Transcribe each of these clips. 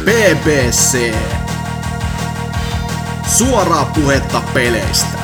BBC. Suoraa puhetta peleistä.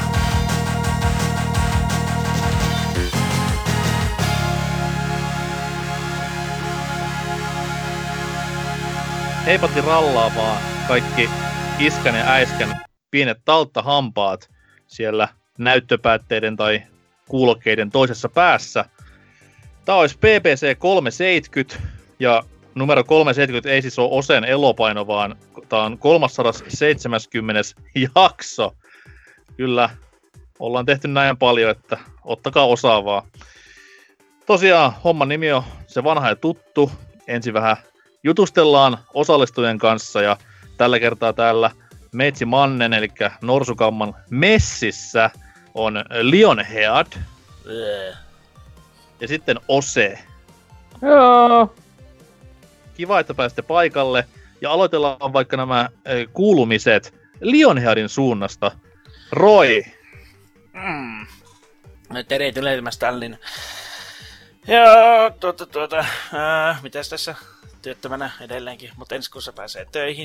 Heipatti rallaa vaan kaikki iskän ja äiskän pienet talttahampaat siellä näyttöpäätteiden tai kuulokkeiden toisessa päässä. Tää olisi BBC 370 ja numero 370 ei siis ole Osen elopaino, vaan tää on 370. jakso. Kyllä, ollaan tehty näin paljon, että ottakaa osaa vaan. Tosiaan, homman nimi on se vanha ja tuttu. Ensin vähän jutustellaan osallistujien kanssa ja tällä kertaa täällä Meitsi Mannen, eli Norsukamman messissä on Lionhead. Ja sitten Ose. Joo. Kiva, että pääsitte paikalle. Ja aloitellaan vaikka nämä kuulumiset Lionheadin suunnasta. Roy. Tervetuloa Stallin. Joo, mitäs tässä työttömänä edelleenkin, mutta ensi kuussa pääsee töihin.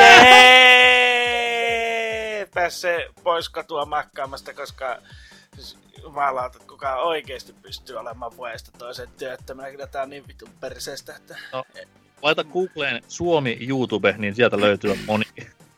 Jee! Pääsee pois katua makkaamasta, koska jumalauta, että kukaan oikeesti pystyy olemaan vuodesta toiseen työttömänä. Kyllä tää on niin vitun perseestä, että... No, laita Googleen Suomi YouTube, niin sieltä löytyy moni.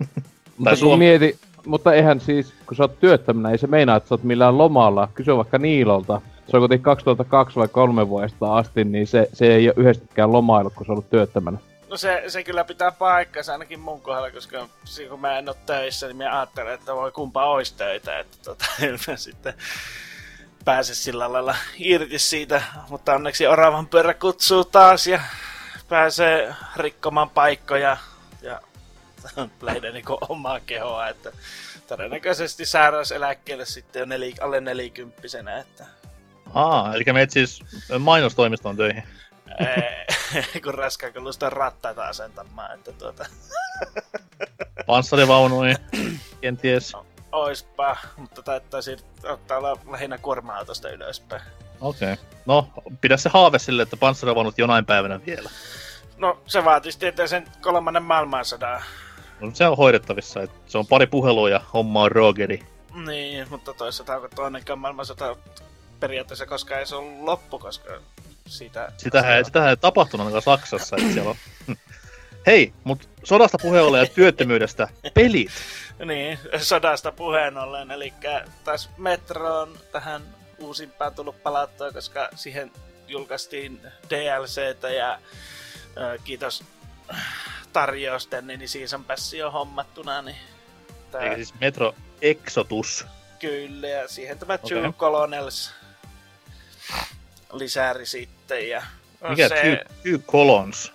Mutta eihän siis, kun sä oot työttömänä, ei se meinaa, että sä oot millään lomalla. Kysy vaikka Niilolta. Se on kuitenkin 2002 vai 3 vuodesta asti, niin se ei ole yhdestikään lomailu, kun sä oot työttömänä. No se kyllä pitää paikkansa ainakin mun kohdalla, koska kun mä en oo töissä, niin mä ajattelen, että voi kumpa ois töitä, että mä sitten pääse sillä lailla irti siitä. Mutta onneksi oravan pyörä kutsuu taas ja pääsee rikkomaan paikkoja ja lähinnä niinku omaa kehoa, että todennäköisesti sairauseläkkeelle sitten on alle 40-vuotiaana, että... Eli menet siis mainostoimistoon töihin. Kun raskaankalusta rattaita asentamaan, että Panssarivaunuja, kenties. Oispa, mutta taittaisi ottaa olla lähinnä kuorma-autosta ylöspäin. Okei. No, pidä se haave sille, että panssarivaunut jonain päivänä vielä. No, se vaatisi tietää sen 3. maailmansodan. No, se on hoidettavissa, että se on pari puhelua ja homma on Rogeri. Niin, mutta toisaalta onko toinenkaan maailmansota periaatteessa koskaan ei se ollut loppu, koska sitähän ei tapahtunut ainakaan Saksassa, että siellä on... Hei, mut sodasta puheen ollen ja työttömyydestä pelit. Niin, sodasta puheen ollen, eli taas Metro on tähän uusimpaan tullut palattua, koska siihen julkaistiin DLCtä ja kiitos tarjousten, niin Season Pass on hommattuna. Niin eikä siis Metro Exodus. Kyllä, ja siihen tämä Two Colonels lisääri sitten. Ja mikä se... Two Colons?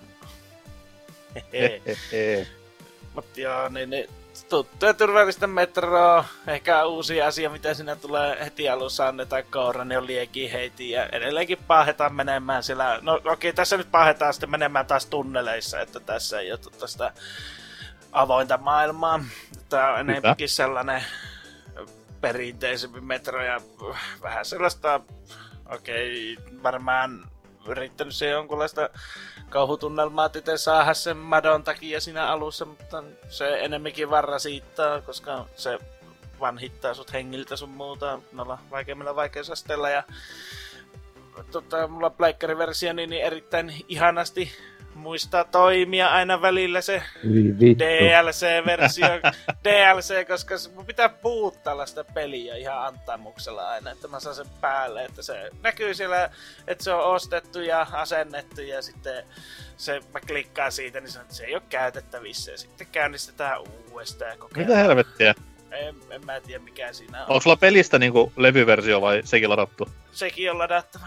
Mutta joo, niin tuttu ja turvallista Metroa. Ehkä uusi asia, mitä siinä tulee heti alussa annetaan koura, niin on liekin heiti. Ja edelleenkin paahetaan menemään siellä. No okei, tässä nyt paahetaan sitten menemään taas tunneleissa, että tässä ei ole tästä avointa maailmaa. Tämä on enemmänkin sellainen perinteisempi Metro ja vähän sellaista, varmaan yrittänyt se jonkunlaista kauhutunnelmaa itse saada sen madon takia siinä alussa, mutta se enemmänkin varra siitä, koska se vanhittaa sut hengiltä sun muuta noilla vaikeimmilla vaikeusasteilla ja mulla pleikkariversio niin erittäin ihanasti muistaa toimia aina välillä se DLC-versio, DLC, koska mun pitää puuttaa sitä peliä ihan antamuksella aina, että mä saan sen päälle, että se näkyy siellä, että se on ostettu ja asennettu ja sitten mä klikkaan siitä, niin sanon, että se ei ole käytettävissä ja sitten käynnistetään uudestaan ja kokeillaan. Mitä helvettiä? En mä tiedä mikä siinä on. Onko sulla pelistä niinku levyversio vai sekin ladattu? Sekin on ladattava.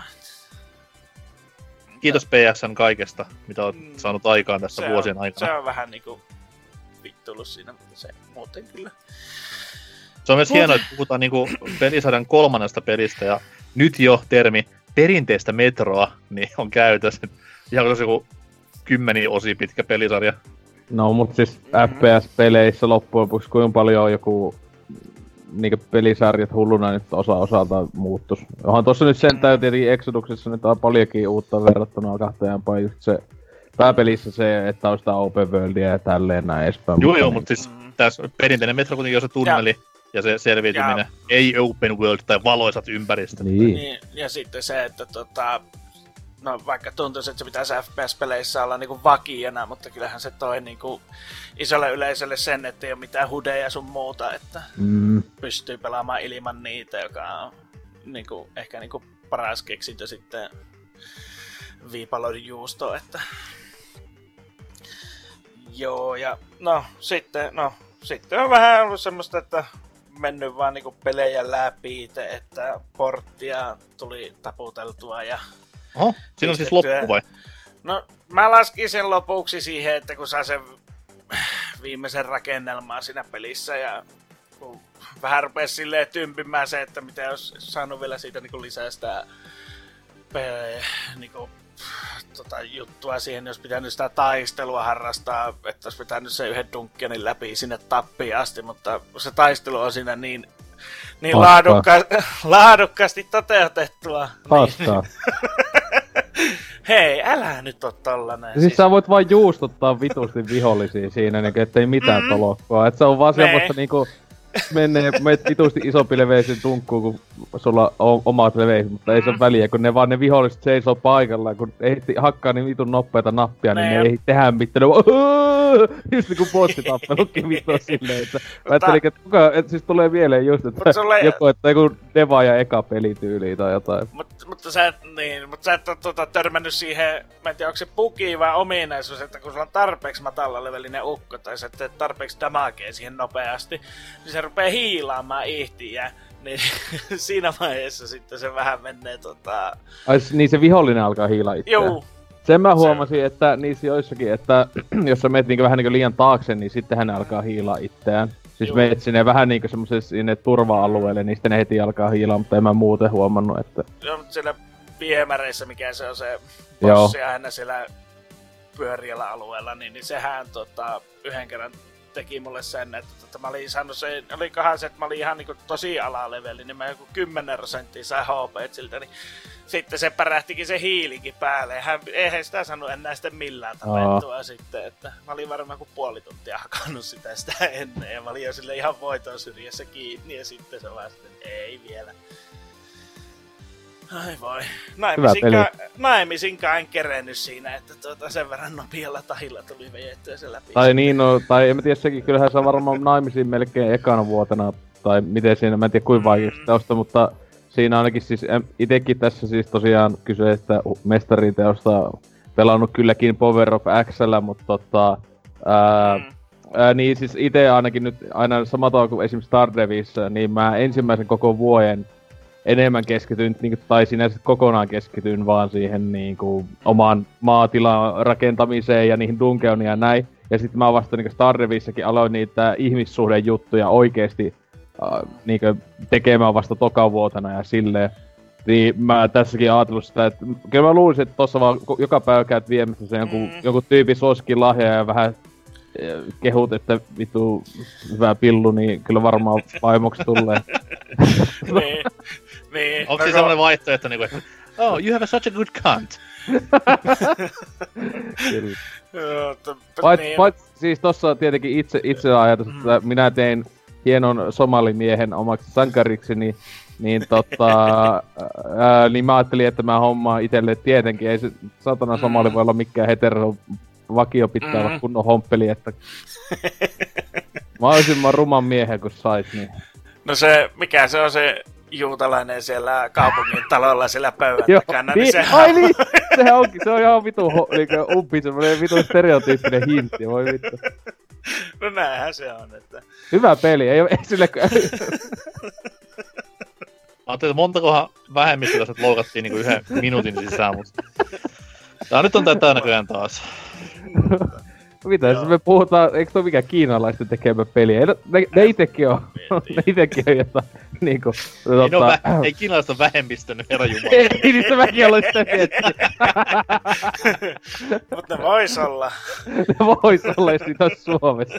Kiitos PSN kaikesta, mitä oot saanut aikaan tässä vuosien aikana. Se on vähän niinku vittuillut siinä, mutta se muuten kyllä. Se on myös hienoa, että puhutaan niinku pelisarjan 3. pelistä ja nyt jo termi perinteistä Metroa niin on käytössä. Ihan kuin se joku 10 osia pitkä pelisarja. No mut siis FPS-peleissä loppujen lopuksi kuinka paljon on joku niinkö pelisarjat hulluna nyt osaltaan muuttus. Onhan tossa nyt sentään tietenkin Exoduksessa nyt on paljonkin uutta verrattuna kahtajaampaan just se pääpelissä se, että on sitä open worldia ja tälleen näin edespäin. Joo, mutta siis tässä perinteinen Metro kuitenkin on se tunneli ja se selviytyminen. Ei open world tai valoisat ympäristöt. Niin, ja sitten se, että no vaikka tuntuisi, että se pitäisi FPS-peleissä olla niinku vakiona, mutta kyllähän se toi niinku isolle yleisölle sen, että ei ole mitään hudeja sun muuta, että pystyy pelaamaan ilman niitä, joka on niinku, ehkä niinku paras keksintö sitten viipaloidun juusto, että joo, ja sitten on vähän ollut semmoista, että mennyt vaan niinku pelejä läpi, että porttia tuli taputeltua ja oho, siinä on siis loppu vai? No, mä laskin sen lopuksi siihen, että kun saa sen viimeisen rakennelmaa siinä pelissä ja kun vähän rupesi silleen tympimään se, että mitä jos saanut vielä siitä niinku lisää sitä niinku, juttua siihen, jos pitänyt sitä taistelua harrastaa, että olisi pitänyt se yhden dunkkenin läpi sinne tappiin asti, mutta se taistelu on siinä niin laadukkaasti toteutettua. Paskaa. Hei, älä nyt oo tollanen. Siis sä voit vaan juustuttaa vitusti vihollisia siinä, niin ettei mitään tolokkoa. Et se on vaan semmoista niinku menet vitusti isompi leveisiin tunkkuun, kun sulla on omat leveiset, mutta ei se ole väliä, kun ne viholliset seisoo paikallaan, kun ehti hakkaa niin vitun nopeita nappia, niin ne ei tehdä mitään. Just niinku bossitappelutkin vittu silleen, että mä ajattelin, että siis tulee mieleen just, että joku Deva ja eka pelityyli tai jotain. Mutta sä et oo törmännyt siihen, mä en tiedä, onko se bugi vai ominaisuus, että kun sulla on tarpeeksi matala levelinen ukko, tai sä teet tarpeeksi damagea siihen nopeasti, niin se rupee hiilaamaan ihtiä, niin siinä vaiheessa sitten se vähän menee Ai niin se vihollinen alkaa hiilaa itseään? Joo. Sen mä huomasin, että niissä joissakin, että jos sä meet vähän niinku liian taakse, niin sittenhän ne alkaa hiilaa itseään. Siis meet sinne vähän niinku semmoselle sinne turva-alueelle, niin sitten ne heti alkaa hiilaa, mutta en mä muuten huomannut, että... Joo, mutta siellä viemäreissä, mikä se on se bossi aina siellä pyöriällä alueella, niin sehän yhden kerran teki mulle sen, että mä olin saanut se, olikohan se, että mä olin ihan niinku tosi alaleveli, niin mä joku 10% sai HP siltä, niin sitten se pärähtikin se hiilikin päälle. Eihän sitä saanut enää sitten millään tapettua sitten, että mä olin varmaan kuin puoli tuntia hakannut sitä ennen ja mä olin jo sille ihan voiton syrjässä kiinni ja sitten se vaan sitten, ei vielä. Ai voi. Naimisinkaan en kerennyt siinä, että sen verran nopealla tahilla tuli vejettyä se läpi. Tai niin, tai en mä tiedä sekin, kyllähän se on varmaan naimisiin melkein ekana vuotena, tai miten siinä, mä en tiedä kuinka vaikeasti sitä mutta siinä ainakin siis, itekin tässä siis tosiaan kyseistä mestariteosta pelannut kylläkin Power of X:llä, mutta niin siis ite ainakin nyt aina sama tavalla kuin esimerkiksi Stardevissä, niin mä ensimmäisen koko vuoden enemmän keskityin, niin, tai sinänsä kokonaan keskityin vaan siihen niin kuin, oman maatilan rakentamiseen ja niihin dunkeoniin ja näin. Ja sitten mä vasta niin Stardevissäkin aloin niitä ihmissuhdejuttuja oikeesti niin tekemään vasta tokavuotena ja silleen. Niin mä tässäkin ajatellut sitä, että kyllä mä luulisin, että tossa vaan joka päivä käyt viemässä sen jonkun tyypin suosikin lahja ja vähän kehut, että vitu hyvä pillu, niin kyllä varmaan vaimoksi tulee. Niin. Onko se sellainen vaihtoehto, että oh, you have such a good cunt? Siis tossa on tietenkin itse ajatus, että minä tein hienon somalimiehen omaksi sankarikseni, niin niin mä ajattelin, että mä hommaan itelle tietenkin, ei se satana somali voi olla mikään hetero vakio pitää olla kunnon homppeli, että mahdollisimman ruman miehen kun sais, niin... No se, mikä se on se juutalainen siellä kaupungin talolla siellä pöydän takana, niin sehän... Ai niin! Sehän onkin, se on ihan vitu umpi, semmonen vitu stereotyyppinen hintti, voi vittu. No näinhän se on, että... Hyvä peli, ei sille... Mä ajattelin, että montakohan vähemmistöllä loukattiin niinku 1 minuutin sisään, mutta... Tää nyt on tätä näköjään taas. Mitä jos me puhutaan, eikö toi mikään kiinalaisten tekemä peli? Ne itekin on, jotain niinku... Ei kiinalaiset on vähemmistön, herranjumala. Ei niistä mäkin olen sitä miettinyt. Mut ne vois olla. Ne vois olla, jos niitä ois Suomessa.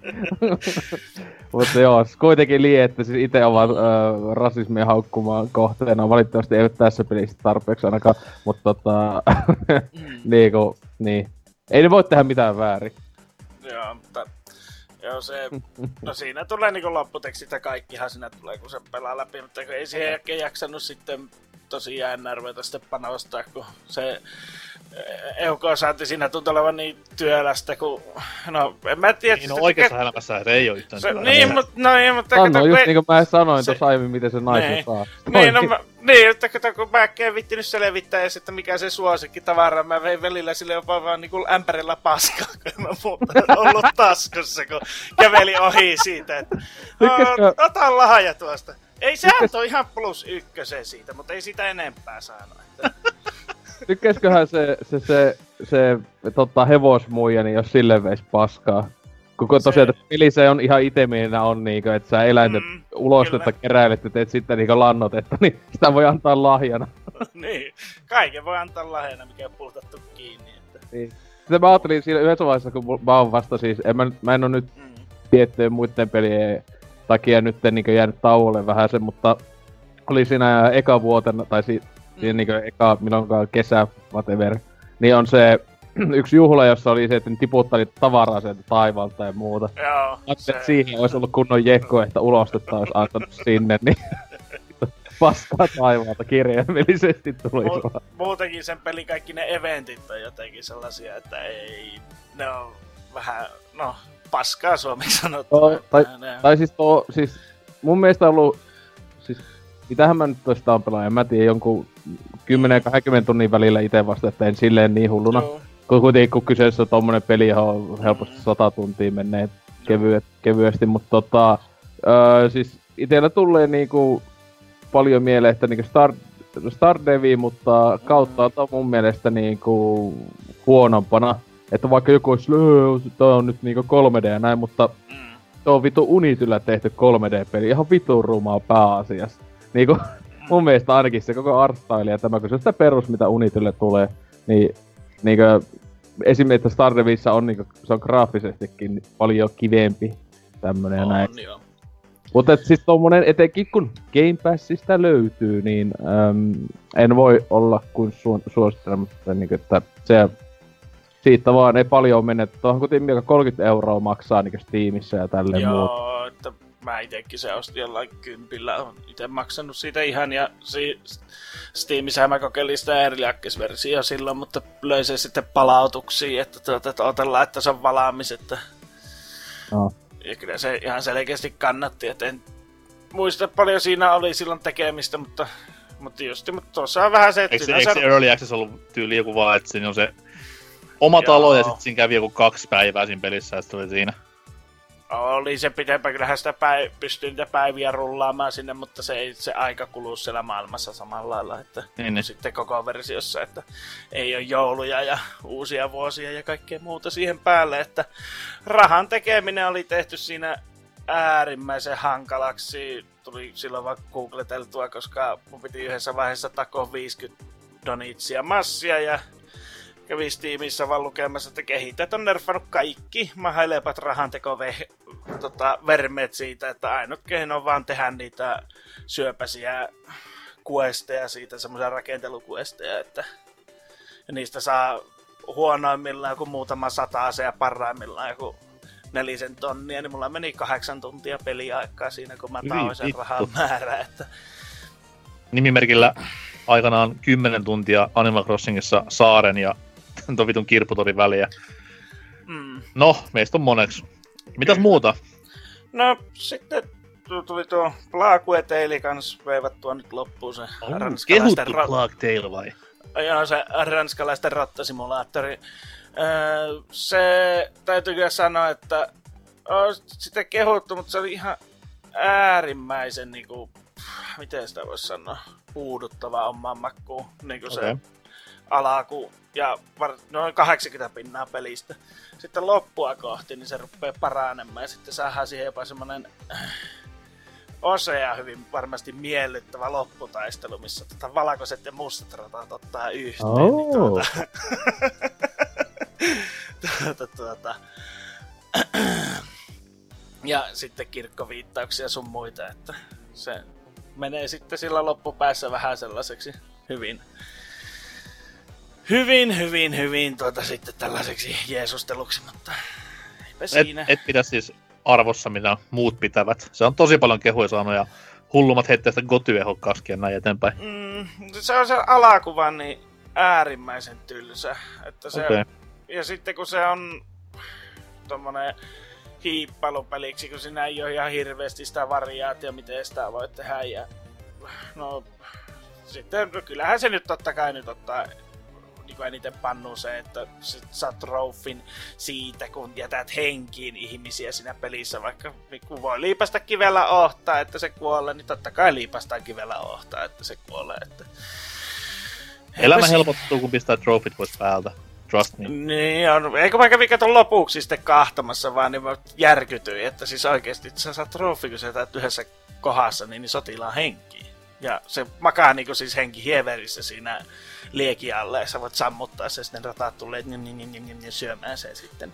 Mutta joo, kuitenkin että siis ite ovat rasismia haukkumaan kohteena. Valitettavasti eivät tässä pelissä tarpeeksi ainakaan, mutta niin. Ei ne voi tehdä mitään väärin. Joo, mutta... Joo, se... No siinä tulee niinku lopputekstit ja kaikkihan siinä tulee, kun se pelaa läpi, mutta ei siihen jälkeen jaksanut sitten tosiaan enää ruveta sitten panostaa, kun se... EUK-saanti siinä tuntuu olevan niin työlästä, kun... No, en mä tiedä... Niin, no oikeassa elämässä se ei oo yhtään työlästä. Niin, mutta... Sano just niinku mä sanoin tuossa aiemmin, miten se naisen saa. Niin, no niin, että kun mä en vittinyt selvittää edes, että mikä se suosikki tavara, mä vein välillä sille jopa vaan niinku ämpärillä paskaa, kun mä muuta ollut taskussa, kun käveli ohi siitä, että ota lahja tuosta. Ei, sehän on ihan +1 siitä, mutta ei sitä enempää saanut. Tykkäisköhän se hevosmuija, niin jos sille veis paskaa? Kun tosiaan peli se on ihan itemiinä on niinkö, että sä eläinten ulostetta keräilet ja teet sitten niinkö lannotetta, niin sitä voi antaa lahjana. Niin, kaiken voi antaa lahjana, mikä on pultattu kiinni. Että... Niin. Sitten mä ajattelin siinä yhdessä vaiheessa, kun mä oon vasta siis, mä en oo nyt tiettyjen muiden pelien takia nyt niinkö jäänyt tauolle vähän sen, mutta oli siinä eka vuotena, tai siinä niinkö eka milloinkaan kesä, whatever, niin on se yksi juhla, jossa oli se, että ne tiputteli tavaraa sieltä taivaalta ja muuta. Joo. Ajattelin, että siihen olisi ollut kunnon jekko, että ulostetta olisi antanut sinne, niin paskaa taivaalta kirjaimellisesti tuli vaan. Muutenkin sen pelin kaikki ne eventit on jotenkin sellaisia, että ei... Ne on vähän, no, paskaa suomeksi sanottuna. Tai siis mun mielestä on ollut, siis mitähän mä nyt toista on pelaaja, mä tiedän jonkun 10-20 tunnin välillä ite vasta, että en silleen niin hulluna. Kuitenkin kun kyseessä on tommonen peli, johon on helposti 100 tuntia menee kevyesti, mutta siis itellä tulee niinku paljon mieleen, että niinku Stardevi, mutta kautta on mun mielestä niinku huonompana. Että vaikka joku olisi, tää on nyt niinku 3D ja näin, mutta se on vitu Unityllä tehty 3D-peli, ihan vitun rumaa pääasiassa. Niinku mun mielestä ainakin se koko artstyle ja tämä, kun se on sitä perus, mitä Unitylle tulee, niin niinkö esimerkiksi Stardevissä on niinku, se on graafisestikin paljon kivempi tämmönen ja näin. Joo. Mutta siis tommonen, etenkin kun Game Passista löytyy, niin en voi olla kuin suosittelematta, niin että se siitä vaan ei paljon mene. Tuohon kuitenkin 30 € maksaa niin Steamissa ja tälleen muuta. Joo, että mä itekin se ostin jollain 10, on ite maksanut siitä ihan, ja Steamissa mä kokeilin sitä Early Access-versiota silloin, mutta löin se sitten palautuksiin, että odotellaan, että se on valaamis, että... No. Ja kyllä se ihan selkeästi kannatti, että en muista paljon siinä oli silloin tekemistä, mutta tuossa on vähän se, että... Eikö se Early Access ollut tyyli joku vaan, että siinä on se oma talo ja sitten siinä kävi joku 2 päivää siinä pelissä ja sitten oli siinä? Oli se pitempään, kyllähän sitä pystyi niitä päiviä rullaamaan sinne, mutta se aika kuluu siellä maailmassa samalla lailla, että niin. Sitten koko versiossa, että ei ole jouluja ja uusia vuosia ja kaikkea muuta siihen päälle, että rahan tekeminen oli tehty siinä äärimmäisen hankalaksi, tuli silloin vaan googleteltua, koska mun piti yhdessä vaiheessa takoa 50 donitsia massia ja kävi Steamissa vaan lukemassa, että kehittäjät on nerfannut kaikki mahailepat vermeet siitä, että ainut keino on vaan tehdä niitä syöpäisiä questeja siitä, semmoisia rakenteluquesteja, että ja niistä saa huonoimmillaan joku muutama 100 ja parhaimmillaan joku 4 tonnia, niin mulla meni 8 tuntia peliaikaa siinä, kun mä taoin sen rahan määrää, että... Nimimerkillä aikanaan 10 tuntia Animal Crossingissa saaren ja tuon vitun kirpputorin väliä. No, meistä on moneksi. Mitäs muuta? No, sitten tuli tuo Plague Tale kans veivattua nyt loppuun se ranskalaisten... Kehuttu Plague Tale vai? Joo, se ranskalaisten rattasimulaattori. Se täytyy kyllä sanoa, että on sitä kehuttu, mutta se oli ihan äärimmäisen niinku... Miten sitä voisi sanoa? Puuduttava omaan makkuun. Niinku se alaku ja noin 80% pelistä. Sitten loppua kohti, niin se rupeaa paranemaan ja sitten saadaan siihen jopa semmonen osea hyvin varmasti miellyttävä lopputaistelu, missä valkoiset ja mustat ratat ottaa yhteen. Oh. Ja sitten kirkkoviittauksia sun muita, että se menee sitten sillä loppupäässä vähän sellaiseksi hyvin hyvin sitten tällaiseksi jeesusteluksi, mutta eipä siinä. Et pidä siis arvossa, mitä muut pitävät. Se on tosi paljon kehuja saanut ja hullummat heittää sitä gotyehokkaasti ja näin eteenpäin. Se on se alakuva niin äärimmäisen tylsä. Että se, okay. Ja sitten kun se on tommonen hiippailupeliksi, kun siinä ei ole ihan hirveästi sitä variaatio, miten sitä voi tehdä. Ja, no, sitten kyllähän se nyt totta kai nyt ottaa niin eniten pannuu se, että saat trofin siitä, kun jätät henkiin ihmisiä siinä pelissä, vaikka kun voi liipasta kivellä ohtaa, että se kuolee, niin totta kai liipastaan kivellä ohtaa, että se kuolee. Että... Elämä helpottuu, kun pistää trofit pois päältä. Trust me. Niin on. Eikö mä kävin katon lopuksi sitten kahtamassa vaan, niin mä järkytyin, että siis oikeesti, että sä saat trofi, kun sä jätät yhdessä kohdassa, niin sotilaan henkiin. Ja se makaa niinku siis henki hieverissä siinä liekin alle, ja sä voit sammuttaa se, sitten rataat tulee syömään sen sitten.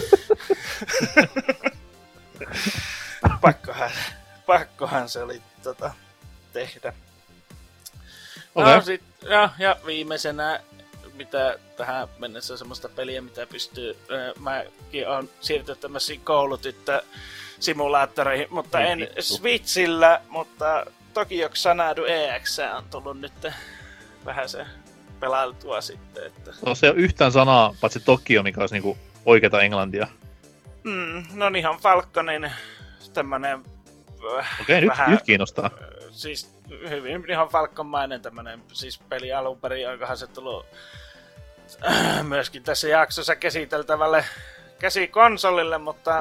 Pakkohan se oli tehdä. Okay. No, ja viimeisenä, mitä tähän mennessä semmoista peliä, mitä pystyy, mäkin on siirtynyt tämmöisiin koulutyttö-simulaattoreihin, mutta en Switchillä, mutta Tokyo Xanadu EX on tullut nyt vähän se pelailtua sitten. Että... No se on yhtään sanaa, paitsi Tokio, mikä olisi niinku oikeata englantia. No Nihon Falconin tämmönen... Okei, nyt kiinnostaa. Siis hyvin Nihon Falcon-mainen tämmönen siis peli alun perin, onkohan se tullut myöskin tässä jaksossa käsiteltävälle käsikonsolille, mutta...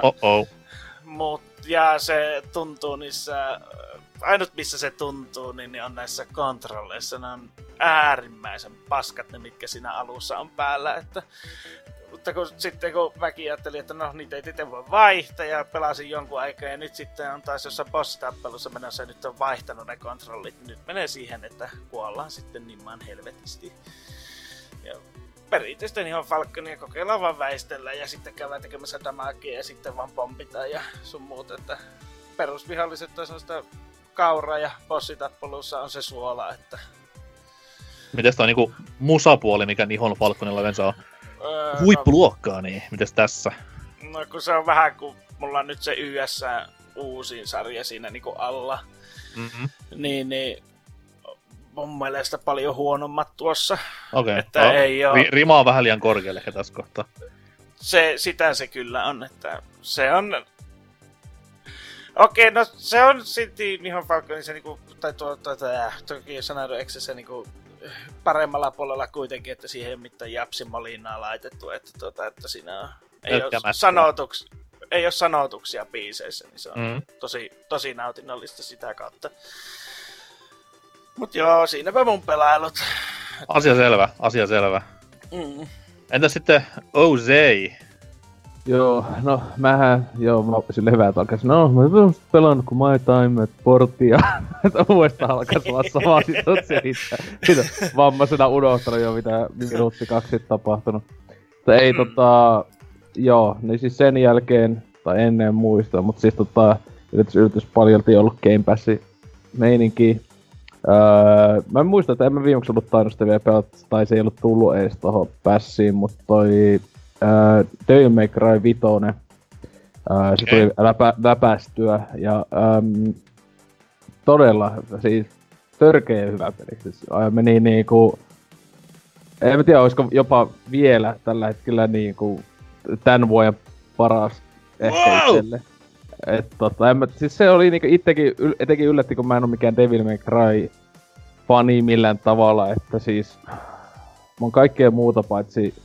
Ja se tuntuu niissä... Ainut missä se tuntuu, niin on näissä kontrolleissa. Ne on äärimmäisen paskat ne, mitkä siinä alussa on päällä. Mutta sitten kun mäkin ajattelin, että no niitä ei tietenkään voi vaihtaa ja pelasin jonkun aikaa ja nyt sitten on taas jossain boss-tappelussa menossa ja nyt on vaihtanut ne kontrollit. Nyt menee siihen, että kuollaan sitten nimman helvetisti. Ja perinteistä Nihon Falconia kokeillaan vaan väistellä ja sitten käydään tekemässä damagea ja sitten vaan pompitaan ja sun muuta. Että perusviholliset on sellaista kauraa ja bossitappelussa on se suola, että... Mites tää on niinku musapuoli, mikä Nihon Falconilla yleensä on huippuluokkaa, niin mites tässä? No kun se on vähän kuin mulla on nyt se YS uusin sarja siinä niinku alla, niin mun mielestä paljon huonommat tuossa. Okei, että ei oo... Rima on vähän liian korkealle ehkä tässä kohtaa. Sitä se kyllä on, että se on... Okei, no se on silti Nihon Falconin se niinku, tai toki Xanadu X:ssä niinku paremmalla puolella kuitenkin, että siihen ei ole mitään japsimolinaa laitettu, että siinä on, ei ole sanotuksia biiseissä, niin se on tosi nautinnollista sitä kautta. Mut joo, siinäpä mun pelailut. Asia selvä. Entä sitten OZ? Joo, no mä sille hyvät alkais. No, mä oon pelannut kuin My Time porttia. Uudestaan alkais vaan samaa sit selittää. Siitä vammaisena unohtanut jo mitä minuutti 2 sitten tapahtunut. Mutta ei joo, niin siis sen jälkeen, tai ennen muista, mutta siis yllätys paljolti ollut Game Passin meininki. Mä en muista, että en mä viimeksi ollut tainnut sitä vielä pelata, tai se ei ollut tullut edes tohon Passiin, mutta toi Devil May Cry 5, se tuli läpästyä ja todella siis törkeä hyvä peli. Siis meni niinku, en mä tiedä olisiko jopa vielä tällä hetkellä niinku tän vuoden paras ehkä itselle. Siis se oli niinku etenkin yllätti, kun mä en oo mikään Devil May Cry fani millään tavalla, että siis mä oon kaikkea muuta paitsi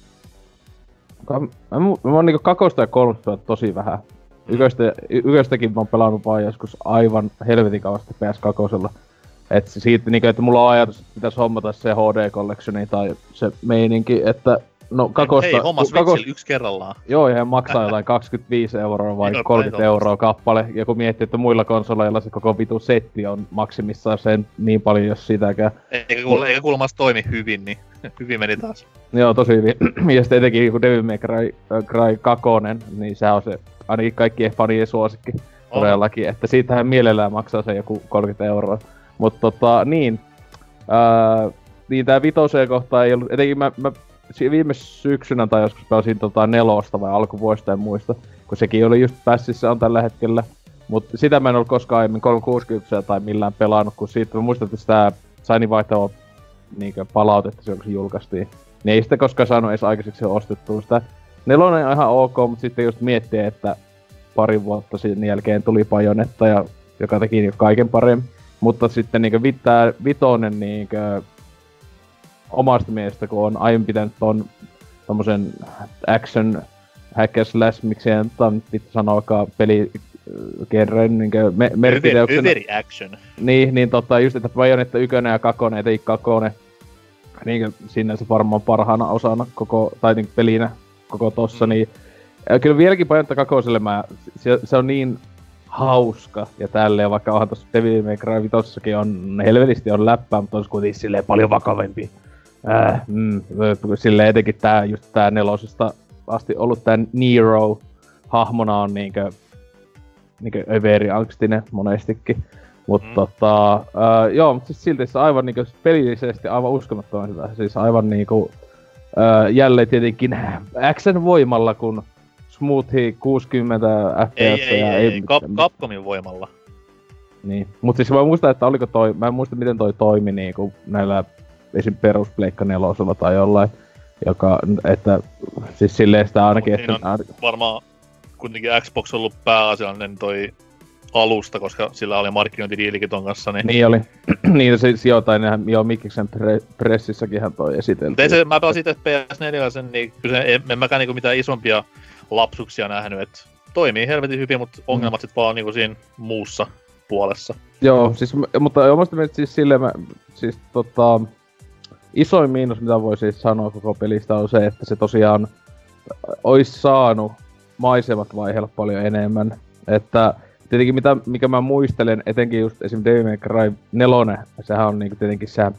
mä oon niinku 2 ja 3 pelat tosi vähän. Yköstäkin mä oon pelannut vaan joskus aivan helvetin kauasta PS2. Et siitä niinku, että mulla on ajatus, että pitäis hommata se HD Collectioni tai se meininki, että no kakosta... Hei, homma Switchillä yksi kerrallaan. Joo, ihan maksaa jotain 25 € vai 30 € kappale. Ja kun miettii, että muilla konsoleilla se koko vitu setti on maksimissaan sen niin paljon, jos sitäkään. Eikä kuulemassa toimi hyvin, niin hyvin meni taas. Joo, tosi hyvin. Ja sitten etenkin kun Devil May Cry 2, niin sehän on se ainakin kaikkien fanien suosikki todellakin. Että siitähän mielellään maksaa se joku 30 €. Mutta niin tää vitoseen kohtaan ei ollut, etenkin mä viime syksynä tai joskus pelasin nelosta vai alkuvuodesta, en muista. Kun sekin oli just Passissa on tällä hetkellä. Mut sitä mä en ollut koskaan aiemmin 360 tai millään pelannut, kun siitä mä muistan, että sitä sai niin vaihtavaa niinkö palautetta silloin, kun se julkaistiin. Niin ei sitä koskaan saanut edes aikaiseksi ostettua sitä. Nelonen on ihan ok, mutta sitten just miettii, että pari vuotta sen jälkeen tuli Bayonetta, joka teki niinku kaiken paremmin. Mutta sitten niinkö vitonen niinkö omasta mielestä, kun on aiemmin pitänyt ton tommosen action hack and slash, miksei nyt vittu sanoakaan peligenren niinkö merkityksen. Hyveri action. Niin just, että Bayonetta 1 ja 2, ettei 2, niinkö sinänsä varmaan parhaana osana koko, tai niinkö pelinä koko tossa, niin kyllä vieläkin Bayonetta 2 se on niin hauska ja tälleen, vaikka onhan tossa Devil May Cry 5:ssakin on helvetisti on läppää, mutta olisi kuitenkin silleen paljon vakavempi. Silleen etenkin tää nelosesta asti ollut tää Nero hahmona on niinkö överiangstinen monestikin. Mutta joo, mutta siis silti se aivan niinkö pelillisesti aivan uskomattoman hyvä. Siis aivan niinku jälleen tietenkin Xen voimalla, kun smoothie 60 fps ei Capcomin voimalla. Niin. Mut siis mä muistan, että oliko mä en muista miten toi toimi niinku näillä esim. Perus Pleikka 4 tai jollain, että siis silleen sitä ainakin, että varmaan kuitenkin Xbox on ollut pääasiallinen toi alusta, koska sillä oli markkinointidiilikin ton kanssa, niin... Niin oli. niin se sijoitain, Mikkiksen pressissäkinhän toi esiteltiin. Mä pelasin itse PS4 sen, niin kyllä en mäkään niinku mitään isompia lapsuksia nähnyt, et toimii helvetin hyvin, mutta ongelmat sit vaan niinku siinä muussa puolessa. Joo, siis, mutta omasta mielestä siis silleen isoin miinus, mitä voi siis sanoa koko pelistä, on se, että se tosiaan ois saanut maisemat vaihdella paljon enemmän. Että tietenkin mikä mä muistelen, etenkin just esim. Devil May Cry 4, sehän on niinku tietenkin se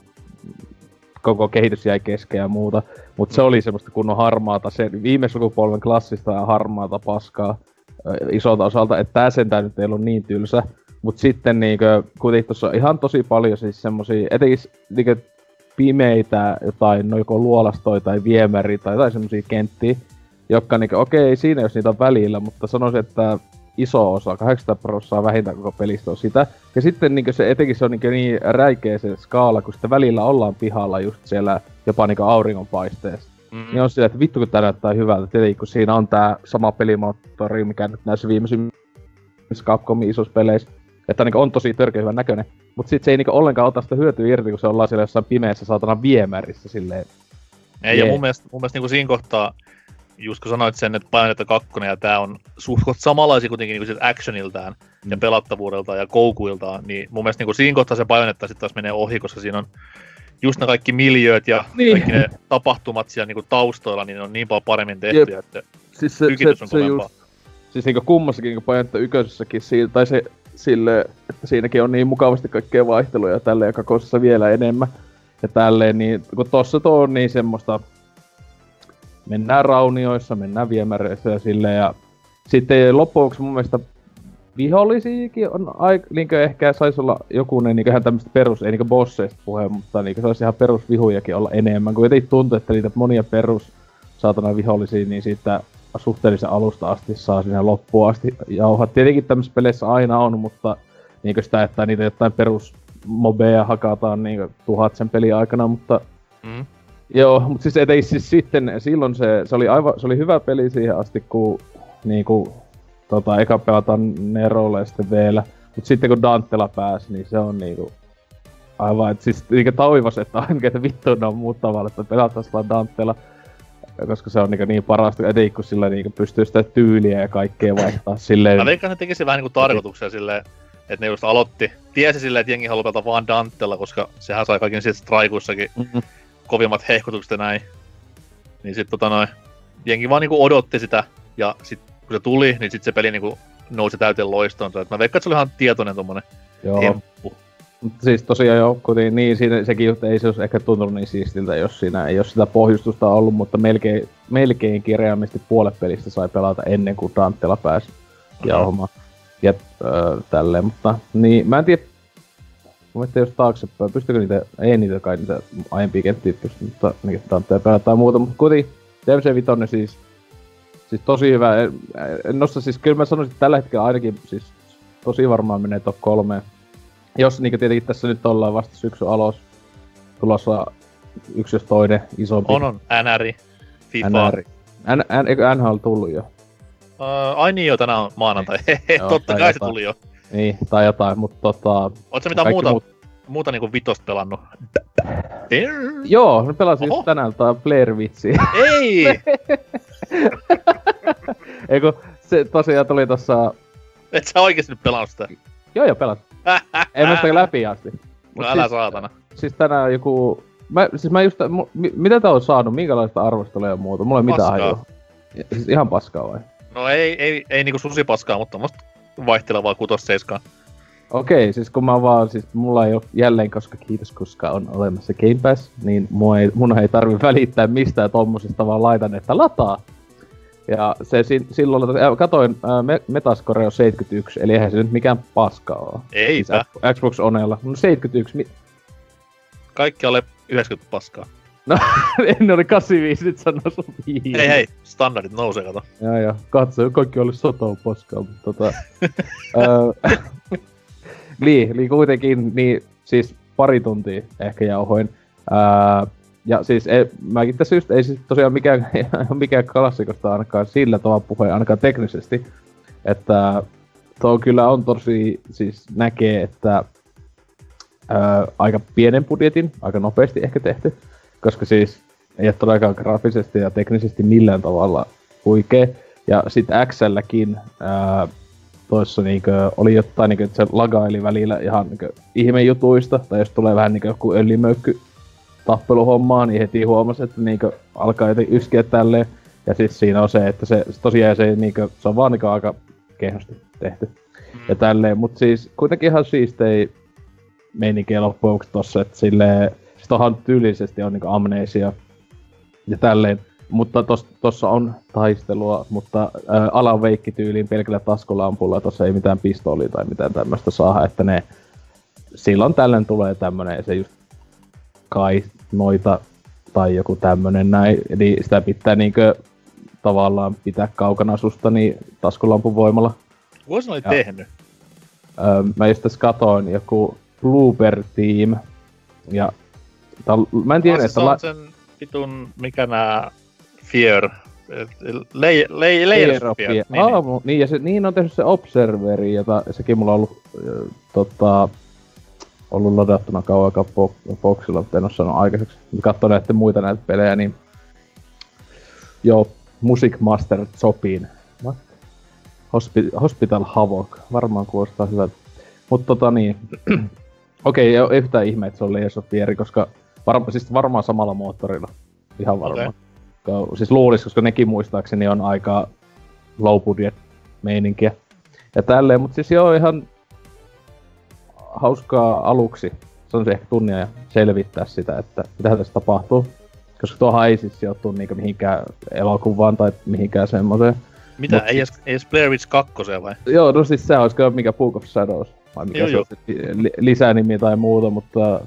koko kehitys jäi kesken ja muuta. Mut se oli semmoista kunnon harmaata, se viime sukupolven klassista ja harmaata paskaa isolta osalta, että tää sentään nyt ei ollut niin tylsä. Mut sitten niinkö, kuitenkin tossa on ihan tosi paljon siis semmosia, etenkin niinkö pimeitä jotain, no joko luolastoja tai viemäri tai jotain semmosia kenttiä, jotka niinkö, okei, siinä jos niitä on välillä, mutta sanoisin, että iso osa, 80% vähintään koko pelistä on sitä. Ja sitten niinkö se, etenkin se on niinkö niin räikeä se skaala, kun sitten välillä ollaan pihalla just siellä jopa niinkö auringonpaisteessa. Niin on sillä, että vittu kun tää näyttää hyvältä, tietenkin kun siinä on tää sama pelimoottori, mikä nyt näissä viimeisimmissä Capcomin isoissa peleissä. Että niinku on tosi törkeä hyvän näköinen. Mut sit se ei niinku ollenkaan ota sitä hyötyä irti, kun se ollaan siellä jossain pimeässä saatana viemärissä silleen. Ei, ja mun mielestä niinku siinä kohtaa, just kun sanoit sen, että Bayonetta 2 ja tää on suht samanlaisia kuitenkin niinku sit actioniltaan ja pelattavuudeltaan ja koukuiltaan, niin mun mielestä niinku siinä kohtaa se Bayonetta sit taas menee ohi, koska siinä on just ne kaikki miljööt ja kaikki ne tapahtumat siellä niinku taustoilla, niin ne on niin paljon paremmin tehty, että siis tykitys on kovempaa. Siis niinku kummassakin niinku Bayonetta 1:ssäkin tai se silleen, että siinäkin on niin mukavasti kaikkea vaihteluja ja tälleen, ja kakosessa vielä enemmän. Ja tälleen, niin kun tossa tuo on niin semmoista, mennään raunioissa, mennään viemäreissä ja silleen, ja sitten loppujen mun mielestä vihollisiakin on niinkö ehkä sais olla jokunen niinkö ihan tämmöstä perus, ei niinkö bosseista puheen, mutta niinkö sais ihan perusvihujakin olla enemmän, kun jotenkin tuntuu, että niitä monia perus saatana vihollisia, niin siitä suhteellisen alusta asti saa sinne loppuun asti jauhat. Tietenkin tämmöisissä peleissä aina on, mutta niinkö sitä, että niitä jotain perus mobeja hakataan niinkö 1000 sen pelin aikana, mutta joo, mut siis etenkin siis sitten silloin se oli hyvä peli siihen asti, kun niinku eka pelataan Nerolla ja sitten V:llä. Mut sitten kun Dantella pääsi, niin se on niinku aivan, et siis niinkö toivos, että ainakin että vittu ne on muut tavalla, että pelataan sitä Dantella. Koska se on niin parasta, etenkin kun sillä niin pystyy sitä tyyliä ja kaikkea vaihtaa silleen. Mä veikkaan, että ne tekisi vähän niinku tarkoituksia silleen, että ne just tiesi silleen, että jengi haluaa pelata vaan Dantella, koska sehän sai kaiken sit Strikuissakin kovimmat hehkutukset ja näin. Niin sit jengi vaan niinku odotti sitä, ja sit kun se tuli, niin sit se peli niinku nousi täyteen loistoon. Mä veikkaan, että se oli ihan tietoinen tommonen temppu. Mutta siis tosiaan joo, kuten niin sekin just ei se olisi ehkä tuntunut niin siistiltä, jos siinä ei ole sitä pohjustusta ollut, mutta melkein kirjaimisesti puolet pelistä sai pelata ennen kuin Dantella pääsi jauhamaan. Ja tälleen, mutta niin, mä en tiedä, Mun mielestä jos taaksepäin, pystyykö niitä, ei niitä kai niitä aiempia kenttiä pysty, mutta niitä tantteja pelataan muuta, mutta kuitenkin DMC Vitoinen siis tosi hyvä. En nosta siis, kyllä mä sanoisin, että tällä hetkellä ainakin siis tosi varmaan menee top 3. Jos niinku tietenkin tässä nyt ollaan vasta syksyn alos, tulossa yksi jos toinen isompi. On, NR, FIFA. NR. Eikö NHL tullut jo? Ai niin jo, tänään on maanantai. Joo, Totta kai jotain. se tuli jo. Niin, tai jotain, mutta Ootko mitään muuta niinku vitosta pelannut? Joo, mä pelasin Oho. just tänään Blair Witchia. Ei! Eikö, se tosiaan tuli tossa... Et sä oikeesti nyt pelannut sitä? Joo, pelasin. En mä sitä läpi asti. No älä saatana. Siis tänään joku... Mä just... Mitä tää on saanut? Minkälaista arvostelua ja muuta? Mulla ei mitään Paskaa. hajua. Siis ihan paskaa vai? No ei niinku susipaskaa, mutta tommoista vaihtelevaa 6-7. Okei, siis kun mä vaan, siis mulla ei oo jälleen, koska on olemassa Game Pass, niin mun ei tarvi välittää mistään tommosista, vaan laitan, että lataa. Ja se silloin, katoin, Metascore on 71, eli eihän se nyt mikään paska oo. Eipä. Siis Xbox Onella, no 71, Kaikki alle 90 paskaa. no ennen oli 85, nyt sanoo sun Hei, standardit nousee, kato. Joo, katso, kaikki oli sotaa paskaa, mutta niin kuitenkin, niin siis pari tuntia ehkä jauhoin. Ja siis mäkin tässä just ei siis tosiaan mikään klassikosta ainakaan sillä tavalla puheen, ainakaan teknisesti. Että tuo kyllä on tosi, siis näkee, että aika pienen budjetin, aika nopeasti ehkä tehty. Koska siis ei ole todellakaan graafisesti ja teknisesti millään tavalla huikee. Ja sit Xlläkin toissa niinkö oli jotain niinkö, että se lagaili välillä ihan niinkö ihmejutuista. Tai jos tulee vähän niinkö joku öljymöykky tappeluhommaa, niin heti huomasi, että niinkö alkaa jotenkin yskiä tälleen. Ja siis siinä on se, että se tosiaan se niinkö, se on vaan niinkö aika kehnosti tehty. Ja tälleen, mut siis kuitenkin ihan siistei meininkiä loppujen lopuksi tossa, että silleen, siis tohan tyylisesti on niinku Amnesia ja tälleen. Mutta tossa on taistelua, mutta Alan Wake-tyyliin pelkällä taskulampulla, tossa ei mitään pistoolia tai mitään tämmöstä saada, että ne silloin tällöin tulee tämmönen, ja se just kai noita tai joku tämmönen näin, eli sitä pitää niinkö tavallaan pitää kaukana susta niin taskulampun voimalla. Kuka sen oli tehnyt? Mä just tässä katoin joku Bloober Team, ja mä en tiedä, että... sen vitun, mikä nää Fear, Layers of Fear. Niin, ja se, niin on tehnyt se Observeri, jota sekin mulla on ollut ollut ladattuna kauan aikaa Boxilla, mutta en oo saanut aikaiseksi. Mä katsoin näitä muita näitä pelejä, niin joo, Music Master Chopin. What? Hospital Havoc. Varmaan kuulostaa hyvältä. Mut niin. Okei, ei yhtään ihme, että se on Layers of Fear, koska varmaan samalla moottorilla. Ihan varmaan. Okay. Siis luulis, koska nekin muistaakseni on aika low budget meininkiä. Ja tälleen, mut siis joo, ihan hauskaa aluksi. Se on se ehkä tunnia ja selvittää sitä, että mitä tässä tapahtuu. Koska tuohan ei siis sijoittu niinku mihinkään elokuvaan tai mihinkään semmoseen. Mitä? Mut ei edes Blair Witch 2 vai? Joo, no siis se olisiko mikä Book of Shadows. Vai mikä joo, se on lisänimi tai muuta, mutta...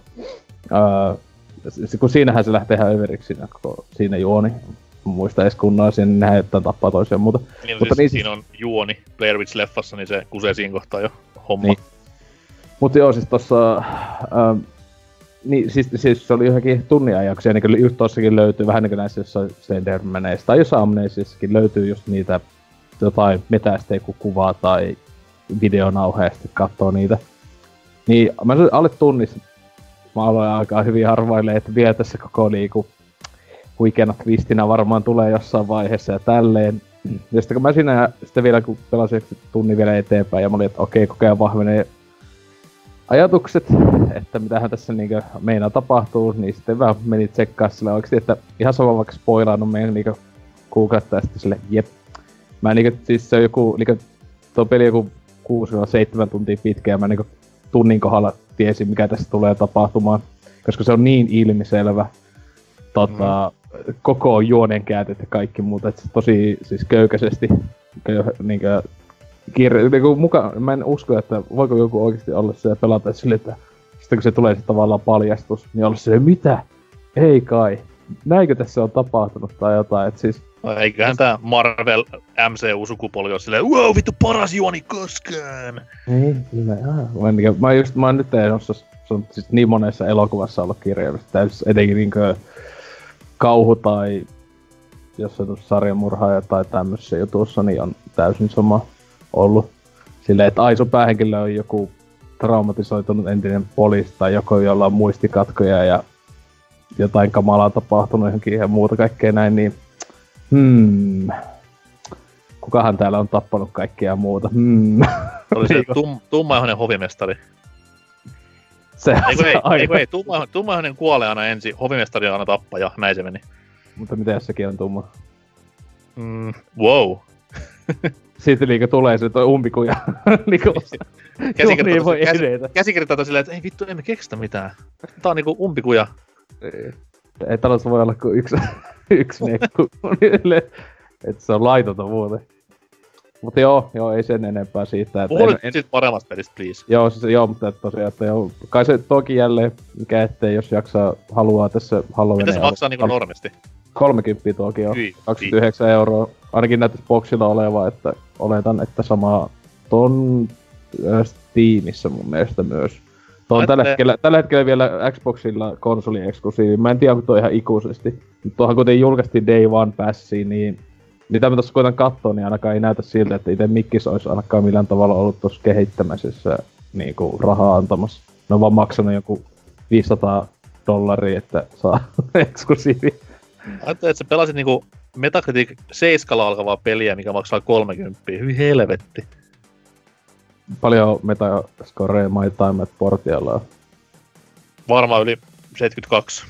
kun siinähän se lähtee ihan överiksi siinä juoni. Muista edes kunnolla, siinä nehän jotain tappaa toisiaan muuta. Niin, mutta siis siinä on juoni Blair Witch-leffassa, niin se kusee siinä kohtaa jo homma. Niin. Mut joo, siis tossa... niin, siis se oli johonkin tunnin ajaksi, ja niin just tossakin löytyy vähän niinku näissä jossain Slendermaneissa, tai jossain Amnesiassakin löytyy just niitä jotain metästä joku kuvaa tai videonauheja, ja kattoo niitä. Niin mä alle tunnissa mä aloin alkaa hyvin harvailemaan, että vielä tässä koko niinku huikeana twistinä varmaan tulee jossain vaiheessa ja tälleen. Ja sitten kun mä siinä sitten vielä kun pelasin tunnin vielä eteenpäin ja mä olin, että okei, koko ajan vahvenee ajatukset, että mitähän tässä niinku meinaa tapahtuu, niin sitten vähän meni tsekkaa sille oikeesti, että ihan sama vaikka spoilaannut meidän niinku kuukautta ja sitten sille jep. Mä niinku, siis se on joku, niinku tuo peli joku 6-7 tuntia pitkä ja mä niinku tunnin kohdalla tiesin mikä tässä tulee tapahtumaan, koska se on niin ilmiselvä koko juonen käänteet ja kaikki muuta, että se tosi siis köykäisesti niinku mukaan, mä en usko, että voiko joku oikeesti olla se ja pelata silleen, että sitten kun se tulee se tavallaan paljastus, niin olla silleen, mitä? Ei kai. Näinkö tässä on tapahtunut tai jotain, et siis... No, eiköhän tää Marvel MCU-sukupolvi ole silleen, wow, vittu paras juoni koskaan! Ei, kyllä. Mä nyt en osaa, se on siis niin monessa elokuvassa ollut kirjaimista, täys etenkin niinkö kauhu tai jossain sarjamurhaaja tai tämmöisessä jutussa, niin on täysin sama ollut. Silleen, että sun päähenkilö on joku traumatisoitunut entinen poliisi tai joku, jolla on muistikatkoja ja jotain kamalaa tapahtunut johonkin ja muuta kaikkea näin, niin kukahan täällä on tappanut kaikkea muuta? Oli se tummaihoinen hovimestari. Ei, tummaihoinen kuolee aina ensin, hovimestari on aina tappaja, näin se meni. Mutta mitä jos sekin on tumma? Wow. Siitä liikä tulee se toi umpikuja. Käsikirjoittaa silleen, että ei vittu, emme keksitä mitään. Tää on niinku umpikuja. Ei talossa voi olla kuin yksi nekku. Että se on laitonta muuten. Mutta joo, ei sen enempää siitä. Puhu nyt siitä paremmasta pelistä, please. Joo, mutta tosiaan, että joo. Kai se toki jälleen, mikä ettei, jos jaksaa, haluaa tässä Halloween. Mitä se maksaa niinku normisti? 30 toki on. 29 €. Ainakin näyttäisi boxilla oleva, että oletan, että sama ton Steamissa mun mielestä myös. Tuo on tällä hetkellä vielä Xboxilla konsoli-eksklusiivi. Mä en tiedä, onko toi ihan ikuisesti. Mutta tuohan kuten julkaistiin Day One Passiin, niin mitä mä tossa koitan kattoo, niin ainakaan ei näytä siltä, että ite Mikkis olisi ainakaan millään tavalla ollut tossa kehittämisessä niinku rahaa antamassa. Ne on vaan maksanut joku $500, että saa eksklusiivi. Ajattelin, että sä pelasit niinku Metacritic 7 alkavaa peliä, mikä maksaa 30. Hyi helvetti. Paljon Metascore My Time at Portialla on? Varmaan yli 72.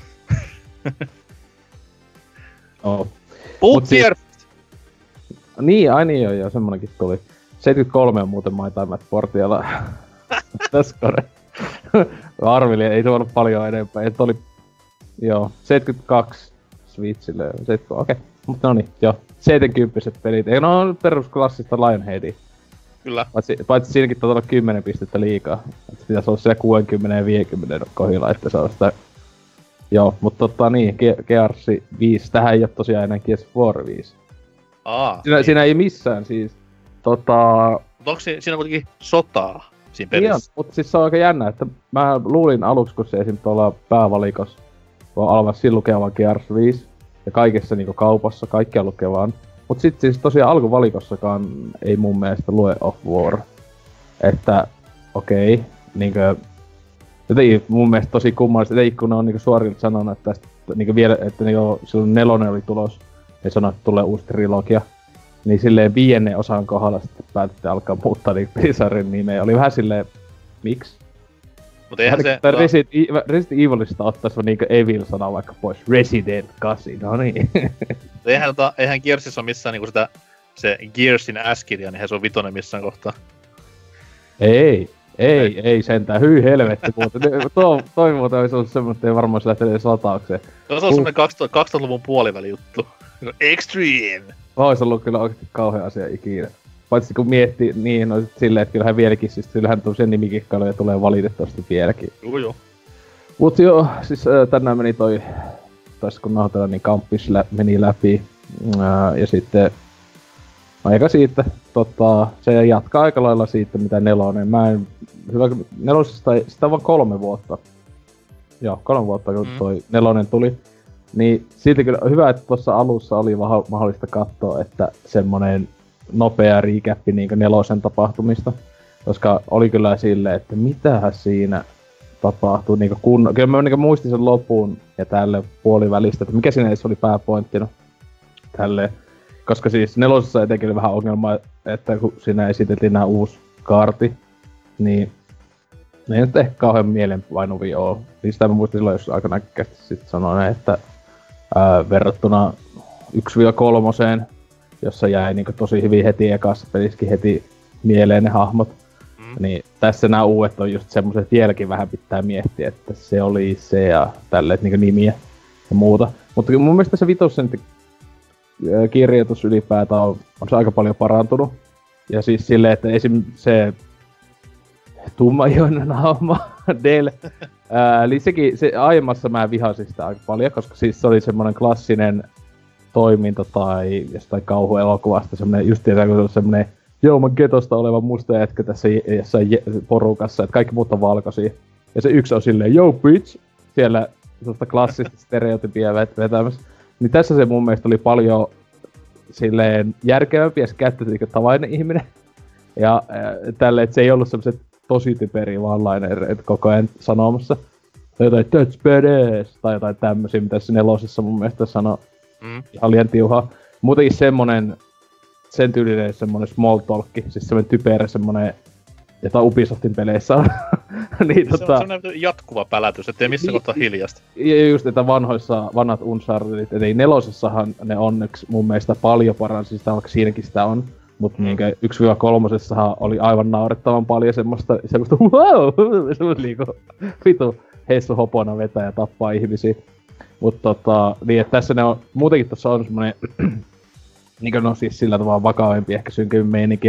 Oh. Puttier! Niin, joo, semmonenkin tuli. 73 on muuten My Time at Portialla. Metascore. Arvili, ei se ollut paljon enempää. Et oli, 72 Switchille. Okei. Mutta noniin, joo. 70 pelit. Ei, no on perusklassista Lionheadia. Kyllä. Paitsi siinäkin taitaa olla 10 pistettä liikaa. Et pitäis olla siellä 60 ja 50 kohdilla, että se on sitä... Joo, mutta niin, Gears 5. Tähän ei oo tosiaan enää Gears 4 5. Siinä ei missään siis. Mutta onko siinä kuitenkin sotaa siinä pelissä? Niin, mutta siis se on aika jännä, että mä luulin aluksi, kun se esim. Tuolla päävalikossa on alvasi lukemaan Gears 5 ja kaikessa niinku kaupassa, kaikkea lukevaan. Mut sit siis tosiaan alkuvalikossakaan ei mun mielestä lue of War. Että okei, niinkö... Jotenkin mun mielestä tosi kummallista, että kun ne on niinku suorilta sanonut, että tästä niinku vielä, että niinku silloin 4 oli tulos, ja sanoi, että tulee uusi trilogia. Niin silleen 5. osan kohdalla sitten päätitte alkaa muuttaa niinku Blizzardin nimeä. Oli vähän silleen, miksi? Mut eihän se... Resident Evilista ottaisi niinku Evil-sana vaikka pois. Resident 8, no niin. Eihän Gearsissa ole missään niinku sitä... Se Gearsin S-kirja, niin se on 5 missään kohtaa. Ei sentään, hyi helvetti muuten. Toi muuten olisi ollut semmoinen, että ei varmaan olisi lähtenyt edes lataukseen. Se on semmoinen 2000-luvun puoliväli juttu. Extreme! Ois ollut kyllä oikeesti kauhea asia ikinä. Paitsi kun miettii, niin no silleen, että kyllähän vieläkin, siis kyllähän tommosia nimikikkailuja tulee valitettavasti vieläkin. Joo. Mut joo, siis tänään meni toi, taas kun nauhoitellaan, niin Campis meni läpi. Ja sitten aika siitä, se jatkaa aika lailla siitä, mitä 4. Mä en, hyvä, 4. sitä on vaan 3 vuotta. Joo, 3 vuotta kun toi 4 tuli. Niin silti kyllä hyvä, että tuossa alussa oli mahdollista katsoa, että semmonen nopea recappi niinku 4 tapahtumista. Koska oli kyllä silleen, että mitähän siinä tapahtuu niinku kyllä mä niinku muistin sen lopun ja tälle puolivälistä, että mikä siinä edes oli pääpointtina tälleen. Koska siis 4. etenkin oli vähän ongelma, että kun siinä esiteltiin nää uusi kaarti, niin ne ei nyt ehkä kauhean mielenpainuvia oo. Siis sitä mä muistin silloin, jos aika näkkästi sit sanoin, että verrattuna 1-3, jossa jäi niinku tosi hyvin heti ekassa pelissäkin heti mieleen ne hahmot. Niin tässä nää uudet on just semmoset, että vieläkin vähän pitää miettiä, että se oli se ja tälleen niinku nimiä ja muuta. Mutta mun mielestä se 5. kirjoitus ylipäätään on se aika paljon parantunut. Ja siis silleen, että esim. Se tummaihoinen naama, Del. Eli se aiemmassa mä vihasin sitä aika paljon, koska siis se oli semmonen klassinen toiminta tai jostain kauhuelokuvasta semmonen, just tietää, kun se on semmonen mä getosta oleva musta jätkä tässä jossain porukassa, että kaikki muut on valkoisia. Ja se yksi on silleen, bitch! Siellä sellaista klassista stereotypia vetämässä. Niin tässä se mun mielestä oli paljon silleen järkevämpi ja se käyttäisi tavallinen ihminen. Ja tälleen, että se ei ollut semmoset tosi typeriä one-linereita koko ajan sanomassa. Tai jotain touch badass tai jotain tämmösiä, mitä se nelosessa mun mielestä sanoo. Ihan liian tiuhaa. Muutenkin semmonen, sen tyylinen semmonen small talkki, siis semmonen typerä semmonen, jota Ubisoftin peleissä on. Niin, se on semmonen jatkuva pälätys, ettei missään kohtaa hiljasta. Ja just, että vanhat Unchartedit, eli nelosessahan ne onneksi mun mielestä paljon paransi sitä, vaikka siinäkin sitä on. Mut niinkö 1-3 oli aivan naurettavan paljon semmoista wow! Semmoista niinku vitu heissu hopona vetää ja tappaa ihmisiä. Mut niin että tässä ne on, muutenkin tossa on semmonen niinkö no siis sillä tavalla vakavempi, ehkä synkempi meininki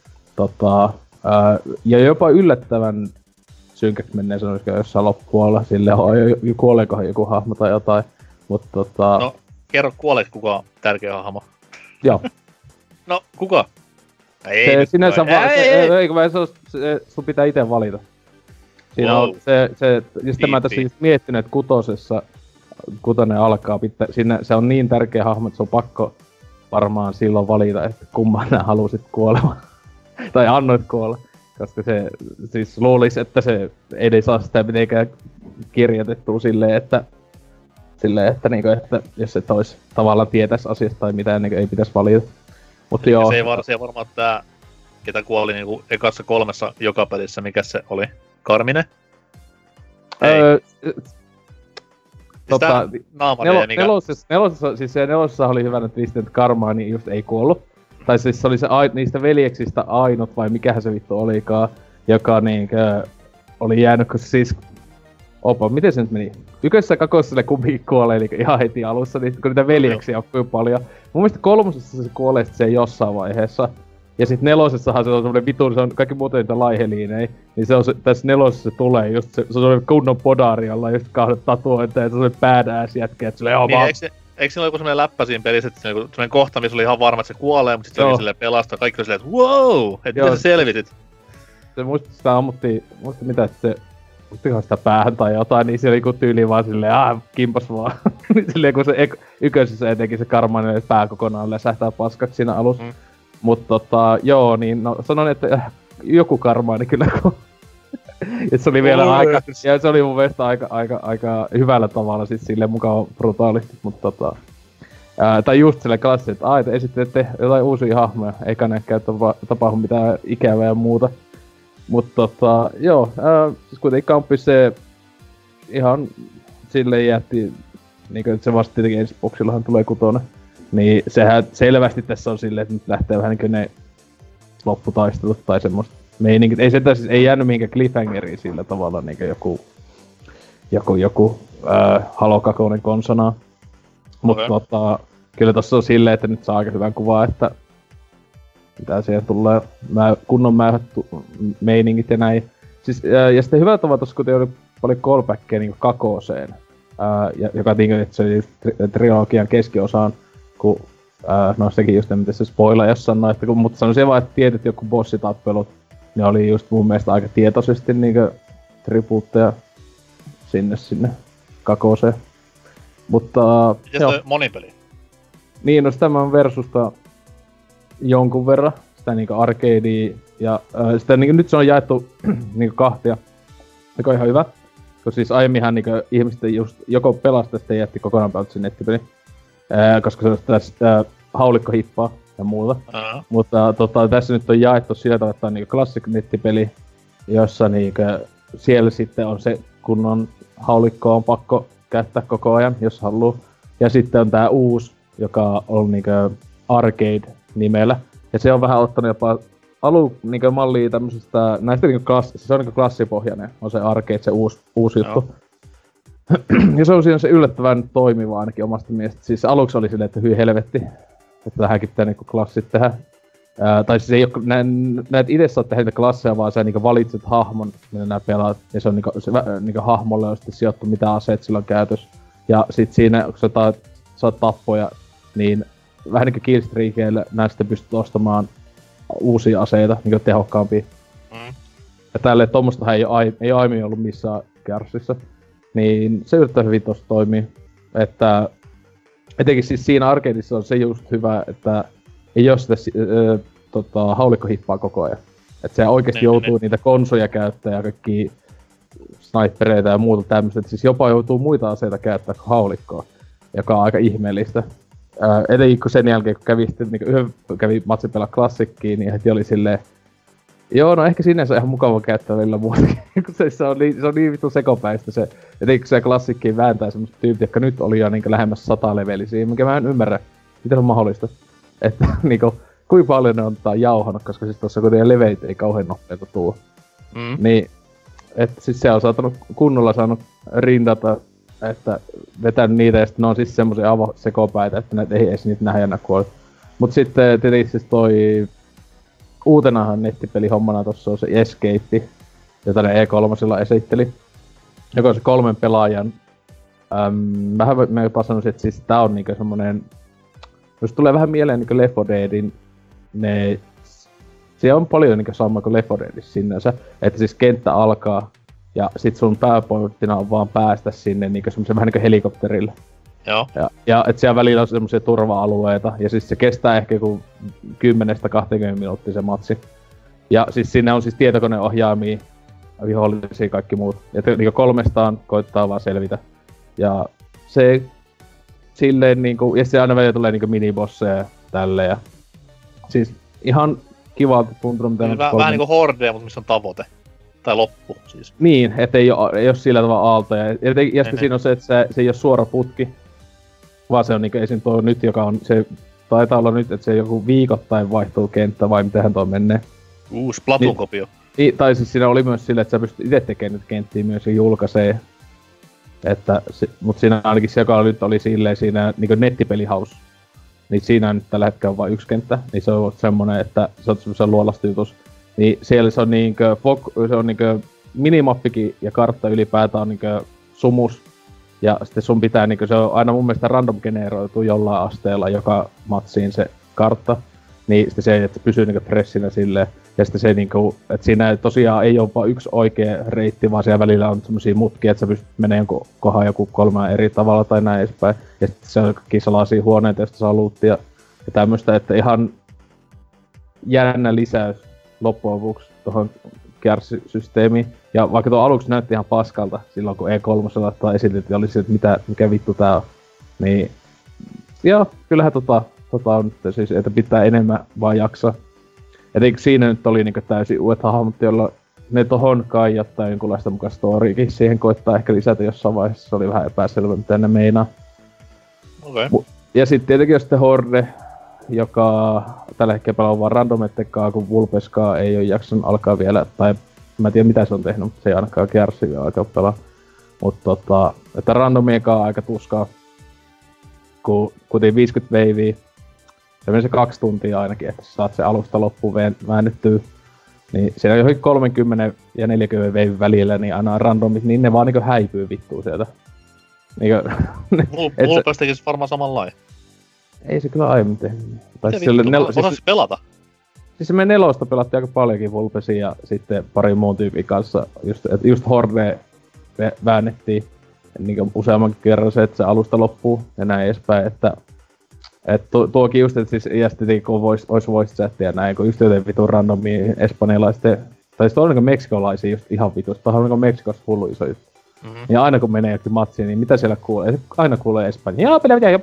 ja jopa yllättävän synkäksi menee sanoisiko jossain loppupuolella, silleen kuoleekohan joku hahmo tai jotain, mut No, kerro kuoleeko kuka on tärkeä hahmo? Joo. No, kuka? Ei se nyt sinänsä sun pitää ite valita. Siinä wow. on se just mä tässä just miettinyt, että kutonen alkaa pitää, siinä se on niin tärkeä hahmo, että se on pakko varmaan silloin valita, että kumman nää halusit kuolemaan. Tai annoit kuolla. Koska se siis luulis, että se ei saa sitä mitenkään kirjoitettua silleen, että niinku, että jos et ois tavallaan tietäis asiasta tai mitään, niin ei pitäis valita. Mut joo. Se ei varmaan tää, ketä kuoli niinku ekassa 3 joka pelissä, mikä se oli? Karmine? Nelosessa oli hyvä, että Vincent Karmaani just ei kuollut. Tai siis se oli se niistä veljeksistä ainut, vai mikähän se vittu olikaan, joka niinkö oli jäänyt, kun siis miten se nyt meni? Ykkössä ja kakosessa ne kumminkin kuolee, eli ihan heti alussa, niin kun niitä veljeksiä on kyllä paljon. Mun mielestä 3. se kuolee sit se jossain vaiheessa. Ja sit 4:ssahan se on semmonen vitun, se on kaikki muuten niitä laiheliinei. Niin se on tässä 4:ssä se tulee just se on semmonen kunnon podari, jolla on just 2 tatuointeja, ja se on semmonen badass jätkä, et silleen Eikö siinä ole joku semmonen läppä siinä pelissä, että semmonen kohta, missä oli ihan varma, että se kuolee, mutta sit se oli silleen pelastaa. Kaikki oli silleen, että wow! Et miten sä selvitit? Se muistin sitä ammuttiin, mitä se muistikohan sitä päähän tai jotain, niin se oli joku tyyli vaan silleen, kimpas vaan. Silleen kun se ykkösessä etenkin se Karmainen pää kokonaan läsähtää paskaksi siinä alussa. Mut joo, niin no sanon, että joku Karmainen kyllä et se oli vielä aika, ja se oli mun mielestä aika hyvällä tavalla siis silleen mukaan brutaalisti, mutta tai just silleen klassi, että esittelette jotain uusia hahmoja, eikä ne käy tapahdu mitään ikävää ja muuta. Mutta joo, siis kuitenkin kamppi se ihan silleen jätti, niinku että se vasta tietenkin ensi boksillahan tulee 6. Niin sehän selvästi tässä on silleen, että nyt lähtee vähän niinkö ne lopputaistelut tai semmoista meiningit. Ei sitä siis ei jäänyt mihinkään cliffhangeriin sillä tavalla niinkö joku Halo 2 konsonaa. Mutta kyllä tossa on silleen, että nyt saa aika hyvän kuvaa, että mitä siihen tulee kunnon määrät meiningit ja näin. Siis, ja sitten hyvä tavalla tossa, kun oli paljon callbackkejä niinku 2, joka niinku, että se oli trilogian keskiosaan, kun no sekin just mitä se spoila jos sanoo, että mutta sanoisin vaan, että tietyt joku bossitappelut, ne oli just mun mielestä aika tietoisesti niinku tribuutteja sinne 2. Mutta ja se monipeli? Niin, no sitä mä oon versusta jonkun verran, sitä niinku arcadea ja sitä niinku nyt se on jaettu niinku 2, joka on ihan hyvä. Koska siis aiemminhan niinku ihmiset just joko pelasta sitä jätti kokonaan päältä sen nettipeli. Koska se on tästä haulikkohippaa ja muuta. Mutta tässä nyt on jaettu sillä tavalla, että on niinku classic nettipeli, jossa niinku siellä sitten on se kunnon haulikko on pakko käyttää koko ajan, jos haluu. Ja sitten on tää uusi, joka on niinku arcade-nimellä. Ja se on vähän ottanut jopa niinku mallia tämmösestä, näistä niinku se on niinku klassipohjainen, on se arcade, se uusi juttu. Ja se on siinä se yllättävän toimiva ainakin omasta mielestä. Siis aluksi oli silleen, että hyi helvetti, että tähänkin pitää niinku klassit tehdä. Tai siis ei oo, näet itse saa tehdä niitä klasseja, vaan sä niinku valitset hahmon, millä nää pelaat, ja se on niinku hahmolle on sitten sijoittu mitä aseet sillä on käytössä. Ja sit siinä, kun sä saat tappoja, niin vähän niinku killstreakeillä näistä pystyt ostamaan uusia aseita, niinku tehokkaampia. Ja tälleen tommostahan ei oo aiemmin ollut missään Gearsissa. Niin se yrittää hyvin tosta toimii. Että etenkin siis siinä arcadeissa on se just hyvä, että ei oo sitä haulikkohippaa koko ajan. Että se oikeesti joutuu niitä konsoja käyttää ja kaikki snipereita ja muuta tämmöstä. Et siis jopa joutuu muita aseita käyttää kuin haulikkoa, joka on aika ihmeellistä. Etenkin kun sen jälkeen kun kävi matsin pelaa klassikkiin, niin heti oli silleen joo, no ehkä sinänsä ihan mukava käyttää välillä muutakin, kun se on niin vittu sekopäistä se, etenkin kun se klassikkiin vääntää semmoset tyypit, jotka nyt oli jo niinku lähemmäs 100 levelisiä, mikä mä en ymmärrä, miten on mahdollista. Että niinku, kuinka paljon ne on jauhanut, koska siis tossa kuitenkin levelit ei kauhean nopeeta tuu. Niin, että siis se on kunnolla saanut rindata, että vetänyt niitä ja sit ne on siis semmosia sekopäitä, että näitä ei edes niitä nähdä kuolla. Mut sitten tietenkin siis toi uutenahan nettipelihommana tossa on se Escape, jota ne E3 esitteli. Joka on se 3 pelaajan. Mä jopa sanoisin, että siis tää on niinku semmonen... Jos tulee vähän mieleen niinku Left 4 Deadin, siellä on paljon niinku sama kuin Left 4 Deadissä sinänsä. Että siis kenttä alkaa, ja sit sun pääpointtina on vaan päästä sinne niinku semmosen vähän niinku helikopterille. Joo. Ja et siellä välillä on semmosia turva-alueita, ja siis se kestää ehkä joku 10-20 minuuttia se matsi. Ja siis siinä on siis tietokoneohjaamia, vihollisia kaikki muut. Ja niinku 300 koittaa vaan selvitä. Ja se silleen niinku, ja se aina välillä tulee niinku minibosseja tälleen ja... Siis ihan kivalta tuntunut mitä... Vähän niinku Hordea, mutta missä on tavoite. Tai loppu siis. Niin, ettei oo sillä tavalla aaltoja. Ja sitten siinä on se, että se ei oo suora putki. Vaan se on niinku esim. Tuo nyt, joka on se... Taitaa olla nyt, että se joku viikoittain vaihtuu kenttä, vai mitenhän tuo menee. Splatoon-kopio. Tai siis siinä oli myös silleen, että sä pystyt itse tekemään nyt kenttiä myös ja julkaisee. Että, mut siinä ainakin se, joka nyt oli silleen siinä niinku nettipelihaus. Niin siinä on nyt tällä hetkellä on vain yksi kenttä. Niin se on semmonen, että se on semmosen luolastujutus. Niin siellä se on niinkö minimappikin ja kartta ylipäätään on niinkö sumus. Ja sitten sun pitää niinkö, se on aina mun mielestä random generoitu jollain asteella joka matsiin se kartta. Niin sitten se, että se pysyy niinkö pressinä silleen. Ja sitten se niinku, että siinä tosiaan ei oo vaan yksi oikea reitti, vaan siellä välillä on semmosia mutkia, että sä pystyt menemään jonkun kohan joku 3 eri tavalla tai näin edespäin. Ja sitten se on kaikki salaisia huoneita, joista saa luuttia ja tämmöstä, että ihan jännä lisäys loppujen lopuksi tohon Gears-systeemiin. Ja vaikka tuo aluksi näytti ihan paskalta silloin, kun E3 esitettiin, oli se, että mikä vittu tää on. Niin, joo, kyllähän tota on nyt siis, että pitää enemmän vaan jaksaa. Etenkin siinä nyt oli niinku täysin uudet hahmot, joilla ne tohon kai jättää jonkunlaista mukaan storiikin. Siihen koittaa ehkä lisätä jossain vaiheessa, se oli vähän epäselvä mitä ne meinaa. Okei. Ja sit tietenkin on sitten Horde, joka tällä hetkellä pelaa vaan randomettekaa, kun Vulpeskaa ei oo jaksanut alkaa vielä, tai mä en tiedä mitä se on tehnyt, mutta se ei ainakaan Gearsia vielä alkaa pelaa. Mut että randomiekaan on aika tuskaa, kun kuitenkin 50 veiviä. Se menee se 2 tuntia ainakin, että saat se alusta loppuun väännettyä. Niin siinä on johonkin 30 ja 40 veivin välillä, niin aina randomit, niin ne vaan niinku häipyy vittuun sieltä. Niinkö... Vulpes tekis varmaan samanlainen. Ei se kyllä aiemmin tehnyt. Tai Osais pelata? Siis me 4 pelattiin aika paljonkin Vulpesia ja sitten pari muun tyypin kanssa. Just Horde väännettiin niin useammankin kerran se, että se alusta loppuu ja näin edespäin, että tuokin just, että siis ISTT, kun ois voice chattia ja näin, kun just joten vitun randomia espanjalaisten, tai siis on niinku meksikolaisia just ihan vitusta, tuohan on niinku Meksikossa hullu iso juttu. Ja aina kun menee jokin matsiin, niin mitä siellä kuulee? Aina kuulee espanjaa,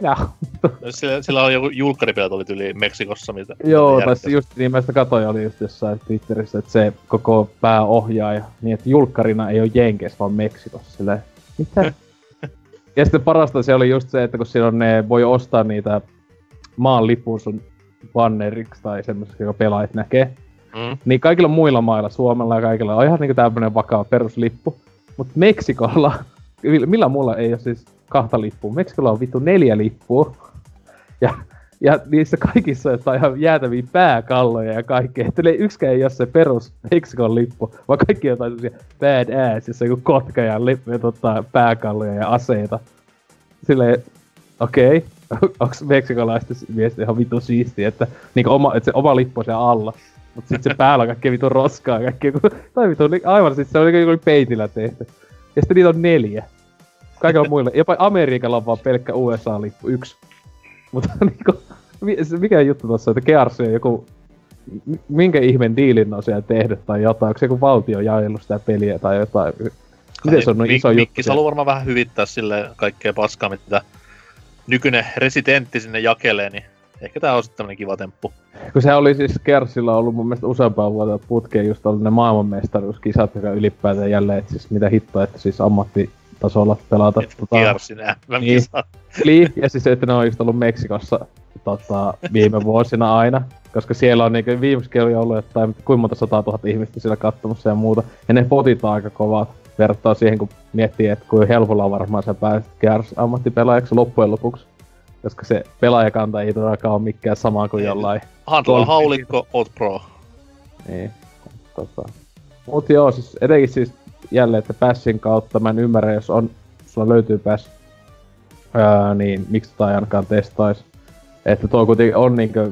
Sillä oli joku julkkaripelät oli yli Meksikossa, mitä... Joo, tai just niin mä sitä katoin, oli just jossain Twitterissä, että se koko pääohjaaja, niin että julkkarina ei oo Jenkeissä, vaan Meksikossa, silleen, mitä? Ja sitten parasta se oli just se, että kun silloin ne voi ostaa niitä maan lipun sun banneriksi tai semmoisessa, joka pelaajat näkee. Niin kaikilla muilla mailla, Suomella ja kaikilla on ihan niinku tämmönen vakava peruslippu. Mut Meksikolla, millä muulla ei oo siis 2 lippua? Meksikolla on vittu 4 lippua. Ja Ja niissä kaikissa on jotain ihan jäätäviä pääkalloja ja kaikkea. Että yksikään ei ole se perus Meksikon lippu, vaan kaikki on jotain sellaisia badass, jossa joku kotka ja pääkalloja ja aseita. Silleen, okei, onks meksikolaisten mielestä ihan vitu siistiä, että, niinku että se oma lippu on siellä alla. Mut sit se päällä on kaikkea vitu roskaa kaikkea. Tai vitu, aivan sit se oli peitillä tehty. Ja sitten niitä on 4. Kaikilla muilla. Jopa Amerikalla on vaan pelkkä USA-lippu, 1. Mutta niinku, mikä juttu tossa, että Gears on joku... Minkä ihmeen diilin on siellä tehnyt tai jotain? Onko se joku valtio jaellut sitä peliä tai jotain? Miten se on noin iso juttu? Mikkis haluaa varmaan vähän hyvittää sille kaikkea paskaa, mitä nykyinen residentti sinne jakelee, niin ehkä tää on sitten tämmönen kiva temppu. Kun se oli siis Gearsilla ollut mun mielestä useampaa vuotta putkeen just ollut ne maailmanmestaruuskisat, joka ylipäätään jälleen, että siis mitä hittoa, että siis ammattitasolla pelata. Gearsin MM-kisat. Niin, ja siis että ne on just ollut Meksikossa viime vuosina aina. Koska siellä on niinku viimeksi oli ollut jotain, kuinka monta 100 000 ihmistä siellä katsomassa ja muuta. Ja ne potit on aika kovat verrattuna siihen, kun miettii, että kuinka helpolla on varmaan sä pääset Gears ammattipelaajaksi loppujen lopuksi. Koska se pelaajakanta ei todellakaan ole mikään sama kuin jollain... Handlaa haulikko, oot pro. Niin, Mut joo, siis etenkin siis jälleen, että Passin kautta mä en ymmärrä, jos sulla löytyy Pass, niin miksi tota ei ainakaan testais. Että tuo kuitenkin on niinkö...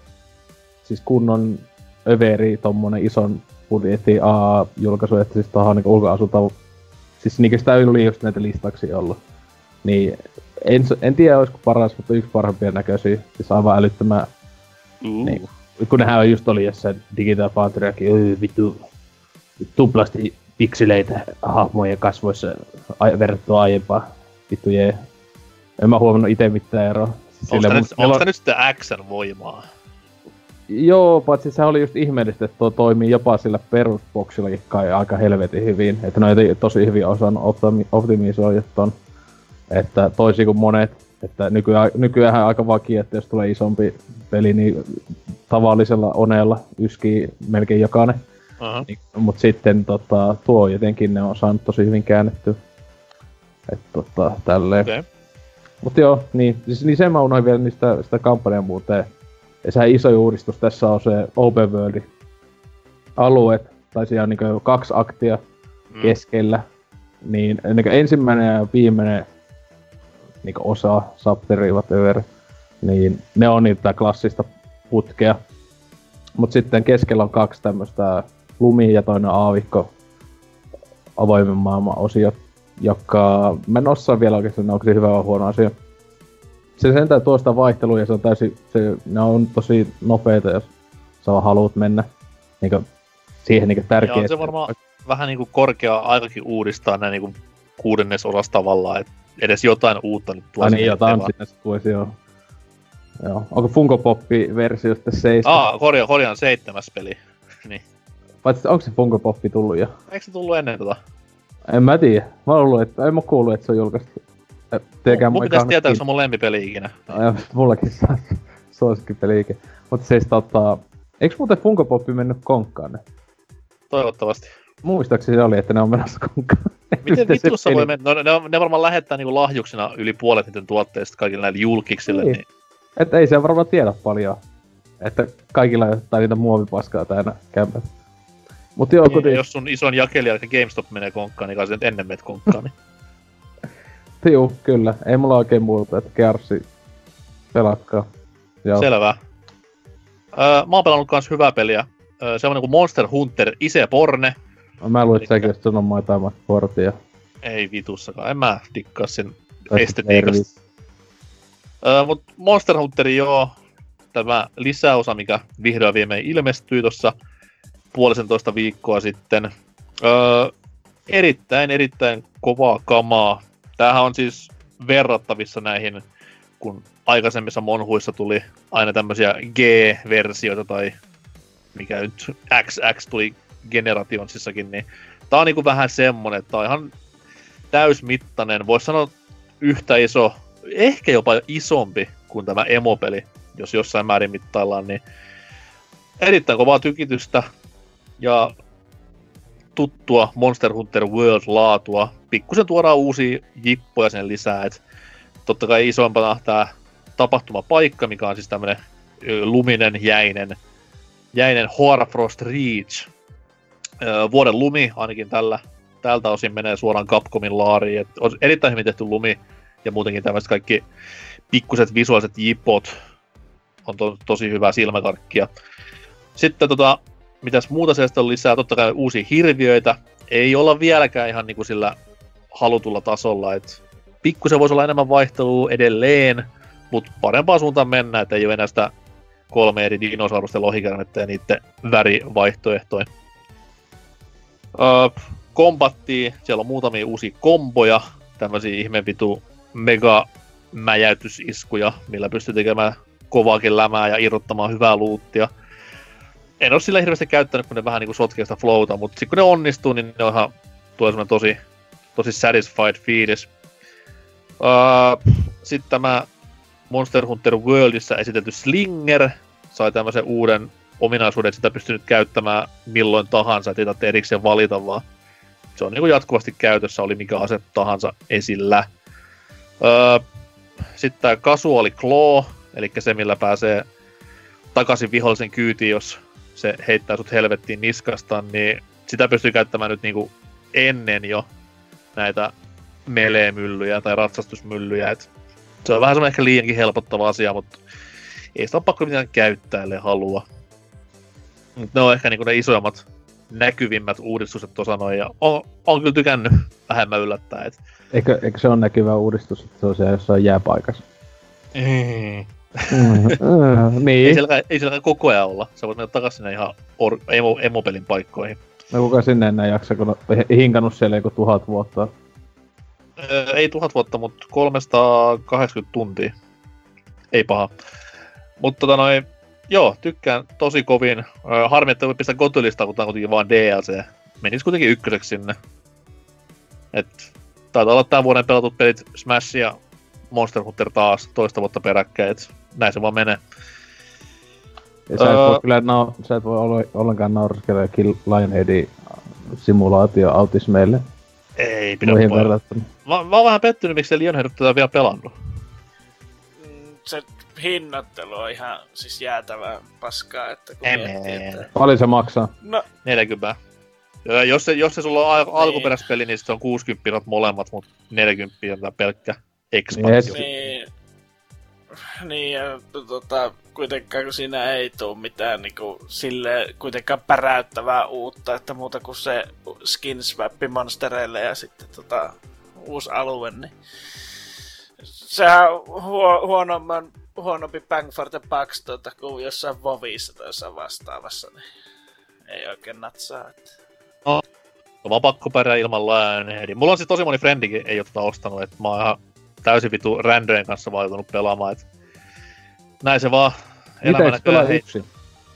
Siis kunnon överi, tommonen ison budjetti A-julkaisu, että siis tohon niinku ulkoasulta... Siis niinkö sitä oli just näitä listauksia ollut. Niin... En tiedä olisiko paras, mutta yksi parhaimpia näköisiä. Siis aivan älyttömän... Niin, kun nehän on just oli jossain Digital Foundryakin, vittu... Tuplasti pikseleitä hahmojen kasvoissa verrattuna aiempaa. Vittu jee. En mä huomannut ite mitään eroa. Onko tää nyt sitten Xn voimaa? Joo, paitsi se oli just ihmeellistä, että tuo toimii jopa sillä perusboksillakin kai aika helvetin hyvin. Että ne on tosi hyvin osannut optimisoida ton. Että toisin kuin monet, että nykyään aika vakio, että jos tulee isompi peli, niin tavallisella Oneella yskii melkein jokainen. Niin, mut sitten tuo jotenkin ne on saanut tosi hyvin käännettyä. Että tälleen. Okay. Mut joo, niin sen mä unohdin vielä sitä kampanjan muuten. Ja sehän iso uudistus tässä on se Open World alueet, tai siellä on niinku 2 aktia keskellä. Niin ensimmäinen ja viimeinen niinku osa, chapteri, whatever, niin ne on niitä klassista putkea. Mut sitten keskellä on 2 tämmöstä lumia ja toinen aavikko avoimen maailman osio, joka mä en osaa vielä oikeesti, onko se hyvä vai huono asia. Se sentään tuo sitä vaihtelua ja se on täysin, ne on tosi nopeita, jos sä haluat mennä niinku siihen niinku tärkeä. Joo, se varmaan vähän niinku korkea aikakin uudistaa näin niinku 6. osassa tavallaan, et edes jotain uutta nyt tuossa. Niin, jotain sinne se tuoisi, joo. Onko Funko Pop-versio sitten 7? Korjaan 7. peli. Niin. Paitsi onko se Funko Poppi tullut jo? Eikö se tullut ennen tota? En mä tiedä. En mä kuullut, että se on julkaistu. Mun pitäis tietää, kun se on mun lempipeli ikinä. No, mullakin se on suosikkipeli ikinä. Mutta siis eiks muuten Funko Poppi mennyt konkkaan? Toivottavasti. Muistaakseni se oli, että ne on menossa konkkaan. Miten vitussa voi mennä? No, ne varmaan lähettää niinku lahjuksena yli puolet niiden tuotteista kaikille näille julkiksille. Niin. Että ei se varmaan tiedä paljon. Että kaikilla jotain niitä muovipaskaa täynnä kämpät. Mut joo, niin, jos sun ison jakelija, eli GameStop menee konkkaan, niin kai se nyt ennen meet konkkaan. Niin. Juu, kyllä. Ei mulla oikein muuta, että Gearsi pelatkaa. Joo. Selvä. Mä oon pelannut kans hyvää peliä. Se on niinku Monster Hunter Iseborne. Mä luulen, että säkin olisit sanomaan jotain portia. Ei vitussakaan, en mä dikkaa sen estetiikasta. Mut Monster Hunteri joo, tämä lisäosa, mikä vihdoin viimein ilmestyi tossa 1,5 viikkoa sitten. Erittäin kovaa kamaa. Tämähän on siis verrattavissa näihin, kun aikaisemmissa monhuissa tuli aina tämmösiä G-versioita tai mikä nyt XX tuli Generationsissakin, niin tää on niinku vähän semmonen, että tää on ihan täysmittainen, vois sanoa yhtä iso, ehkä jopa isompi kuin tämä emopeli, jos jossain määrin mittaillaan, niin erittäin kovaa tykitystä ja tuttua Monster Hunter World-laatua. Pikkusen tuodaan uusia jippoja sen lisää, et totta kai isompana tää tapahtumapaikka, mikä on siis tämmönen luminen, jäinen Hoarfrost Reach. Vuoden lumi ainakin tältä osin menee suoraan Capcomin laariin. Et on erittäin hyvin tehty lumi ja muutenkin tämmöiset kaikki pikkuset visuaaliset jipot on tosi hyvää silmäkarkkia. Sitten mitäs muuta sieltä on lisää? Totta kai uusia hirviöitä. Ei olla vieläkään ihan niinku sillä halutulla tasolla, et pikkusen voisi olla enemmän vaihtelua edelleen, mutta parempaan suuntaan mennään, että ei ole enää sitä 3 eri dinosaurusten lohikärmettä ja niiden värivaihtoehtoja. Kombattia, siellä on muutamia uusia komboja, tämmösiä ihmeen vitu mega-mäjäytysiskuja, millä pystyy tekemään kovaakin lämää ja irrottamaan hyvää luuttia. En oo sillä hirveästi käyttänyt, kun ne vähän niinku sotkee sitä flowta, mutta sit kun ne onnistuu, niin ne on ihan tulee semmonen tosi satisfied fiilis. Sitten tämä Monster Hunter Worldissa esitelty Slinger sai tämmösen uuden ominaisuuden, että sitä pystyy nyt käyttämään milloin tahansa, ettei tarvitse erikseen valita vaan. Se on niinku jatkuvasti käytössä, oli mikä ase tahansa esillä. Sitten tää Casual Claw, eli se millä pääsee takaisin vihollisen kyytiin, jos se heittää sut helvettiin niskasta, niin sitä pystyy käyttämään nyt niinku ennen jo näitä melee-myllyjä tai ratsastusmyllyjä. Et se on vähän semmoinen ehkä liiankin helpottava asia, mutta ei sitä ole pakko mitään käyttää, ellei halua. Ne on ehkä niinku ne isoimmat, näkyvimmät uudistukset tuossa noin, ja on kyllä tykännyt vähemmän yllättää. Eikö se ole näkyvä uudistus, että se on siellä jossain jääpaikassa? Niin. Ei sielläkään koko ajan olla. Sä voit mennä takas sinne ihan emopelin paikkoihin. No kuka sinne enää jaksa, kun on hinkannut siellä joku 1000 vuotta? Ei 1000 vuotta, mutta 380 tuntia. Ei paha. Mutta joo, tykkään tosi kovin. Harmi, että voi pistää kotilistaan, kun tää on kuitenkin vaan DLC. Menis kuitenkin ykköseksi sinne. Et taitaa olla tän vuoden pelatut pelit Smash ja Monster Hunter taas toista vuotta peräkkäin, et näin se vaan menee. Ja sä et voi ollenkaan nauraskella Kill Lionheadin simulaatio-autismeille. Ei pidä paljon. Mä oon vähän pettynyt, miksi se Lionhead tätä vielä pelannut. Se hinnoittelu on ihan siis jäätävää paskaa, että kun miettii, että... Paljon se maksaa? No... 40. Jos se sulla on alkuperäispeli, niin se on 60 molemmat, mutta 40 on tää pelkkä expansio. Niin, ja kuitenkaan kun siinä ei tuu mitään niinku sille kuitenkaan päräyttävää uutta, että muuta kuin se skin swappi monstereille ja sitten uusi alue, niin sehän on huonompi bang for the bucks kuin jossain Vovissa tai jossain vastaavassa, niin ei oikein natsaa, että... No, vaan pakko pärjää ilman Lionheadin. Mulla on siis tosi moni frendikin ei oo tätä ostanut, että mä oon ihan täysin vitu randojen kanssa vaan joutunut pelaamaan, et näin se vaan elämä näköjään yksin?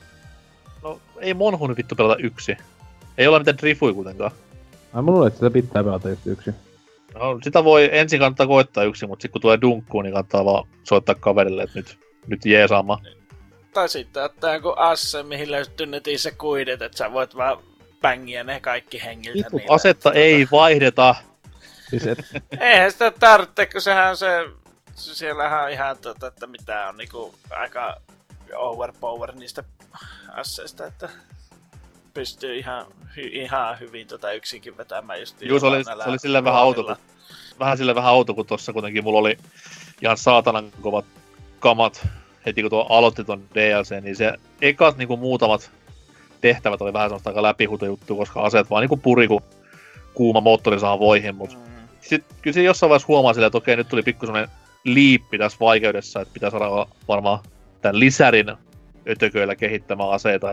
No ei monhun vittu pelata yksin. Ei ole mitään drifui kuitenkaan. Mä luulen, että sitä pitää pelata just yksin. No sitä voi ensin kannattaa koittaa yksin, mutta sit kun tulee dunkkuun, niin kannattaa vaan soittaa kaverille, että nyt jeesaamaan. Tai sitten ottaa joku asse, mihin löytyy netissä kuidet, että sä voit vaan bängiä ne kaikki hengiltä. Vittu, asetta ei vaihdeta. Siis eihän sitä tarvitse, kun sehän se... Siellähän on ihan että mitä on niinku aika overpower niistä asseista, että pystyy ihan hyvin yksinkin vetämään just... Juu, se oli silleen vähän silleen outo, kun tossa kuitenkin mulla oli ihan saatanan kovat kamat heti kun tuo aloitti ton DLC, niin se ekat niinku muutamat tehtävät oli vähän semmoista aika läpihuutojuttu, koska aseet vaan niinku puri, kun kuuma moottori saa voihin, mut sitten kyllä se jossain vaiheessa huomaa silleen, että okei, nyt tuli pikku semmonen liippi tässä vaikeudessa, että pitää saada varmaan tän lisärin ötököillä kehittämään aseita,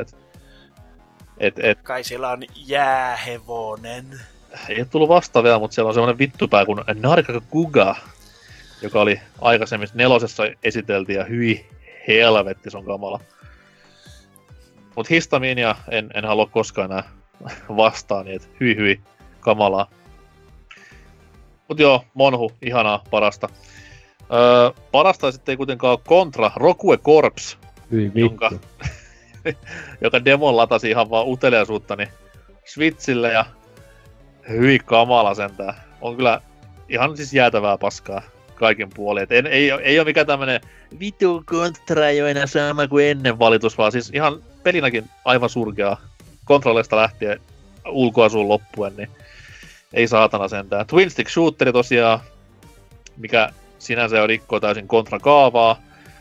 Kai siellä on jäähevonen. Ei oo tullut vastaan vielä, mutta siellä on semmonen vittupää kuin Nargacuga, joka oli aikaisemmin 4 esiteltiin ja hyi helvetti, se on kamala. Mut histamiinia en halua koskaan enää vastaan, niin et hyi kamalaa. Mut joo, Monhu, ihanaa, parasta. Parasta sitten ei kuitenkaan ole Contra Rogue Corps, joka demon latasi ihan vaan uteliaisuuttani Switchille ja hyi kamala sentään. On kyllä ihan siis jäätävää paskaa kaikin puolin. Et ei ole mikään tämmönen vitu Contra ei ole enää sama kuin ennen valitus, vaan siis ihan pelinäkin aivan surkea kontrolleista lähtien ulkoasuun loppuen, niin ei saatana sentään. Twin Stick Shooteri tosiaan, mikä sinänsä jo rikkoo täysin Contra-kaavaa.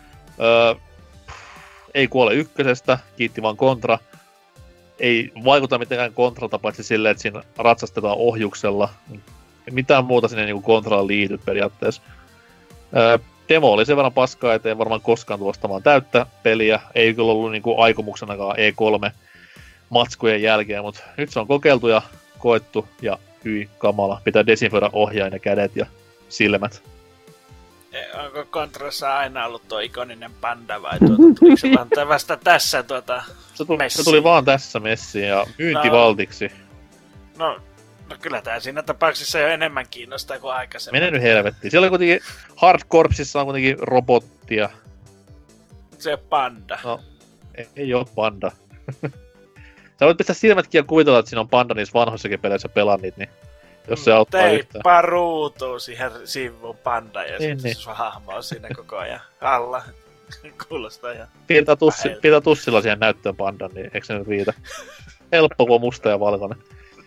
Ei kuole ykkösestä, kiitti vaan Contra. Ei vaikuta mitenkään Contralta, paitsi silleen, että siinä ratsastetaan ohjuksella. Mitään muuta sinne niinku Contraan liity periaatteessa. Demo oli sen verran paskaa, ettei varmaan koskaan tuostamaan täyttä peliä. Ei kyllä ollut niinku aikomuksenakaan E3-matskujen jälkeen, mutta nyt se on kokeiltu ja koettu ja hyi kamala. Pitää desinfioida ohjain ja kädet ja silmät. Onko Contrassa aina ollut tuo ikoninen panda vai tuliko se vaan vasta tässä se tuli vaan tässä messiin ja myyntivaltiksi. No kyllä tää siinä tapauksessa jo enemmän kiinnostaa kuin aikaisemmin. Mene nyt helvettiin. Siellä on kuitenkin Hard Corpsissa on kuitenkin robottia. Se panda. No, ei oo panda. Sä voit pistää silmätkin ja kuvitella, että siinä on panda niissä vanhoissakin peleissä pelaa niitä, niin jos se auttaa yhtään. Teippa ruutuun siihen sivuun panda ja niin, sitten sun hahmo on siinä koko ajan alla. Kuulostaa ihan Piirtää tussilla siihen näyttöön pandan, niin eikö se nyt riitä? Helppo, kun on musta ja valkoinen.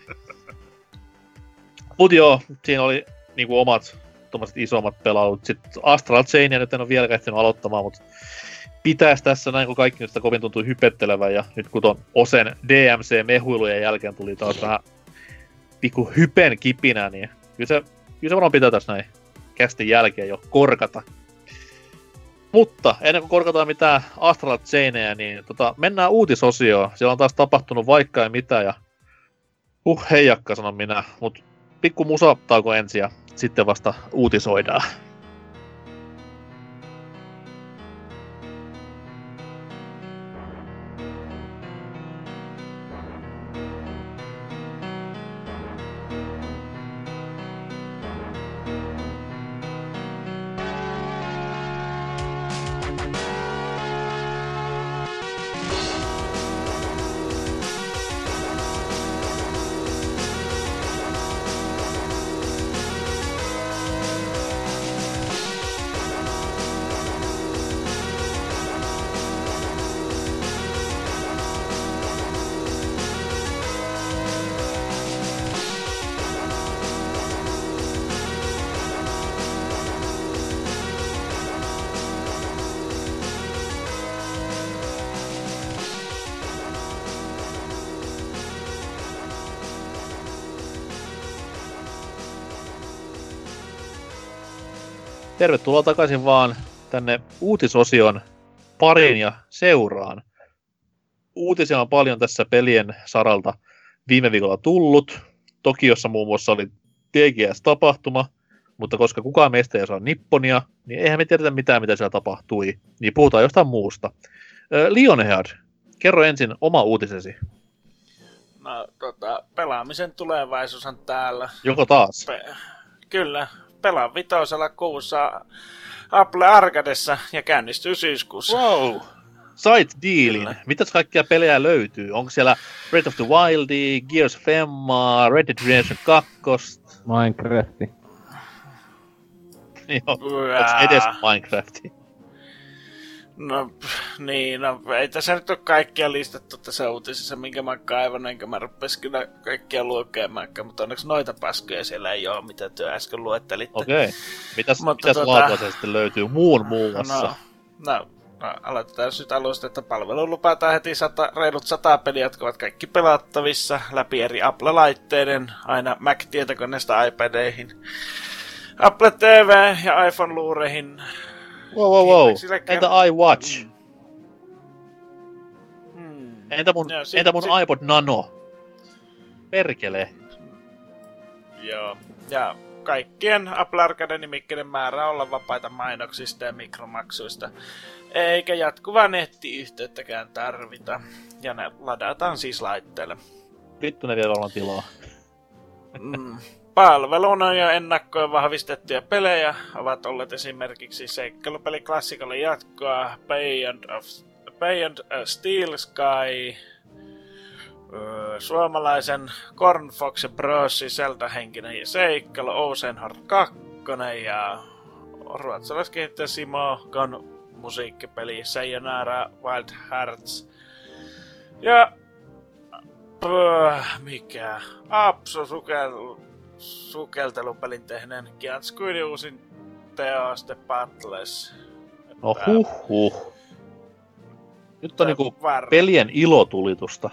Mut joo, siinä oli niinku omat tommoset isommat pelailut. Sitten Astral Chainia nyt en oo vielä ehtinyt aloittamaan, mut pitäis tässä näin, kun kaikki nyt sitä kovin tuntui hypettelevän. Ja nyt kun ton Osen DMC-mehuilujen jälkeen tuli taas vähän pikku hypen kipinä, niin kyllä se varmaan pitää tässä näin kästin jälkeen jo korkata. Mutta ennen kuin korkataan mitään Astral Chainia, niin mennään uutisosioon. Siellä on taas tapahtunut vaikka ja mitä ja heijakka sanon minä, mut pikku musatauko ensin ja sitten vasta uutisoidaan. Tervetuloa takaisin vaan tänne uutisosion pariin ja seuraan. Uutisia on paljon tässä pelien saralta viime viikolla tullut. Tokiossa muun muassa oli TGS-tapahtuma, mutta koska kukaan meistä ei saa nipponia, niin eihän me tiedetä mitään, mitä siellä tapahtui. Niin puhutaan jostain muusta. Lionhead, kerro ensin oma uutisesi. No, pelaamisen tulevaisuus on täällä. Joko taas? Kyllä. Pelaan 5. kuussa Apple Arcadessa ja käynnistyy syyskuussa. Wow! Sait dealin. Mitäs kaikkia pelejä löytyy? Onko siellä Breath of the Wild, Gears of Emma, Red Dead Redemption 2? Minecrafti. Niin on. Onks edes Minecrafti? No ei tässä nyt ole kaikkia listattu tässä uutisissa, minkä mä kaivan, enkä mä rupes kyllä kaikkia lukemaan, mutta onneksi noita paskoja siellä ei ole, mitä työ äsken luettelitte. Okei. Mitäs laatua se sitten löytyy muun muassa? No, aloitetaan nyt alusta, että palvelu lupataan heti reilut 100 peliä, jotka ovat kaikki pelattavissa läpi eri Apple-laitteiden, aina Mac-tietokoneesta iPadeihin, Apple TV ja iPhone-luureihin. Wow. Entä iWatch? Entä mun iPod Nano? Perkele. Joo, ja kaikkien Apple Arcade-nimikkeiden määrä olla vapaita mainoksista ja mikromaksuista, eikä jatkuvaa nettiyhteyttäkään tarvita, ja ne ladataan siis laitteelle. Vittu ne vielä varmaan tilaa. Palvelun on jo ennakkoon vahvistettuja pelejä, ovat olleet esimerkiksi seikkailupeli klassikalle jatkoa, Beyond Steel Sky, suomalaisen Corn Fox Bros. Zelda-henkinen seikkailu, Oceanhorn 2 ja ruotsalaiskehittäjä Simo Gon musiikkipeli Sayonara Wild Hearts. Ja mikä? Apso sukeltelupelin tehneen Giant Squidin uusin teos The Battles. No huhhuh. Nyt on niinku pelien ilotulitusta.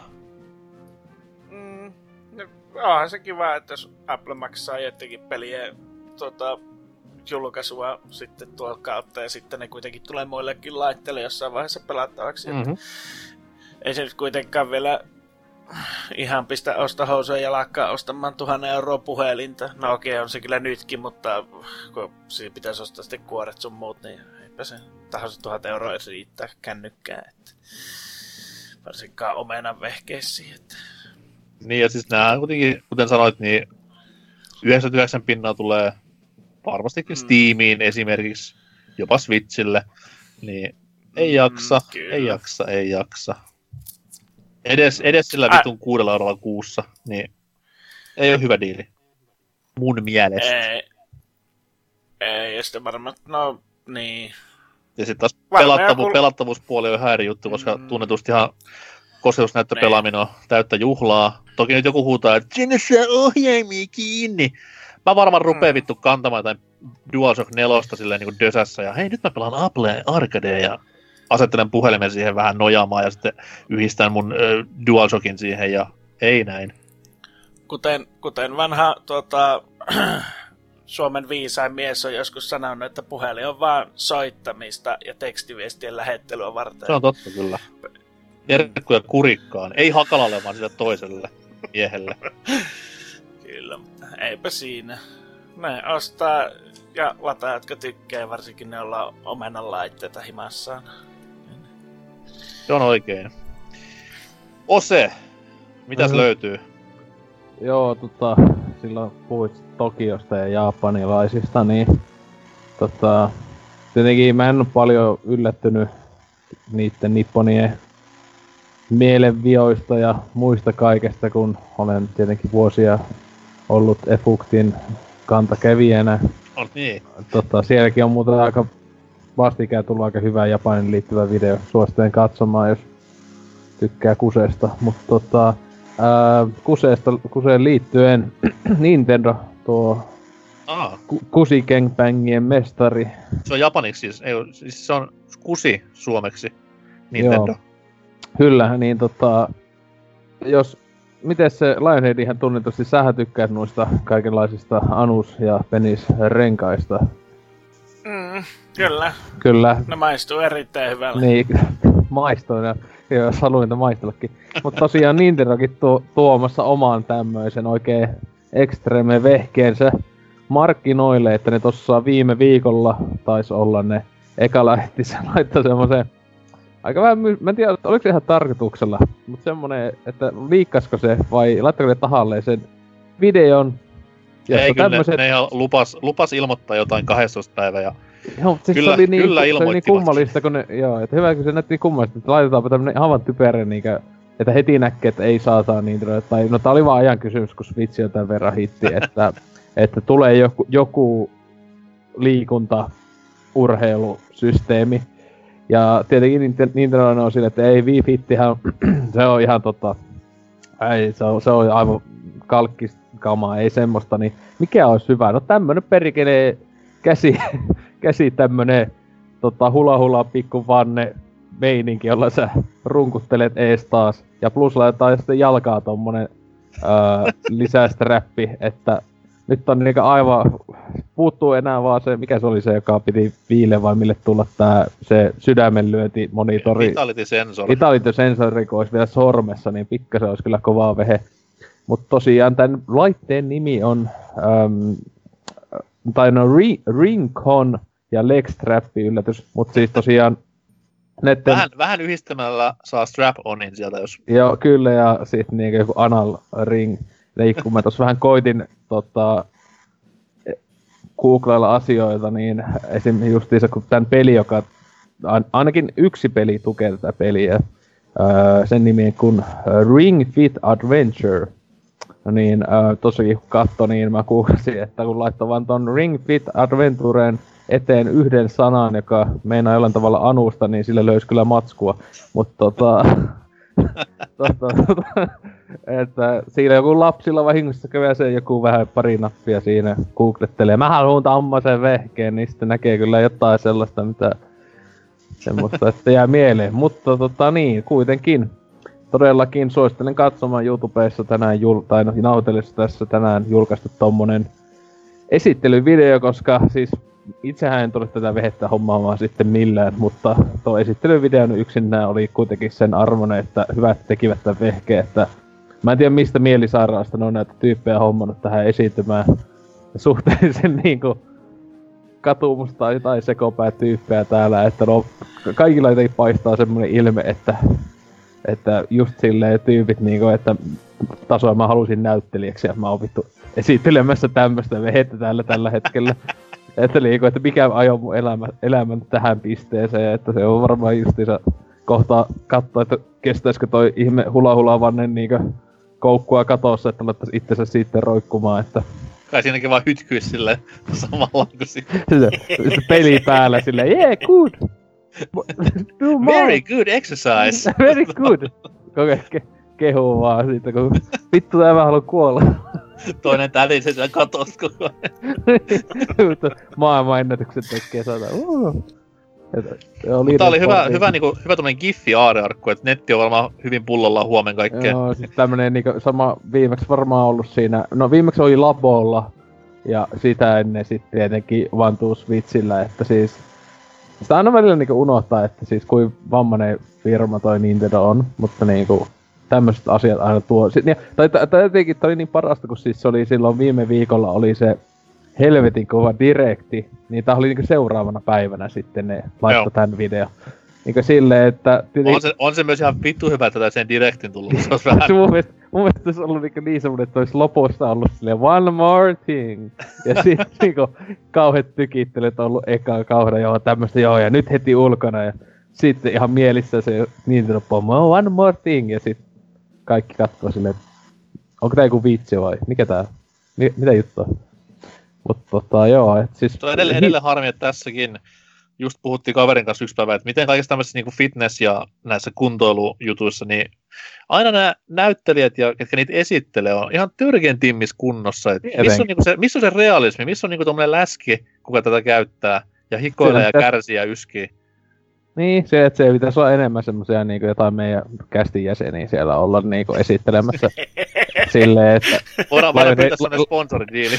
Onhan se kiva, että jos Apple maksaa jotenkin pelien julkaisua sitten tuolla kautta ja sitten ne kuitenkin tulee muillekin laitteille jossain vaiheessa pelattavaksi. Mm-hmm. Ei se nyt kuitenkaan vielä ihan pistä ostahousuja jalakkaa ostamaan 1,000 euroa puhelinta. No okei, on se kyllä nytkin, mutta kun siinä pitäisi ostaa sitten kuoret sun muut, niin eipä se tahansa 1,000 euroa riittää kännykkään. Että varsinkaan omenan vehkeisiin. Että niin ja siis nää kuitenkin, kuten sanoit, niin 99% tulee varmastikin Steamiin esimerkiksi, jopa Switchille, niin ei jaksa. Edes sillä vitun 6 eurolla kuussa, niin ei ole hyvä diili. Mun mielestä. Ei, ja sitten varmaan, no niin. Ja sitten taas pelattavuuspuoli on häiri juttu, koska tunnetustihan koseusnäyttöpelaaminen on täyttä juhlaa. Toki nyt joku huutaa, että sinne saa ohjaimia kiinni. Mä varmaan rupee vittu kantamaan jotain DualShock 4 silleen niinku dösässä ja hei nyt mä pelaan Apple Arcadea ja asettelen puhelimen siihen vähän nojaamaan ja sitten yhdistän mun DualShockin siihen ja ei näin. Kuten vanha Suomen viisain mies on joskus sanonut, että puhelin on vaan soittamista ja tekstiviestien lähettelyä varten. Se on totta kyllä. Terkkuja kurikkaan. Ei Hakalalle, vaan sille toiselle miehelle. Kyllä, mutta eipä siinä. Ne ostaa ja lataa, jotka tykkää, varsinkin ne ollaan omenan laitteita himassaan. Se on oikein. Ose, mitäs löytyy? Joo, silloin puhuit Tokiosta ja japanilaisista, niin tietenkin mä en ole paljon yllättynyt niitten nipponien mielenvioista ja muista kaikesta, kun olen tietenkin vuosia ollut Efuctin kantakävijänä. On niin. Sielläkin on muuten aika vastikään tullut aika hyvä Japanin liittyvä video. Suosittelen katsomaan, jos tykkää Kusesta. Mutta Kuseen liittyen Nintendo, tuo Kusi Gangbangien mestari. Se on japaniksi siis, siis se on Kusi suomeksi Nintendo. Joo. Kyllä, niin miten se Lionhead ihan tunnetusti, sähän tykkäät noista kaikenlaisista Anus- ja Penis-renkaista. Kyllä. Ne maistuu erittäin hyvällä. Niin, maistoin ja jos haluan niitä maistellakin. Mutta tosiaan Nintendokin tuomassa oman tämmöisen oikein extreme vehkeensä markkinoille, että ne tossa viime viikolla taisi olla ne eka lähti se laittaa semmosen aika vähän, mä en tiedä, oliko se ihan tarkoituksella, mutta semmonen, että liikkasko se vai laittako ne tahalleen sen videon. Ei kyllä, ne ihan lupas ilmoittaa jotain 12 päivää ja joo, siis kyllä, se oli niin, kyllä se oli niin kummallista, kun ne, joo, että hyvä, kun se näytti niin kummallista, että laitetaanpa tämmönen aivan typerä niinkö, että heti näkee, että ei saata niin, tai no tää oli vaan ajan kysymys, kun Switch on tämän verran hitti, että tulee joku liikunta-urheilusysteemi. Ja tietenkin Nintendo on sille, että ei Wii Fittihän, se on ihan se on aivan kalkkiskamaa, ei semmoista, niin mikä olisi hyvä? No tämmönen perkele käsi tämmönen hula pikku vanne meininki, jolla sä runkuttelet ees taas. Ja plus laitetaan sitten jalkaa tommonen lisästräppi, että nyt on niinku aivan, puuttuu enää vaan se, mikä se oli se, joka piti Viille vai mille tulla tää se sydämenlyöntimonitori. Vitality sensori, kun olisi vielä sormessa, niin pikkasen olisi kyllä kovaa vehe. Mutta tosiaan tämän laitteen nimi on, Ringcon ja Legstrappi yllätys, mutta siis tosiaan Vähän yhdistämällä saa strap-onin sieltä, jos... Joo, kyllä, ja sit niinku joku anal ring leikkuu. Mä tossa vähän koitin googlailla asioita, niin esim. Justiinsa kun tän peli, joka... Ainakin yksi peli tukee tätä peliä. Sen nimi kun Ring Fit Adventure. No niin, tossakin kun katso, niin mä kuulisin, että kun laittoi vaan ton Ring Fit Adventuren eteen yhden sanan, joka meinaa jollain tavalla anusta, niin sillä löysi kyllä matskua. Mutta että siinä joku lapsilla vahingossa käy se joku vähän pari nappia siinä googlettelee. Mä haluun tommosen vehkeen, niin sitten näkee kyllä jotain sellaista, mitä semmoista, että jää mieleen. Mutta niin, kuitenkin. Todellakin suosittelen katsomaan YouTubessa tänään, tai nautelissa tässä tänään julkaistu tommonen esittelyvideo, koska siis itsehän en tule tätä vehettä hommaamaan sitten millään, mutta tuo esittelyvideon yksinään oli kuitenkin sen arvoinen, että hyvät tekivät tämän vehkeen, että mä en tiedä mistä mielisairaasta ne on näitä tyyppejä hommannut tähän esiintymään suhteellisen niinku katumusta tai sekopää-tyyppejä täällä, että no kaikilla jotenkin paistaa semmonen ilme, että just silleen tyypit niinku, että tasoa mä halusin näyttelijäksi ja mä oon vittu esittelemässä tämmöstä vehettä täällä tällä hetkellä. Että niinku, että mikä ajoi mun elämän tähän pisteeseen, että se on varmaan justiinsa kohta katsoa, että kestäisikö toi ihme hula-hula-vannen niinku koukkua katossa, että laittais itsensä sitten roikkumaan, että kai siinäkin vaan hytkyis silleen samalla kun se peli päällä silleen, yeah, good! Do more. Very good exercise! Very good! Koko kehuu vaan siitä, kun vittu tää mä haluan kuolla. Toinen tälisee siellä katossa koko ajan. Maailmanennätykset tekee saada. Tää oli hyvä tommonen giffi-aarearkku, et netti on varmaan hyvin pullollaan huomen kaikkea. Joo, siis tämmönen niinku sama viimeksi varmaan ollut siinä, no viimeksi oli Labolla, ja sitä ennen sit tietenkin Vantuu Switchillä, että siis sitä aina välillä niinku unohtaa, että siis kuin vammainen firma toi Nintendo on, mutta niinku tämmöset asiat aina tuo. Tai jotenkin tää oli niin parasta, kun siis se oli silloin viime viikolla oli se helvetin kova direkti, niin tää oli niinku seuraavana päivänä sitten ne laittoi tän video. Niinku silleen, että on se myös ihan vittu hyvä, että sen direktin tullut, se olisi vähän mun mielestä olisi ollut niin semmonen, että olisi lopussa ollut silleen one more thing. Ja sit niinku kauheet tykittelyt on ollut eka kauheena, joo tämmöstä joo ja nyt heti ulkona ja sitten ihan mielissä se Nintendo pommo, one more thing ja sit kaikki kattoo silleen, onko tää joku vitsi vai mikä tää? Mitä juttua? Mutta joo, et siis tuo edelleen harmi, että tässäkin just puhuttiin kaverin kanssa yksi päivä, että miten kaikissa tämmöisissä niinku fitness- ja näissä kuntoilujutuissa, niin aina nämä näyttelijät ja ketkä niitä esittelee on ihan törkeän timmis kunnossa. Missä on se realismi, missä on niinku tommonen läski, kuka tätä käyttää ja hikoilee ja kärsii ja yskii. Niin, se, että se pitäisi olla enemmän semmosia niinku jotain meidän castin jäseniä siellä olla niinku esittelemässä silleen, että voidaan pyytää sellainen sponsoridiili.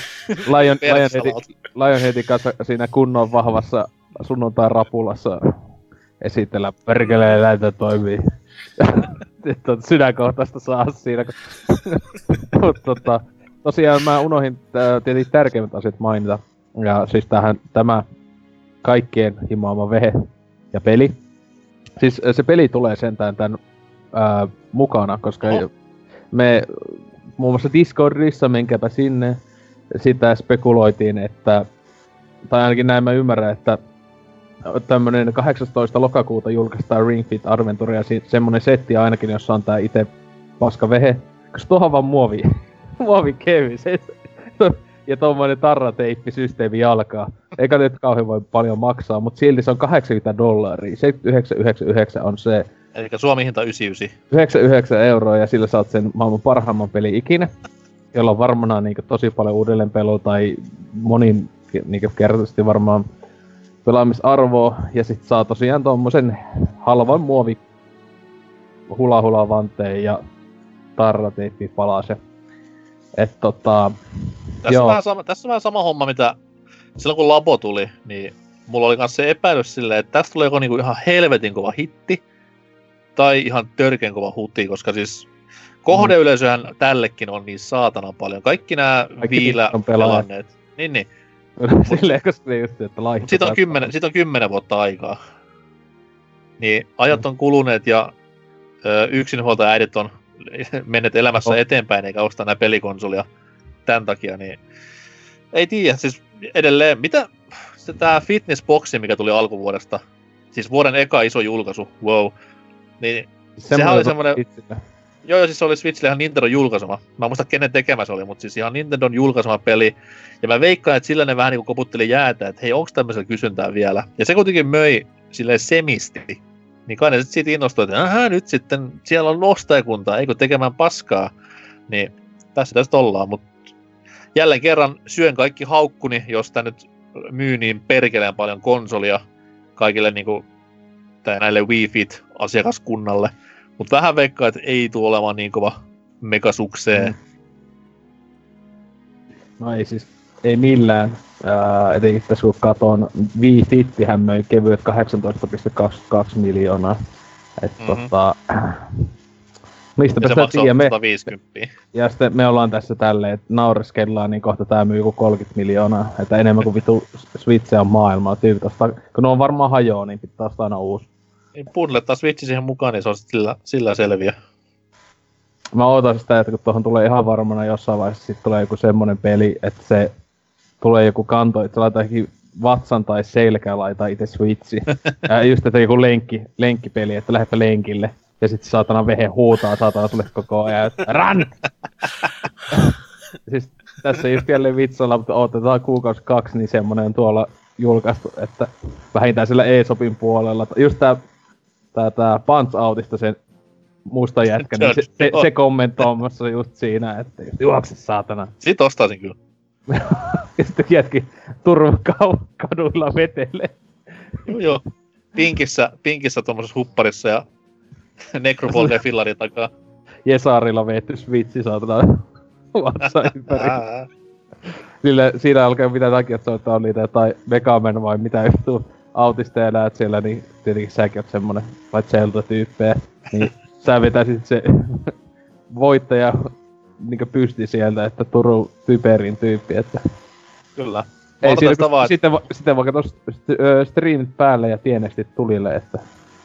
Lionheadin kanssa siinä kunnon vahvassa sunnuntai-rapulassa esitellä perkeleen näitä toimii. Sydänkohtaista saa siinä. Mutta tosiaan mä unohdin tietenkin tärkeimmät asiat mainita. Ja siis tämä kaikkien himaama vehe ja peli. Siis se peli tulee sentään tän mukana, koska me muun muassa Discordissa, menkääpä sinne, sitä spekuloitiin, että tai ainakin näin mä ymmärrän, että tämmönen 18. lokakuuta julkaistaan Ring Fit Adventure ja semmonen setti ainakin, jossa on tää ite paska vehe. Koska tuohon vaan muovi kevyys. Ja tommonen tarrateippisysteemi jalkaa. Eikä nyt kauhean voi paljon maksaa, mut silti se on $80. 79,99 on se. Elikkä Suomi hinta 99. 99 € ja sillä saat sen maailman parhaimman peli ikinä. Jolla on varmaan niinku tosi paljon uudelleenpelua tai monin niinku kertaisesti varmaan pelaamisarvoa. Ja sit saa tosiaan tommosen halvan muovi hula vanteen ja tarrateippi palase. Et tässä on vähän sama homma, mitä silloin kun Labo tuli, niin mulla oli kans se epäilys silleen, että tästä tulee niinku ihan helvetin kova hitti, tai ihan törkeän kova huti, koska siis kohdeyleisöhän tällekin on niin saatana paljon. Kaikki nää viila-pelanneet. Niin. Silleen, koska se just, että laihtuu. Siitä on 10 vuotta aikaa. Niin ajat on kuluneet ja yksinhuoltajaäidit on menneet elämässä eteenpäin eikä ostaa nää pelikonsolia tän takia, niin ei tiedä, siis edelleen, mitä se tää Fitnessboxi, mikä tuli alkuvuodesta, siis vuoden eka iso julkaisu, wow, niin sehän oli semmonen, Joo, siis se oli Switchille ihan Nintendon julkaisema. Mä en muista kenen tekemä se oli, mutta siis ihan Nintendon julkaisema peli. Ja mä veikkaan, että sillä ne vähän niinku koputteli jäätä, että hei, onks tämmöisellä kysyntää vielä? Ja se kuitenkin möi silleen semisti. Niin kai ne sit siitä innostui, että nyt sitten siellä on ostajakuntaa, eikö tekemään paskaa. Niin tässä tästä ollaan, mutta jälleen kerran syön kaikki haukkuni, jos tää nyt myy niin perkeleen paljon konsolia kaikille niinku, tai näille Wii Fit-asiakaskunnalle. Mutta vähän veikkaa, että ei tule olemaan niin kova megasukseen. No ei siis, ei millään. Etenkin tässä kun katon, Wii Fittihän möi kevyet 18,22 miljoonaa. Mistä se sitä tiedä? 150. Ja sitten me ollaan tässä tälleen, että naureskellaan, niin kohta tää myy joku 30 miljoonaa. Että enemmän kuin vitu Switch on maailmaa. Tyypit ostaa, kun ne on varmaan hajoo, niin pitää ostaa aina uusi. Niin bundlettaa Switchi siihen mukaan, niin se on sillä selviä. Mä ootan sitä, että kun tuohon tulee ihan varmana jossain vaiheessa, sit tulee joku semmonen peli, että se tulee joku kanto, että se laittaa vatsan tai selkää laittaa itse Switchi. Ja just, että joku lenkkipeli, että lähdepä lenkille. Ja sit saatana vehe huutaa saatana sulle koko ajan, että run! Siis tässä just jälleen vitsalla, mutta odotetaan kuukausi 2, niin semmonen on tuolla julkaistu, että vähintään sillä eShopin puolella. Just tää Punch Outista sen musta jätkä, niin se kommentoimassa just siinä, että juokse saatana. Sit ostaisin kyllä. Ja sitten jätki Turun kaduilla vetelee. Joo. Pinkissä tommosessa hupparissa ja Necropolden fillarin takaa. Jesarilla veetty Switchi saatana vatsa ympäri. Siinä alkaa mitä takia, että on niitä jotain Megaman vai mitä juttuu autista ja näet siellä, niin tietenkin säkin oot semmonen vai Zelda-tyyppejä. Niin sä vetäisit se voittaja niinkö pysti sieltä, että Turun typerin tyyppi, että... Kyllä. Ei siinä, vaan, sitten vaan katos streamit päälle ja tienestit tulille, että...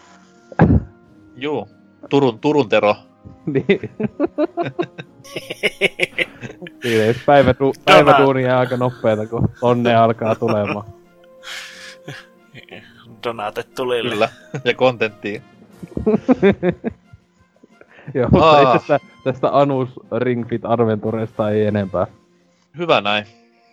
Juu. Turun Tero. Niin. Siinä päiväduunia aika nopeeta, kun onne alkaa tulemaan. Donatet tulille. Kyllä. Ja kontenttia. Joo, mutta tästä Anus Ring Fit Adventuresta ei enempää. Hyvä näin.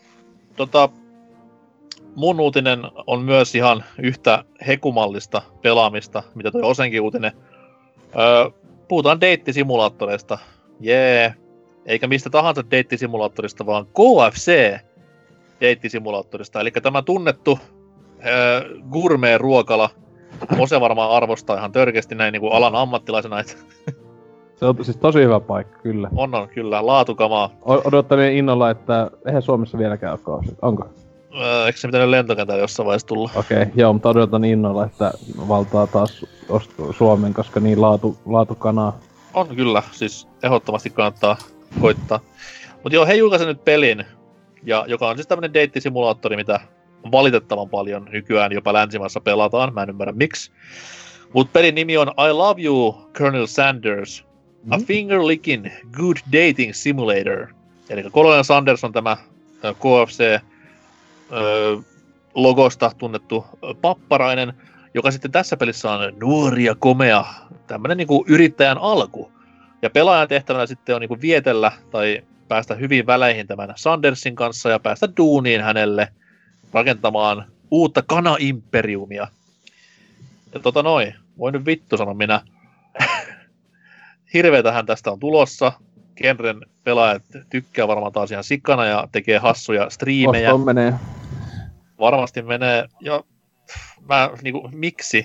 Mun uutinen on myös ihan yhtä hekumallista pelaamista, mitä toi Osenkin uutinen. Puhutaan deittisimulaattoreista. Jee. Eikä mistä tahansa deittisimulaattorista, vaan KFC-deittisimulaattorista. Eli tämä tunnettu gourmet-ruokala. Ose varmaan arvostaa ihan törkeästi näin niin kuin alan ammattilaisena. Se on siis tosi hyvä paikka, kyllä. On kyllä. Laatukamaa. Odottaminen innolla, että eihän Suomessa vieläkään ole kausi. Onko? Eikö se pitänyt lentokentällä jossain vaiheessa tulla? Okei, joo, mutta odotan innolla, että valtaa taas Suomen, koska niin laatukanaa. On kyllä, siis ehdottomasti kannattaa koittaa. Mut joo, he julkaisivat nyt pelin, joka on siis tämmönen deittisimulaattori, mitä valitettavan paljon nykyään jopa länsimaissa pelataan, mä en ymmärrä miksi. Mut pelin nimi on I Love You, Colonel Sanders. A finger-licking good dating simulator. Eli Colonel Sanders on tämä KFC logosta tunnettu papparainen, joka sitten tässä pelissä on nuori ja komea, tämmönen niinku yrittäjän alku. Ja pelaajan tehtävänä sitten on niinku vietellä tai päästä hyvin väleihin tämän Sandersin kanssa ja päästä duuniin hänelle rakentamaan uutta kana-imperiumia. Ja voi nyt vittu sanon minä. Hirveetähän tästä on tulossa. Genren pelaajat tykkää varmaan taas ihan sikana ja tekee hassuja striimejä. Ostoon menee. Varmasti menee. Ja niinku, miksi?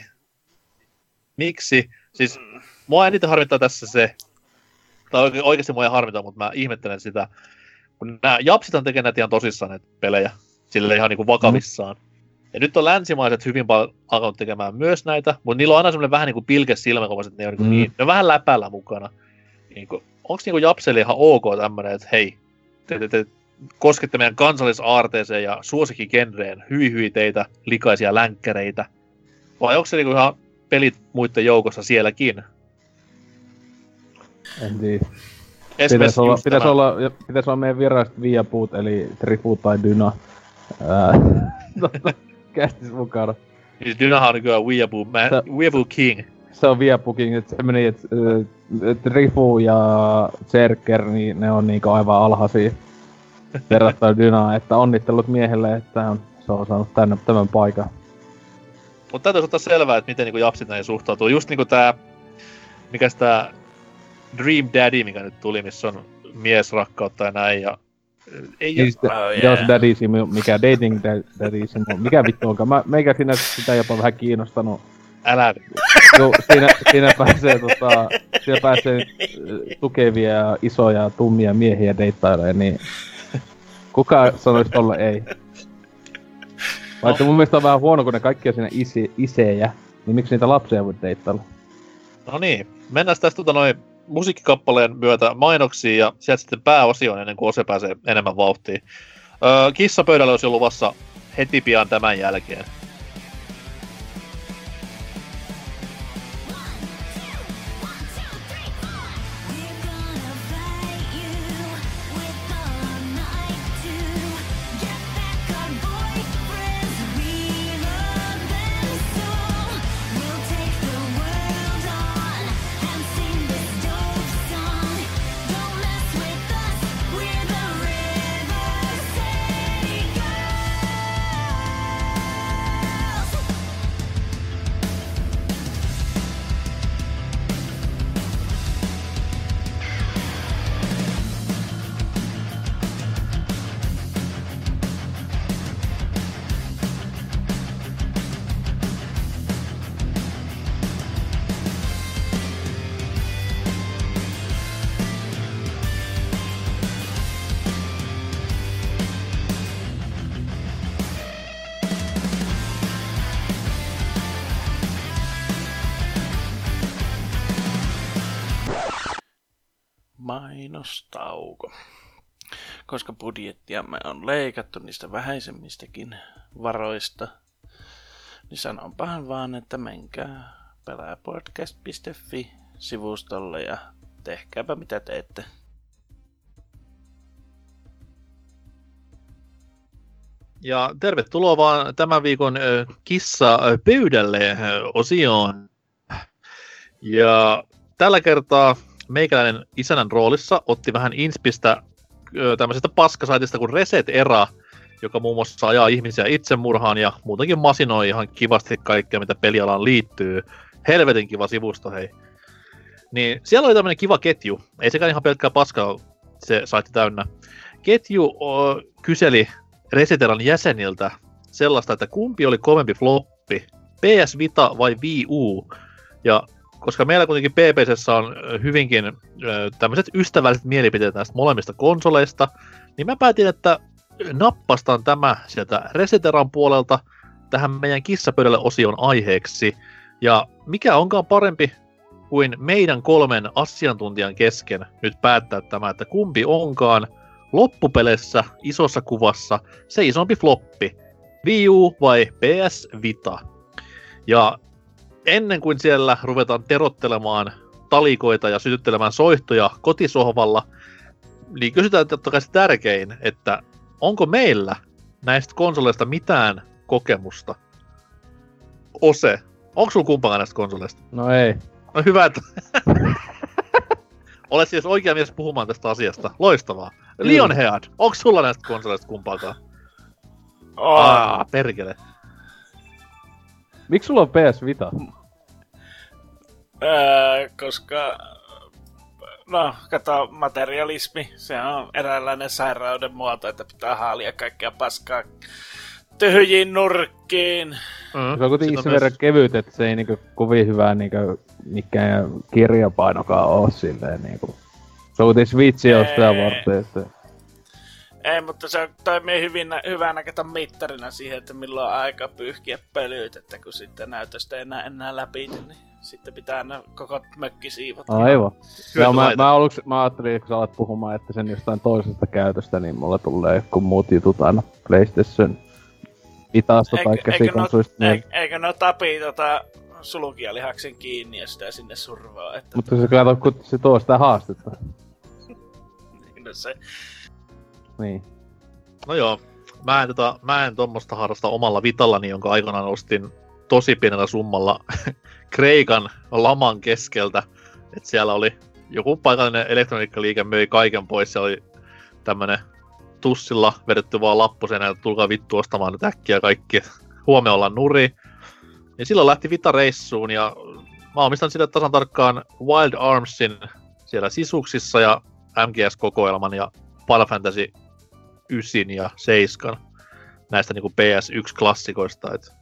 Siis mua eniten harmittaa tässä se, tai oikeasti mua ei harmita, mutta mä ihmettelen sitä, kun nämä japsithan tekee näitä ihan tosissaan näitä pelejä, sillä ihan niinku vakavissaan. Ja nyt on länsimaiset hyvin paljon alkanut tekemään myös näitä, mutta niillä on aina semmoinen vähän niinku pilkes silmäkovaiset, että ne on, niin, ne on vähän läpällä mukana. Niinku, onks niinku japseli ihan ok tämmönen, että hei, te koskette meidän kansallisaarteeseen ja suosikkigenreen hyi teitä likaisia länkkäreitä? Vai onko se niinku ihan pelit muiden joukossa sielläkin? En tiedä. Pitäis olla meidän viralliset Viapuut, eli Trifu tai Dyna. Kästis mukana. Siis Dynahan on nykyään Weeaboo King. se on Viapukin, että se meni, että Trifu ja Zerker, niin ne on niinku aivan alhaisia verrattuna Dynaa, että onnittelut miehelle, että se on saanut tämän paikan. Mutta täytyisi ottaa selvää, että miten niinku japsit näihin suhtautuu. Just niinku tää, mikäs tää Dream Daddy, mikä nyt tuli, missä on miesrakkautta ja näin, ja ei Siis jos Daddy-simu, mikä Dating Daddy-simu, mikä vittu onkaan. Meikä siinä sitä jopa vähän kiinnostanut. Älä Siinä pääsee tukevia ja isoja tummia miehiä deittailemaan, niin kuka sanoisi tolle ei? Vaikka mun mielestä on vähän huono, kun ne kaikki on siinä isejä, niin miksi niitä lapsia voi deittailla? No niin, mennään tästä musiikkikappaleen myötä mainoksiin ja sieltä sitten pääosioon ennen kuin Ose pääsee enemmän vauhtiin. Kissapöydällä olisi jo luvassa heti pian tämän jälkeen. Mainostauko. Koska budjettiamme on leikattu niistä vähäisemmistäkin varoista, niin sanonpahan vaan, että menkää pelaajapodcast.fi-sivustolle ja tehkääpä mitä teette. Ja tervetuloa vaan tämän viikon Kissa pöydälle osioon. Ja tällä kertaa meikäläinen isänän roolissa otti vähän inspistä tämmöisestä paskasaitista kuin Reset Era, joka muun muassa ajaa ihmisiä itsemurhaan ja muutenkin masinoi ihan kivasti kaikkea, mitä pelialaan liittyy. Helvetin kiva sivusto, hei. Niin siellä oli tämmönen kiva ketju. Ei sekään ihan pelkkää paskaa se saitti täynnä. Ketju kyseli Reset Eran jäseniltä sellaista, että kumpi oli kovempi floppi, PS Vita vai Wii U. Ja koska meillä kuitenkin PPC:ssä on hyvinkin tämmöiset ystävälliset mielipiteet näistä molemmista konsoleista, niin mä päätin, että nappastan tämä sieltä Reset Eran puolelta tähän meidän kissapöydälle osion aiheeksi. Ja mikä onkaan parempi kuin meidän 3 asiantuntijan kesken nyt päättää tämä, että kumpi onkaan loppupeleissä isossa kuvassa se isompi floppi, Wii U vai PS Vita. Ja ennen kuin siellä ruvetaan terottelemaan talikoita ja sytyttelemään soihtoja kotisohvalla, niin kysytään totta kai se tärkein, että onko meillä näistä konsoleista mitään kokemusta? Ose, onko sulla kumpaakaan näistä konsoleista? No ei. No hyvä, että olet siis oikea mies puhumaan tästä asiasta. Loistavaa. Lionhead, onko sulla näistä konsoleista kumpaakaan? Perkele. Miksi sulla on PS Vita? Koska no, kato, materialismi, se on eräänlainen sairauden muoto, että pitää haalia kaikkea paskaa tyhjiin nurkkiin. Se on kuitenkin sen verran kevyt, että se ei niinku kovin hyvää niinku mikään kirjapainokaan oo silleen niinku. Se on kuitenkin Switchi on sitä varten, että ei, mutta se toimii hyvänä kato mittarina siihen, että milloin on aika pyyhkiä pölyt, että kun sitten näytöstä ei enää läpi, niin sitten pitää aina koko mökki siivota. Aivan. Ja mä ajattelin, kun sä alat puhumaan, että sen jostain toisesta käytöstä, niin mulla tulee joku muut jutut aina PlayStation Vitasta tai käsikonsolista. Eikö ne tapii sulkijalihaksen kiinni ja sitä sinne survaa? Että mutta se kato, kun se tuo sitä haastetta. No se. Niin. No joo, mä en tommosta harrasta omalla Vitallani, jonka aikanaan ostin tosi pienellä summalla Kreikan laman keskeltä. Että siellä oli joku paikallinen elektroniikkaliike möi kaiken pois. Siellä oli tämmönen tussilla vedetty vaan lappu sen, että tulkaa vittu ostamaan nyt äkkiä kaikki. Huomenna ollaan nuri. Niin silloin lähti Vita reissuun ja mä omistan sille tasan tarkkaan Wild Armsin siellä sisuksissa ja MGS-kokoelman ja Final Fantasy 9 ja 7 näistä niinku PS1-klassikoista. Et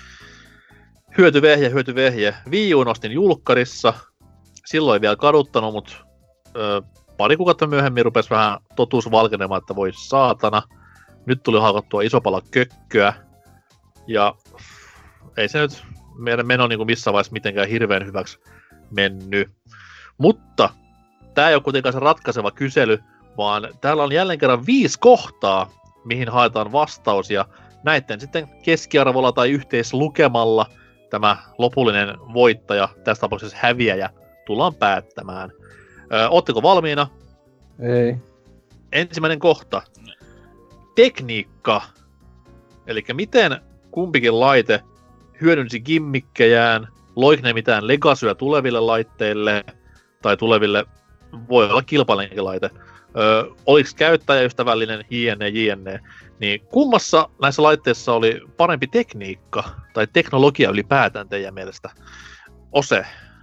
hyöty vehje. Wii U nostin julkkarissa. Silloin ei vielä kaduttanut, mutta pari kuukautta myöhemmin rupesi vähän totuus valkenemaan, että voi saatana. Nyt tuli hakattua iso pala kökköä. Ja ei se nyt meidän meno niinku missään vaiheessa mitenkään hirveän hyväksi mennyt. Mutta tää ei ole kuitenkaan se ratkaiseva kysely, vaan täällä on jälleen kerran 5 kohtaa, mihin haetaan vastaus, ja näitten sitten keskiarvolla tai yhteislukemalla tämä lopullinen voittaja, tässä tapauksessa häviäjä, tullaan päättämään. Ootteko valmiina? Ei. Ensimmäinen kohta. Tekniikka. Eli miten kumpikin laite hyödynsi gimmikkejään, loiko ne mitään legacyä tuleville laitteille, tai tuleville, voi olla kilpaillinenkin laite. Oliko käyttäjäystävällinen, jne. Niin kummassa näissä laitteissa oli parempi tekniikka, tai teknologia ylipäätään teidän mielestä? Ose.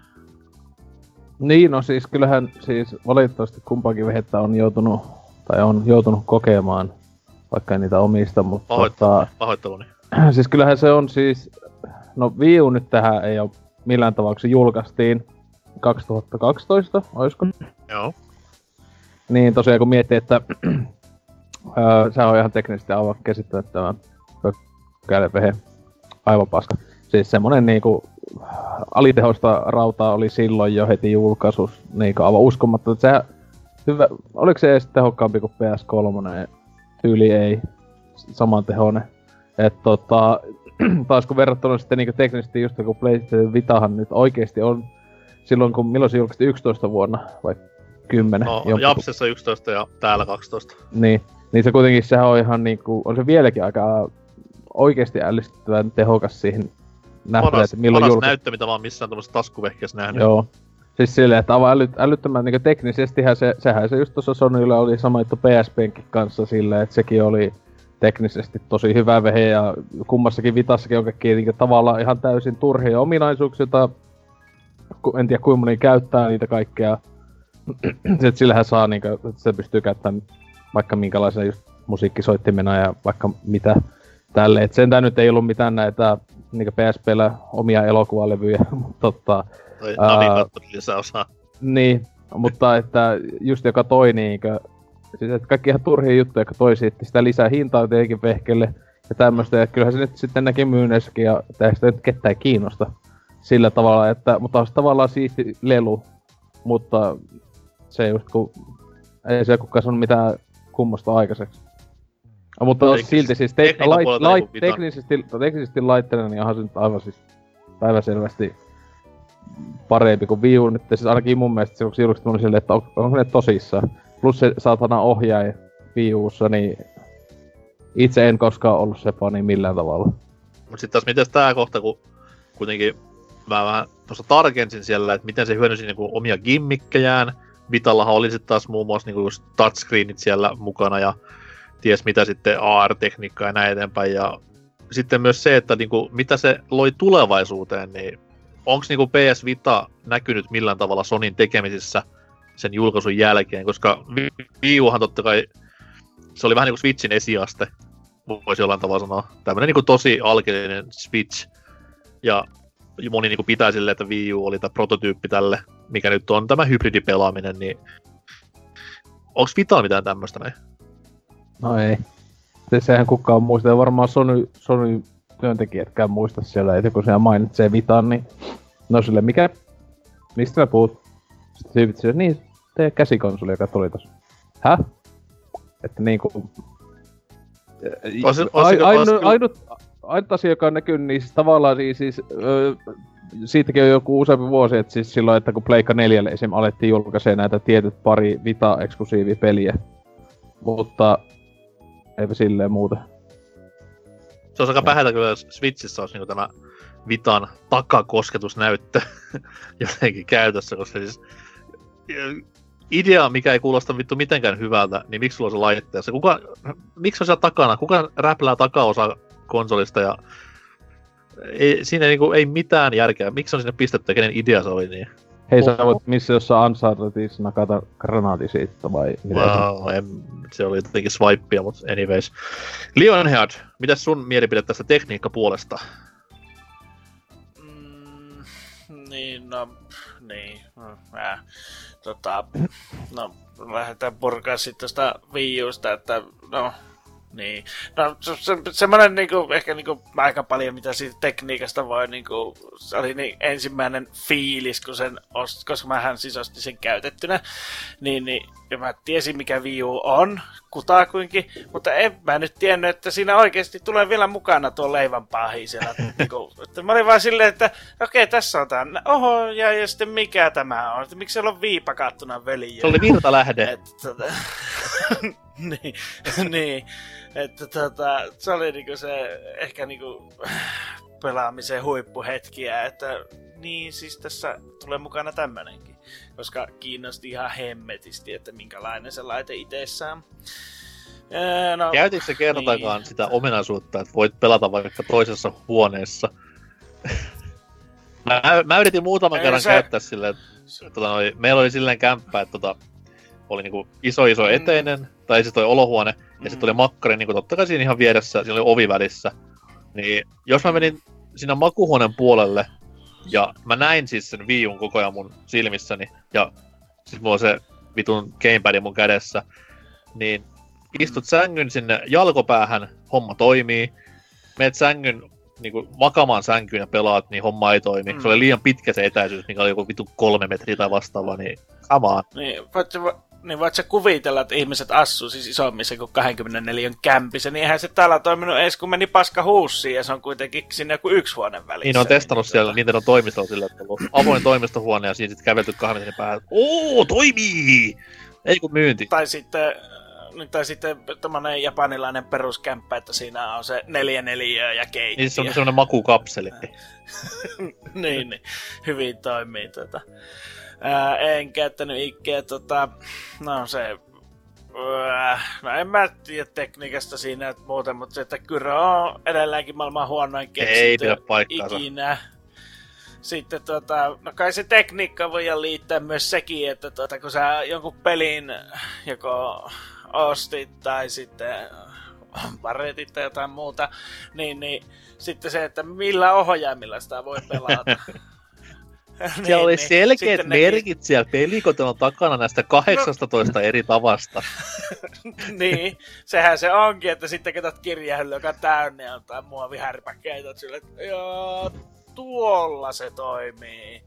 Niin, no siis kyllähän siis valitettavasti kumpakin vehettä on joutunut kokemaan, vaikka ei niitä omista, mutta Pahoitteluni. Siis kyllähän se on siis, no Wii U nyt tähän ei ole millään tavalla, kun se julkaistiin 2012, oisko? Joo. Niin tosiaan kun miettii, että sehän on ihan teknisesti aivan käsittämättömän vehe, aivan paska. Siis semmonen niinku alitehosta rautaa oli silloin jo heti julkaisussa niinku aivan uskomatta. Sehän hyvä, oliko se edes tehokkaampi kuin PS3? Tyyli ei, saman tehoinen. Et taas kun verrattuna sitten niinku teknisesti just kun PlayStation Vitahan nyt oikeesti on silloin kun milloin se julkaistiin 11 vuonna vai 10? No Japsessa 11 ja täällä 12. Niin se kuitenkin sehän on ihan niinku, on se vieläkin aika oikeesti ällistyttävän tehokas siihen nähdä, että milloin paras näyttö, mitä mä oon missään tommosessa taskuvehkeessä nähnyt. Joo. Siis silleen, että aivan älyttömän niinku teknisestihän sehän se just tossa Sonylla oli sama juttu PSPnkin kanssa silleen, että sekin oli teknisesti tosi hyvä vehe ja kummassakin Vitassakin on kaikki niinku tavallaan ihan täysin turhia ominaisuuksia, jota en tiedä kuinka moni käyttää niitä kaikkea. Sitten sillähän saa niinku, että se pystyy käyttämään vaikka minkälaisen just musiikkisoittimena ja vaikka mitä tälle. Et sentään nyt ei ollut mitään näitä niinku PSP:llä omia elokuvalevyjä, mutta Toi navigaattori lisäosa. Niin, mutta että just joka toi niinkö, siis että kaikki ihan turhia juttuja, jotka toi sitä lisää hintaa tietenkin vehkelle ja tämmöstä, ja kyllähän se nyt sitten näkee myynneissäkin, ja eihän sitä nyt ketään ei kiinnosta sillä tavalla, että, mutta on se tavallaan siisti lelu, mutta se just kun, ei se kukaan sanonut mitään kummosta aikaiseksi. Mutta silti siis teknisesti laitteena, niin onhan se nyt aivan siis päiväselvästi parempi kuin Wii U nyt, siis ainakin mun mielestä se julkistunut silleen, että onko ne tosissaan. Plus se saatana ohjaaja Wii U:ssa, niin itse en koskaan ollut se fani millään tavalla. Mut sit taas mites tää kohta, kun kuitenkin mä vähän tossa tarkensin siellä, että miten se hyödynsi niinku omia gimmikkejään. Vitallahan oli sit taas muun muassa niinku just touchscreenit siellä mukana ja ties mitä sitten AR-tekniikkaa ja näin eteenpäin. Ja sitten myös se, että niinku, mitä se loi tulevaisuuteen, niin onks niinku PS Vita näkynyt millään tavalla Sonyn tekemisissä sen julkaisun jälkeen, koska Wii Uhan totta kai, se oli vähän niinku Switchin esiaste, voisi jollain tavalla sanoa. Tämmönen niinku tosi alkeellinen Switch, ja moni niinku pitää silleen, että Wii U oli tää prototyyppi tälle, mikä nyt on tämä hybridipelaaminen, niin onks Vitalla mitään tämmöstä näin? No ei. Sehän kukaan muista, ja varmaan Sony työntekijätkään muista siellä, että kun siellä mainitsee Vitan, niin no sille mikä? Mistä mä puhut? Sitten tyypit sille, niin teidän käsikonsoli, joka tuli tossa. Häh? Että niinku... Ainut asia, joka on näkynyt, niin siis tavallaan siitäkin on joku useampi vuosi, että siis silloin, että kun Pleikka 4 esim. Alettiin julkaisee näitä tietyt pari Vita-eksklusiivipeliä. Mutta eipä silleen muuta. Se on aika pähätä kyllä, Switchissä olisi niinku tämä Vitan takakosketusnäyttö jotenkin käytössä, koska siis idea, mikä ei kuulosta vittu mitenkään hyvältä, niin miksi sulla on se laitteessa? Miksi on siellä takana? Kuka räplää takaosa konsolista ja siinä ei mitään järkeä. Miksi on sinne pistetty ja kenen idea se oli niin? Hei, sä voit missä jossain Unchartedissa nakata granaati siitä, vai mitä? Se oli jotenkin swipea, mutta anyways. Lionhead, mitäs sun mielipide tästä tekniikkapuolesta? Niin. Lähdetään purkaa sitten tosta Wii Usta, että niin. No, semmoinen niinku, ehkä niinku aika paljon, mitä siitä tekniikasta voi niinku, se oli niin ensimmäinen fiilis, kun koska mähän siis ostin sen käytettynä, niin ja mä tiesin mikä Wii U on, kutakuinkin, mutta en mä nyt tiennyt, että siinä oikeasti tulee vielä mukana tuo leivänpaahi siellä. Niinku, että mä olin vaan silleen, että okei, tässä on tää, oho, ja sitten mikä tämä on, että miksi siellä on Wii pakattuna veliä. Se oli virtalähde. Niin, että se oli niinku se ehkä niinku pelaamisen huippuhetkiä, että niin siis tässä tulee mukana tämmönenkin, koska kiinnosti ihan hemmetisti, että minkälainen se laite itsessään. Käytitkö se kertakaan sitä ominaisuutta, että voit pelata vaikka toisessa huoneessa? mä yritin muutaman kerran käyttää silleen, että meillä oli silleen kämppä, että oli niinku iso eteinen, tai siis toi olohuone, ja sitten oli makkari niinku totta kai siinä ihan vieressä, siinä oli ovi välissä. Niin jos mä menin siinä makuuhuoneen puolelle, ja mä näin siis sen Wii U:n koko ajan mun silmissäni, ja siis mulla on se vitun gamepad mun kädessä, niin istut sängyn sinne jalkopäähän, homma toimii. Meet sängyn niinku makaamaan sänkyyn ja pelaat, niin homma ei toimi. Se oli liian pitkä se etäisyys, mikä oli joku vitun 3 metriä tai vastaavaa, niin come on. Niin voit sä kuvitella, että ihmiset assuu siis isommissa kuin 24 kämpissä, niin eihän se täällä toiminut edes kun meni paska huussiin ja se on kuitenkin sinne joku 1 huoneen välissä. Niin on testannut siellä Nintendo toimistolla sillä, että on ollut avoin toimistohuone ja siinä sitten kävelty 2 metrin päähän. Toimii! Ei kun myynti. Tai sitten tommonen japanilainen peruskämppä, että siinä on se 4 neliöä ja keittiö. Niin se on semmonen makukapseli. niin, hyvin toimii en käyttänyt Ikea, en mä tiedä tekniikasta siinä että muuten, mutta se, että Kyro on edelleenkin maailman huonoin keksintö ikinä. Sitten no kai se tekniikka voi liittää myös sekin, että kun sä jonkun pelin joko ostit tai sitten varetit tai jotain muuta, niin sitten se, että millä ohjaimilla sitä voi pelata. Siellä oli selkeät merkit siellä pelikotelon takana näistä 18 eri tavasta. Niin, sehän se onkin, että sitten katsot kirjahylly, joka täynnä ja jotain muovihärpäkkeitä, että sille, että joo, tuolla se toimii.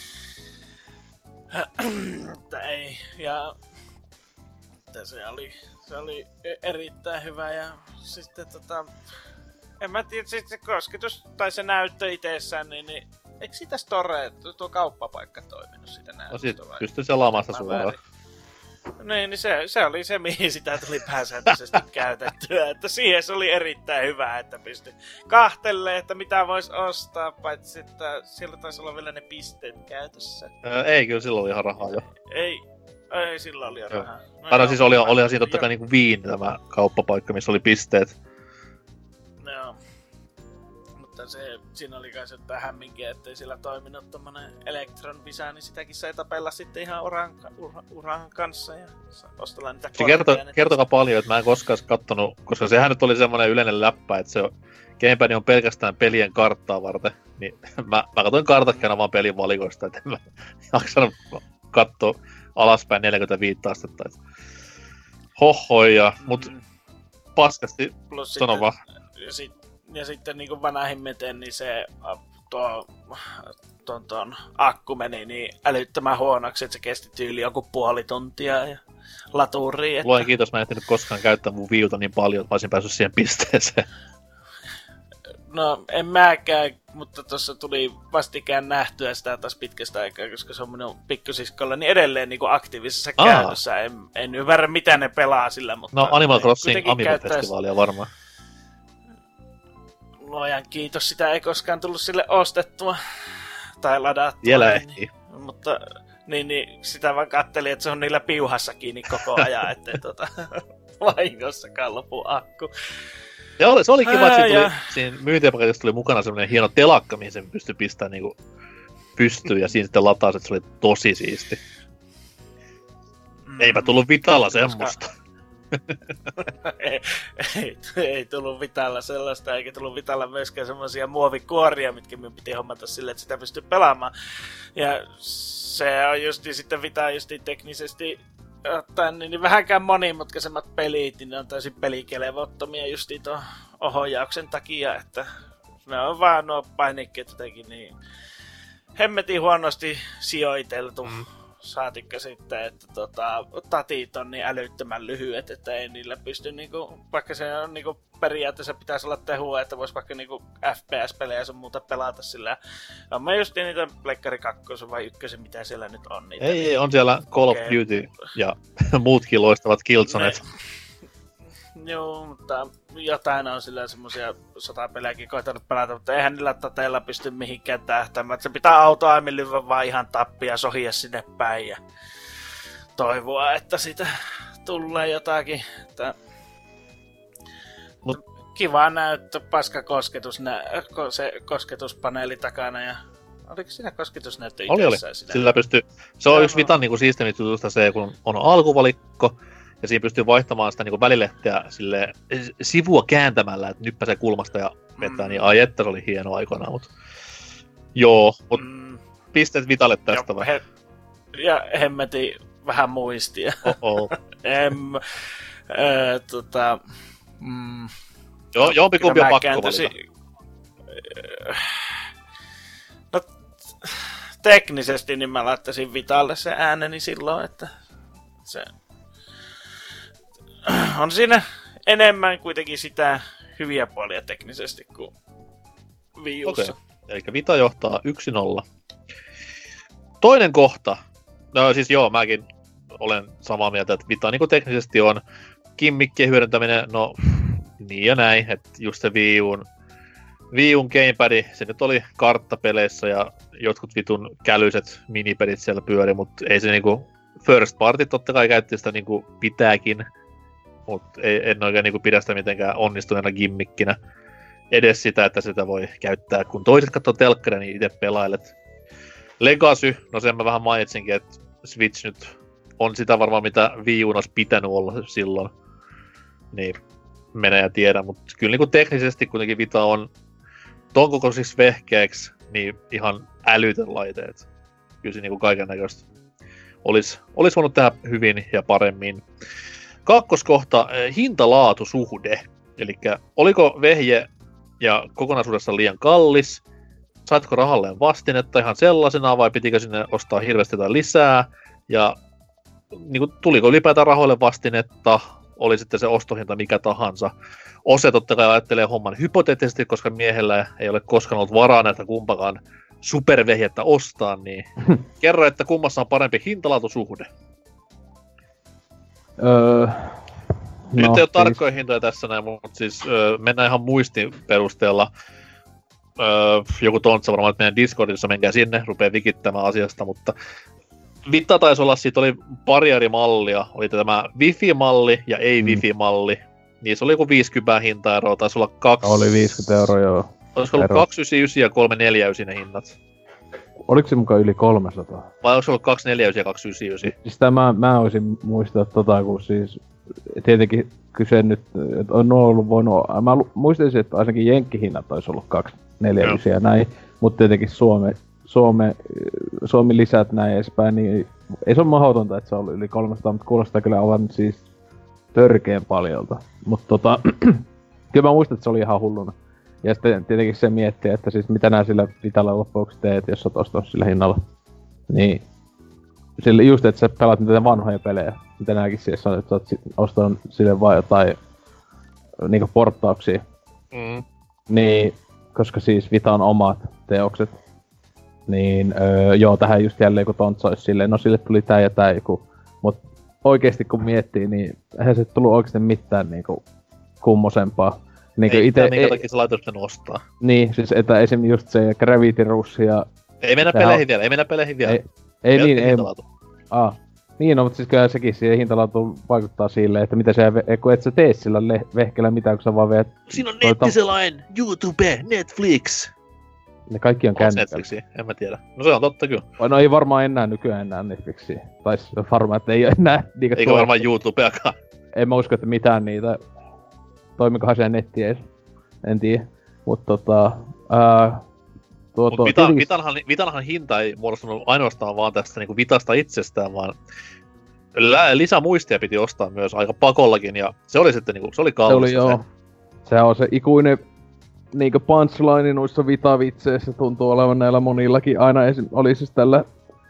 Mutta ei, ja se oli erittäin hyvä ja sitten en mä tiedä, siis se kosketus tai se näyttö itsessään, niin eikö sitä store, tuo kauppapaikka toiminut sitä näytöstä vai? Pystyy selaamasta suoraan. Niin se oli se, mihin sitä tuli pääsääntöisesti käytettyä. Että siihen se oli erittäin hyvä, että pystyi kahtelemaan, että mitä vois ostaa, paitsi että siellä taisi olla vielä ne pisteet käytössä. Ei, kyllä silloin oli ihan rahaa jo. Ei silloin oli rahaa. No siis olihan siinä totta kai niinku Viin tämä kauppapaikka, missä oli pisteet. Joo. Mutta siinä oli kai se hämminkin, ettei sillä toiminut tommonen Electron Visa, niin sitäkin sai tapella sitten ihan uran kanssa ja ostella niitä korkeja. Kertokaa paljon, että mä en koskaan kattonut, koska sehän nyt oli semmonen yleinen läppä, että se Gamepad on pelkästään pelien karttaa varten. Niin mä katsoin kartakkana vaan pelin valikoista, että en mä jaksanut katsoa alaspäin 45 astetta. Hohoja, mut paskasti sano vaan. Ja sitten niin kuin vanhimmiten, niin se tuon akku meni niin älyttömän huonoksi, että se kesti tyyli joku puoli tuntia ja laturiin. Että... Luen kiitos, mä en ehtinyt koskaan käyttää mun Viuta niin paljon, että mä olisin päässyt siihen pisteeseen. No, en mäkään, mutta tuossa tuli vastikään nähtyä sitä taas pitkästä aikaa, koska se on minun pikkusiskolla niin edelleen niin kuin aktiivisessa käytössä. En ymmärrä, mitä ne pelaa sillä, mutta... No, Animal Crossing Amiibo-festivaalia varmaan. luojan kiitos, sitä ei koskaan tullut sille ostettua tai ladattua. Vielä ehtii. Mutta niin, sitä vaan kattelin, että se on niillä piuhassa kiinni koko ajan, ettei vahingossakaan lopu akku. Ja se oli kiva, että siinä myyntipaketissa tuli mukana semmoinen hieno telakka, mihin sen pystyi pistämään niinku pystyyn ja siinä sitten lataa, että se oli tosi siisti. Eipä tullut Vitalla semmoista. ei tullut Vitalla sellaista, eikä tullut Vitalla myöskään semmoisia muovikuoria, mitkä minun piti hommata silleen, että sitä pystyy pelaamaan. Ja se on justi sitten Vita justi teknisesti ottaen niin vähänkään monimutkaisemmat pelit, niin ne on täysin pelikelevottomia justi tuon ohjauksen takia, että ne on vaan nuo painikkeet jotenkin niin hemmetin huonosti sijoiteltu. Saatikka sitten, että tatit on niin älyttömän lyhyet, että ei niillä pysty niinku, vaikka se on niinku periaatteessa pitäisi olla tehua, että vois vaikka niinku FPS-pelejä sun muuta pelata sillä. On mä just niitä Pleikkari 2 vai 1, mitä siellä nyt on niitä. Ei, on siellä Call of Duty ja muutkin loistavat Killzonet. Joo, mutta jotain on sillä semmosia sotapelejäkin koitanut pelata, mutta eihän niillä tateilla pysty mihinkään tähtäämään. Se pitää autoaimin lyvä vaan ihan tappia ja sohia sinne päin ja toivoa, että siitä tulee jotakin. Kiva näyttö, paska kosketus, se kosketuspaneeli takana ja oliko siinä kosketusnäyttö itsessään? Oli. Sillä pystyy, se on yksi Vitan niinku siisteimistä jutusta se, kun on alkuvalikko, ja siinä pystyy vaihtamaan sitä niinku välilehteä sille sivua kääntämällä, että nyppäsee kulmasta ja vetää, niin ai että se oli hieno aikoinaan, mut joo, mut pisteet Vitalle tästä vai? Ja hemmetin vähän muistia. Joo, jompikumpi on pakko valita. No, teknisesti niin mä laittaisin Vitalle sen ääneni silloin, että se on siinä enemmän kuitenkin sitä hyviä puolia teknisesti kuin Wii U:ssa. Okei. Eli Vita johtaa 1-0. Toinen kohta. No siis joo, mäkin olen samaa mieltä, että Vita niin teknisesti on gimmickien hyödyntäminen, no niin ja näin, että just se Wii U:n gamepad, se nyt oli karttapeleissä ja jotkut vitun kälyiset minipelit siellä pyöri, mutta ei se niinku first party totta kai käytti sitä niinku pitääkin. Mutta en oikein niinku pidä sitä mitenkään onnistuneena gimmikkinä. Edes sitä, että sitä voi käyttää. Kun toiset katsoo telkkaria, niin itse pelailet. Legacy, no sen mä vähän mainitsinkin, että Switch nyt on sitä varmaan mitä Wii U olisi pitänyt olla silloin. Niin, menee ja tiedä. Mutta kyllä niinku teknisesti kuitenkin Vita on ton kokoisiksi vehkeeksi niin ihan älytön laite. Kyllä se niinku kaiken näköistä olisi voinut tehdä hyvin ja paremmin. Kakkoskohta, hinta-laatu-suhde. Elikkä oliko vehje ja kokonaisuudessaan liian kallis? Saitko rahalleen vastinetta ihan sellaisena vai pitikö sinne ostaa hirveästi jotain lisää? Ja niin kuin, tuliko ylipäätään rahoille vastinetta? Oli sitten se ostohinta mikä tahansa. Ose totta kai ajattelee homman hypoteettisesti, koska miehellä ei ole koskaan ollut varaa näitä kumpakaan supervehjettä ostaa, niin kerro, että kummassa on parempi hinta-laatu-suhde. Nyt ei ole tarkkoja hintoja tässä näin, mutta siis mennään ihan muistin perusteella. Joku tontsa varmaan, että meidän Discordissa menkää sinne, rupeaa vikittämään asiasta, mutta Vita taisi olla, siitä oli pari eri mallia. Oli tämä Wi-Fi-malli ja ei-Wi-Fi-malli. Niissä oli joku 50 hintaeroa, taisi olla 2... Oli 50 €, joo. Olisiko ollut 299 ja 349 ne hinnat? Oliko se mukaan yli 300? Vai onko se ollut 249 ja 299? Siis mä olisin muistaa kun siis tietenkin kyse nyt, että on ollut voinut, mä muistaisin, että ainakin jenkkihinnat olisi ollut 249 ja näin, mutta tietenkin Suomi lisät näin edespäin, niin ei se ole mahdotonta, että se on ollut yli 300, mutta kuulostaa kyllä aivan siis törkeen paljolta. Mutta kyllä mä muistan, että se oli ihan hulluna. Ja sitten tietenkin se miettii, että siis mitä nää sillä Vitalla loppuksi teet, jos sä oot ostanut sillä hinnalla. Niin. Sillä just, että sä pelaat niitä vanhoja pelejä. Mitä nääkin siis on, että sä oot ostanut sille vaan jotain niinku porttauksia. Niin, koska siis Vita on omat teokset. Niin joo, tähän just jälleen kun Tontsa ois silleen, no sille tuli tää ja tää joku. Mut oikeesti kun miettii, niin eihän se tullut oikeesti mitään niinku kummosempaa. Niinku ei ite... minkä takia se laitos sen ostaa. Niin, siis että esim. Just se Gravity Rush ja... Ei mennä peleihin vielä. Ei niin, ei... Hintalaatu. Niin, no, mutta siis kyllä sekin siihen hintalaatuun vaikuttaa silleen, että mitä sä, kun et sä tee sillä vehkellä mitään, kun sä vaan veet... Siinä on nettiselain, YouTube, Netflix. Ne kaikki on kännykällä. Netflixiä, en mä tiedä. No se on totta kyllä. No ei varmaan enää nykyään Netflixiä. Tai varmaan, että ei enää niitä... Eikä varmaan YouTubeakaan. En mä usko, että mitään niitä... Toimikohan se netti edes. En tiedä. Mut Vitanhan hinta ei muodostunut ainoastaan vaan tästä niinku Vitasta itsestään, vaan lisämuistia piti ostaa myös aika pakollakin, ja se oli sitten niinku, se oli kallista. Se oli joo. Sehän on se ikuinen niinku punchline noissa Vita-vitseissä, tuntuu olevan näillä monillakin aina oli siis tällä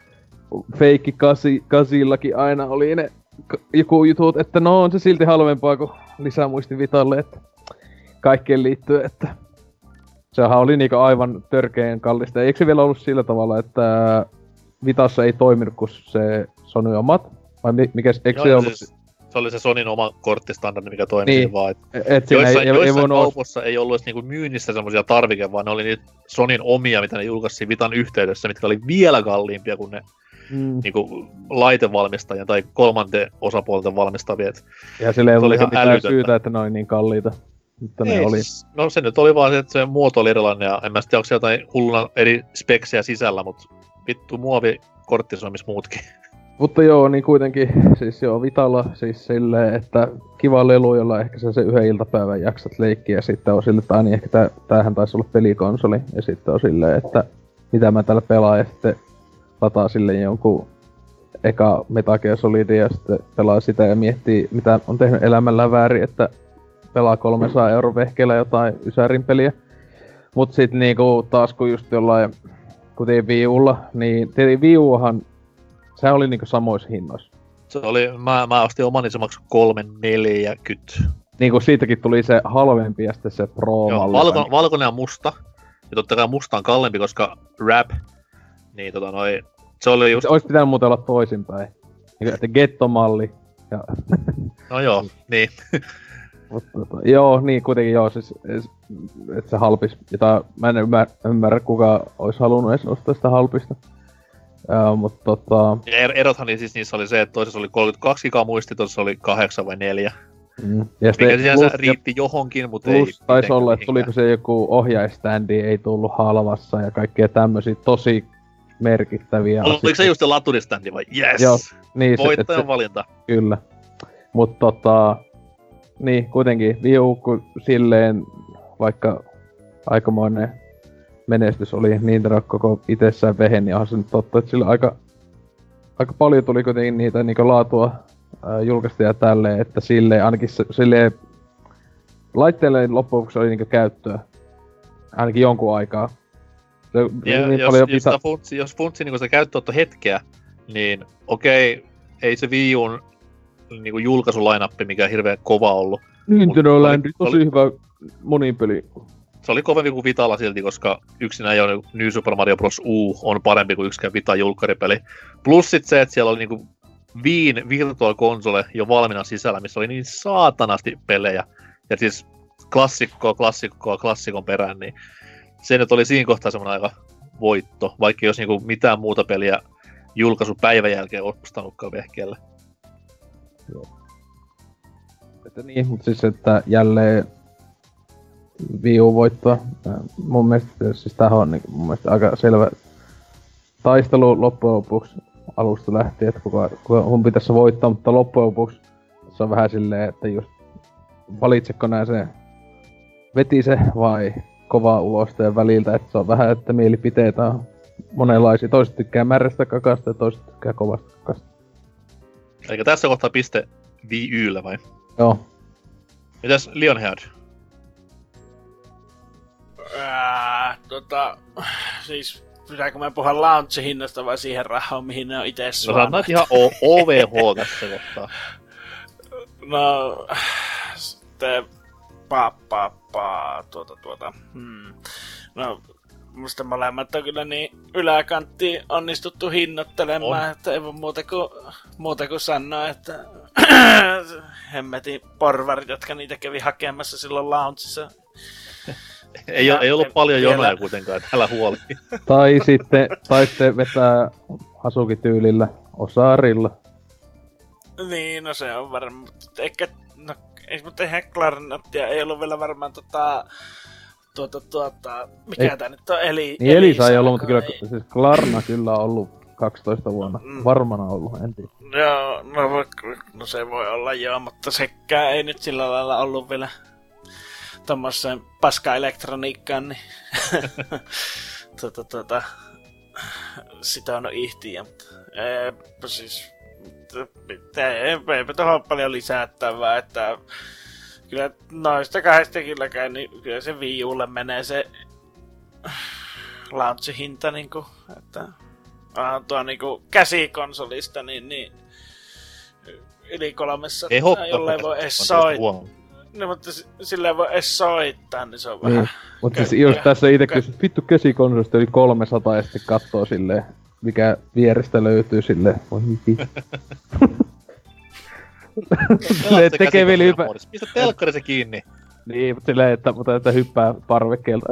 feikki kasillakin aina oli ne joku jutut, että no on se silti halvempaa kuin lisämuisti Vitalle, että kaikkeen liittyy, että sehän oli niinku aivan törkeen kallista. Eikö se vielä ollut sillä tavalla, että Vitassa ei toiminut, kun se Sony omat? Vai eikö se ollut... Se oli se Sonyn oma korttistandardi, mikä toimi niin. siinä vaan. Joissain kaupoissa ei ollut edes niinku myynnissä semmosia tarvike, vaan ne oli niitä Sonyn omia, mitä ne julkaisivat Vitan yhteydessä, mitkä oli vielä kalliimpia kuin ne niinku laitevalmistajien tai kolmanteen osapuolten valmistavia. Ja sillä ei ollut mitään syytä, että ne oli niin kalliita. Mutta ne oli. No se nyt oli vaan se, että se muoto oli erilainen, ja en mä tiedä, onko se jotain hulluna eri speksejä sisällä, mutta vittu muovi korttissa on missä muutkin. Mutta joo, niin kuitenkin, siis joo, Vitalla siis silleen, että kiva lelu, jolla ehkä se yhden iltapäivän jaksat leikkiä, ja sitten on silleen, että niin ehkä tämähän taisi olla pelikonsoli, ja sitten on silleen, että mitä mä täällä pelaan, ja sitten lataa silleen jonkun eka Metal Gear Solidin, ja sitten pelaa sitä ja miettii, mitä on tehnyt elämällään väärin, että pelaa 300 € vehkeellä jotain Ysärin peliä. Mut sit niinku taas kun just jollain, kuten Wii Ulla, niin tietenkin Wii Uhan, sehän oli niinku samoissa hinnoissa. Se oli, mä ostin oman, niin se maksoi 3,40. Niinku siitäkin tuli se halvempi ja sitten se Pro-malli. Joo, valkoinen ja musta. Ja totta kai musta on kalliimpi, koska rap, niin se oli just... Ois pitänyt muuten olla toisinpäin. Että Getto-malli. Ja... No joo, niin. Mutta joo, niin kuitenkin joo, siis että se halpis. Jota mä en ymmärrä kuka ois halunnut edes ostaa sitä halpista. Mutta erothan niin siis niissä oli se, että toisessa oli 32 gigaa muisti, toisessa oli 8 vai 4. Ja mikä sinänsä riitti johonkin, mutta ei... Taisi olla, että tuliko se joku ohjaiständi, ei tullut halvassa ja kaikkea tämmösiä tosi merkittäviä asioita. Oliko se just se laturiständi vai? Yes! Joo, niin, voittajan valinta. Kyllä. Mutta niin, kuitenkin Wii U silleen, vaikka aikamoinen menestys oli Nintendo koko itsessään vehen, niin onhan se nyt totta, että sillä aika paljon tuli kuitenkin niitä niinku laatua julkaista ja tälleen, että silleen, ainakin silleen laitteelle loppujen lopuksi oli niinku käyttöä. Ainakin jonkun aikaa. Jos funtsi niinku sitä käyttöönotto hetkeä, niin okei, ei se Wii U:n niinku julkaisulainappi mikään hirveän kova ollut. Nintendo Land tosi hyvä monin peli. Se oli kovempi kuin Vitalla silti, koska yksinään jo New Super Mario Bros. U on parempi kuin yksikään Vitan julkkaripeli. Plus sit se, että siellä oli niinku Viin Virtual Console jo valmiina sisällä, missä oli niin saatanasti pelejä. Ja siis klassikon perään, niin se nyt oli siinä kohtaa semmonen aika voitto, vaikka jos niinku mitään muuta peliä julkaisupäivän jälkeen ostanutkaan vehkeelle. Joo. Että niin, mutta siis että jälleen Wii U voittaa. Mun mielestä siis tähän on niin, mun mielestä aika selvä taistelu loppujen lopuksi alusta lähtien, että kun pitäisi voittaa, mutta loppujen lopuksi se on vähän silleen, että just valitseko nää se vetise vai kovaa ulosteen väliltä, että se on vähän, että mielipiteitä on monenlaisia. Toiset tykkää märrästä kakasta ja toiset tykkää kovasta kakasta. Elikkä tässä kohtaa piste Wii U:lle vai? Joo. Mitäs Lionhead? Siis pitääkö mä puhua launch-hinnasta vai siihen rahaan, mihin ne on ite saanut? No sä ihan OVH tässä kohtaa. No, sitten No, musta molemmat on kyllä niin yläkanttiin onnistuttu hinnoittelemaan, On. että ei voi muuta kuin sanoa, että hemmetin porvarit, jotka niitä kävi hakemassa silloin launchissa. Ei ollut paljon vielä. jonoja kuitenkaan, että älä huoli. Tai sitten vetää Hasuki-tyylillä Osarilla. Niin, no se on varmaan, mutta ehkä, no ei, mutta eihän klarinettia, ei ollut vielä varmaan mikä Ei. tää nyt on, Niin Elisa ei ollut, mutta kyllä ei. siis Klarna kyllä on ollut 12 vuonna. Varmana ollut, en tiedä. Joo, no se voi olla joo, mutta sekään ei nyt sillä lailla ollut vielä tommoseen paska-elektroniikkaan, niin sitä on ihtiä. Siis eipä tohon paljon lisättävää, että kyllä noista kahdesta kylläkään, niin kyllä se Wii Ulle menee se launch-hinta niinku, että tuo niinku käsikonsolista niin yli 300, Ei hokkaa, jollei voi edes soittaa. No, mutta sillä voi edes soittaa, niin se on vähän... Mutta siis just tässä itse kysyt, vittu käsikonsolista yli 300 ja sitten kattoo silleen, mikä vierestä löytyy silleen, voi vittu. Se tekee vielä Pistä telkkari se kiinni. Niin, mutta silleen, että hyppää parvekkeelta.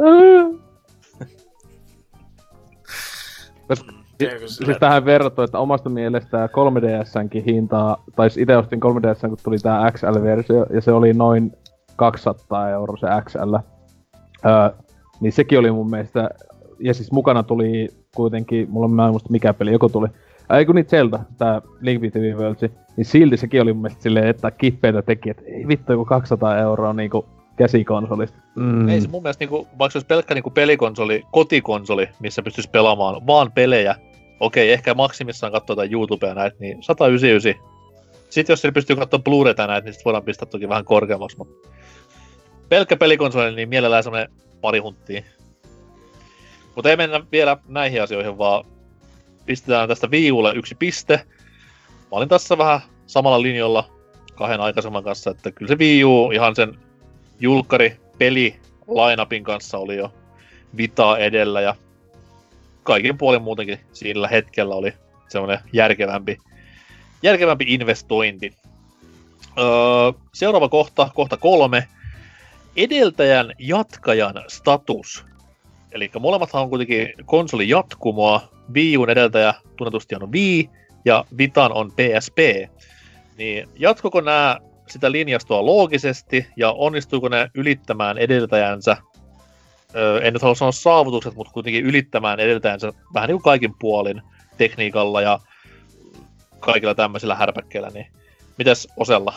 Siis tähän verrattuna, että omasta mielestä 3DSnkin hintaa, tai itse ostin 3DSn, kun tuli tää XL-versio, ja se oli noin 200 € se XL. Niin sekin oli mun mielestä, ja siis mukana tuli kuitenkin, mä en muista mikä peli, joku tuli. Ei kun niitä Zelda, tää Link Between Worlds, niin silti sekin oli mun mielestä silleen, että kippeitä teki, että ei vittu joku 200 € niinku käsikonsolista. Ei se mun mielestä, niinku, vaikka se olisi pelkkä niinku pelikonsoli, kotikonsoli, missä pystyisi pelaamaan vaan pelejä, okei, ehkä maksimissaan katsoa jotain YouTubea näitä, niin 199. Sitten jos se pystyy katsoa Blu-rayta näitä, niin sit voidaan pistää toki vähän korkeammaksi, mutta pelkkä pelikonsoli, niin mielellään semmonen pari hunttia. Mutta ei mennä vielä näihin asioihin, vaan pistetään tästä Wii Ulle 1 piste. Mä olin tässä vähän samalla linjalla kahden aikaisemman kanssa, että kyllä se Wii U ihan sen julkkari peli line-upin kanssa oli jo Vitaa edellä ja kaikin puolin muutenkin sillä hetkellä oli semmoinen järkevämpi investointi. Seuraava kohta 3. Edeltäjän jatkajan status. Eli molemmathan on kuitenkin konsolin jatkumoa. Wii U:n edeltäjä tunnetusti on Wii ja Vitan on PSP. Niin jatkoiko nämä sitä linjastoa loogisesti ja onnistuiko ne ylittämään edeltäjänsä, en nyt halua sanoa saavutukset, mutta kuitenkin ylittämään edeltäjänsä vähän niin kuin kaikin puolin tekniikalla ja kaikilla tämmöisillä härpäkkeillä, niin mitäs Osella?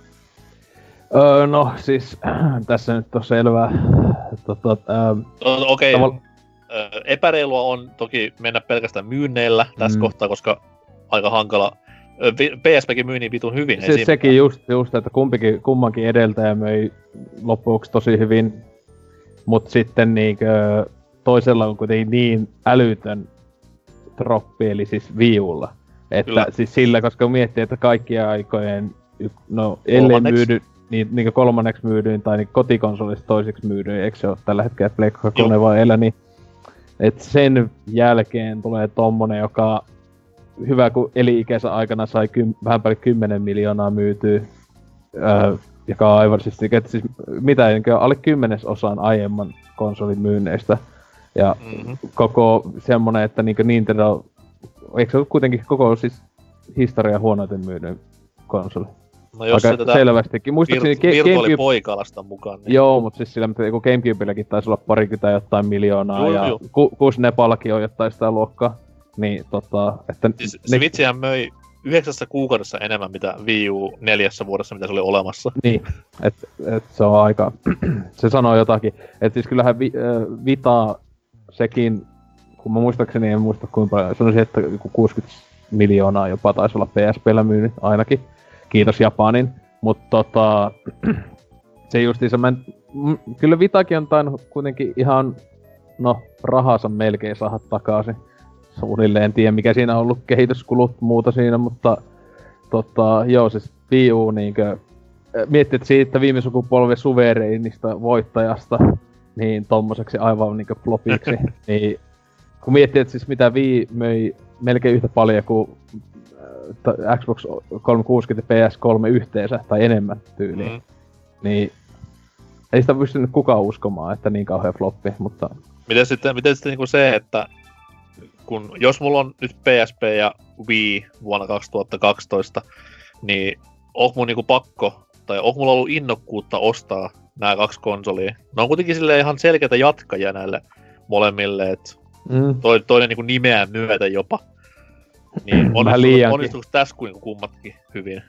No siis, tässä nyt on selvää. Okei, epäreilua on toki mennä pelkästään myynneillä tässä kohtaa, koska aika hankala. PSPkin myy niin vitun hyvin. Siis sekin just, että kummankin edeltäjä möi loppuksi tosi hyvin, mut sitten niinkö toisella on kuitenkin niin älytön droppi, eli siis Wii Ulla. Että kyllä. Siis sillä, koska miettii, että kaikkien aikojen, ellei myydy, niin kolmanneksi myydyin tai niin kotikonsolista toiseksi myydyin, eikö se ole tällä hetkellä Pleikka 3 vai elä, niin et sen jälkeen tulee tommonen, joka hyvä kun eli-ikänsä aikana sai vähän päälle 10 miljoonaa myytyä, joka on aivan siis, että siis mitä alle 10% aiemman konsolin myynneistä. Ja koko semmonen, että niinku Nintendo, eikö se ole kuitenkin koko siis historian huonoiten myydyn konsoli? No jos aika se tätä selvästikin. Muistaakseni virtuaalipoikalasta mukaan. Niin. Joo, mutta siis sillä, mitä GameCubelläkin taisi olla 20 jotain miljoonaa ja Kuusnepallakin on jotain sitä luokkaa. Niin että... Siis Switchihän möi 9 kuukaudessa enemmän mitä Wii U 4 vuodessa, mitä se oli olemassa. Niin, et se on aika... se sanoo jotakin. Et siis kyllähän Vita sekin, kun mä muistaakseni en muista kuinka paljon, sanoisin, että 60 miljoonaa jopa taisi olla PSP:llä myynyt ainakin. Kiitos Japanin. Mutta se justiinsa kyllä Vitakin on tainnut kuitenkin ihan, rahansa melkein saada takaisin. Suunnilleen en tiedä mikä siinä on ollut kehityskulut muuta siinä, mutta joo siis Wii U niinkö miettii, että siitä viime sukupolven suvereinista voittajasta niin tommoseksi aivan niinku flopiksi. Niin, kun miettii, että siis mitä Wii möi melkein yhtä paljon kuin Xbox 360 ja PS3 yhteensä, tai enemmän tyyliin. Niin ei sitä pystynyt kukaan uskomaan, että niin kauhean floppi, mutta... Miten sitten niinku se, että jos mulla on nyt PSP ja Wii vuonna 2012, niin onko mun niinku pakko, tai onko mulla ollut innokkuutta ostaa nämä 2 konsolia? Ne on kuitenkin silleen ihan selkeitä jatkajia näille molemmille, että toinen niinku nimeä myötä jopa. Niin onnistuuko tässä kuin kummatkin hyvin?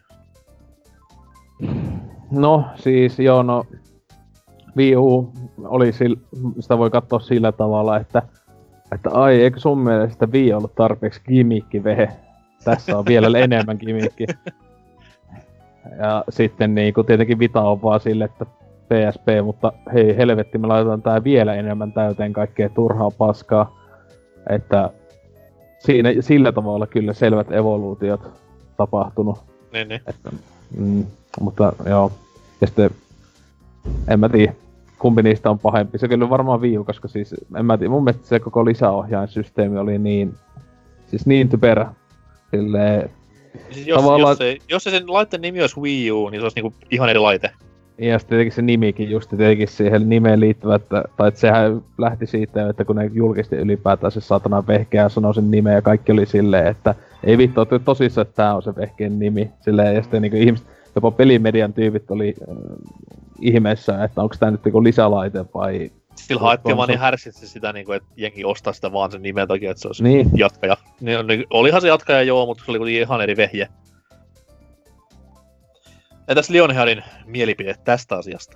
No siis joo, no Wii U oli sitä voi katsoa sillä tavalla, että ai, eikö sun mielestä Wii ollut tarpeeksi gimmickki-vehe? Tässä on vielä enemmän gimmickki. Ja sitten niinku tietenkin Vita on vaan sille, että PSP, mutta hei helvetti, me laitetaan tää vielä enemmän täyteen kaikkea turhaa paskaa. Että siinä sillä tavalla kyllä selvät evoluutiot tapahtunut. Niin. Että, mutta joo, ja sitten en mä tiedä, kumpi niistä on pahempi. Se kyllä varmaan Wii U, koska siis en mä tiedä, mun mielestä se koko lisäohjainsysteemi oli niin typerä. Silleen, siis jos sen laitteen nimi olisi Wii U, niin se olisi niinku ihan eri laite. Ja sitten tietenkin se nimikin just tietenkin siihen nimeen liittyvä, että sehän lähti siitä, että kun ne julkisti ylipäätään se satana vehkeä ja sanoi sen nimen ja kaikki oli silleen, että ei vittu, ootko tosissaan, että tää on se vehkeen nimi. Silleen, ja sitten niinku ihmiset, jopa pelimedian tyypit oli ihmeessä, että onko tää nyt niinku lisälaite vai... Sillä haettiin vaan niin härsisti sitä, niinku, että jengi ostaa sitä vaan sen nimen takia, että se olisi niin. Jatkaja. Niin, olihan se jatkaja joo, mutta se oli kuitenkin ihan eri vehje. Entäs Lionheadin mielipide tästä asiasta?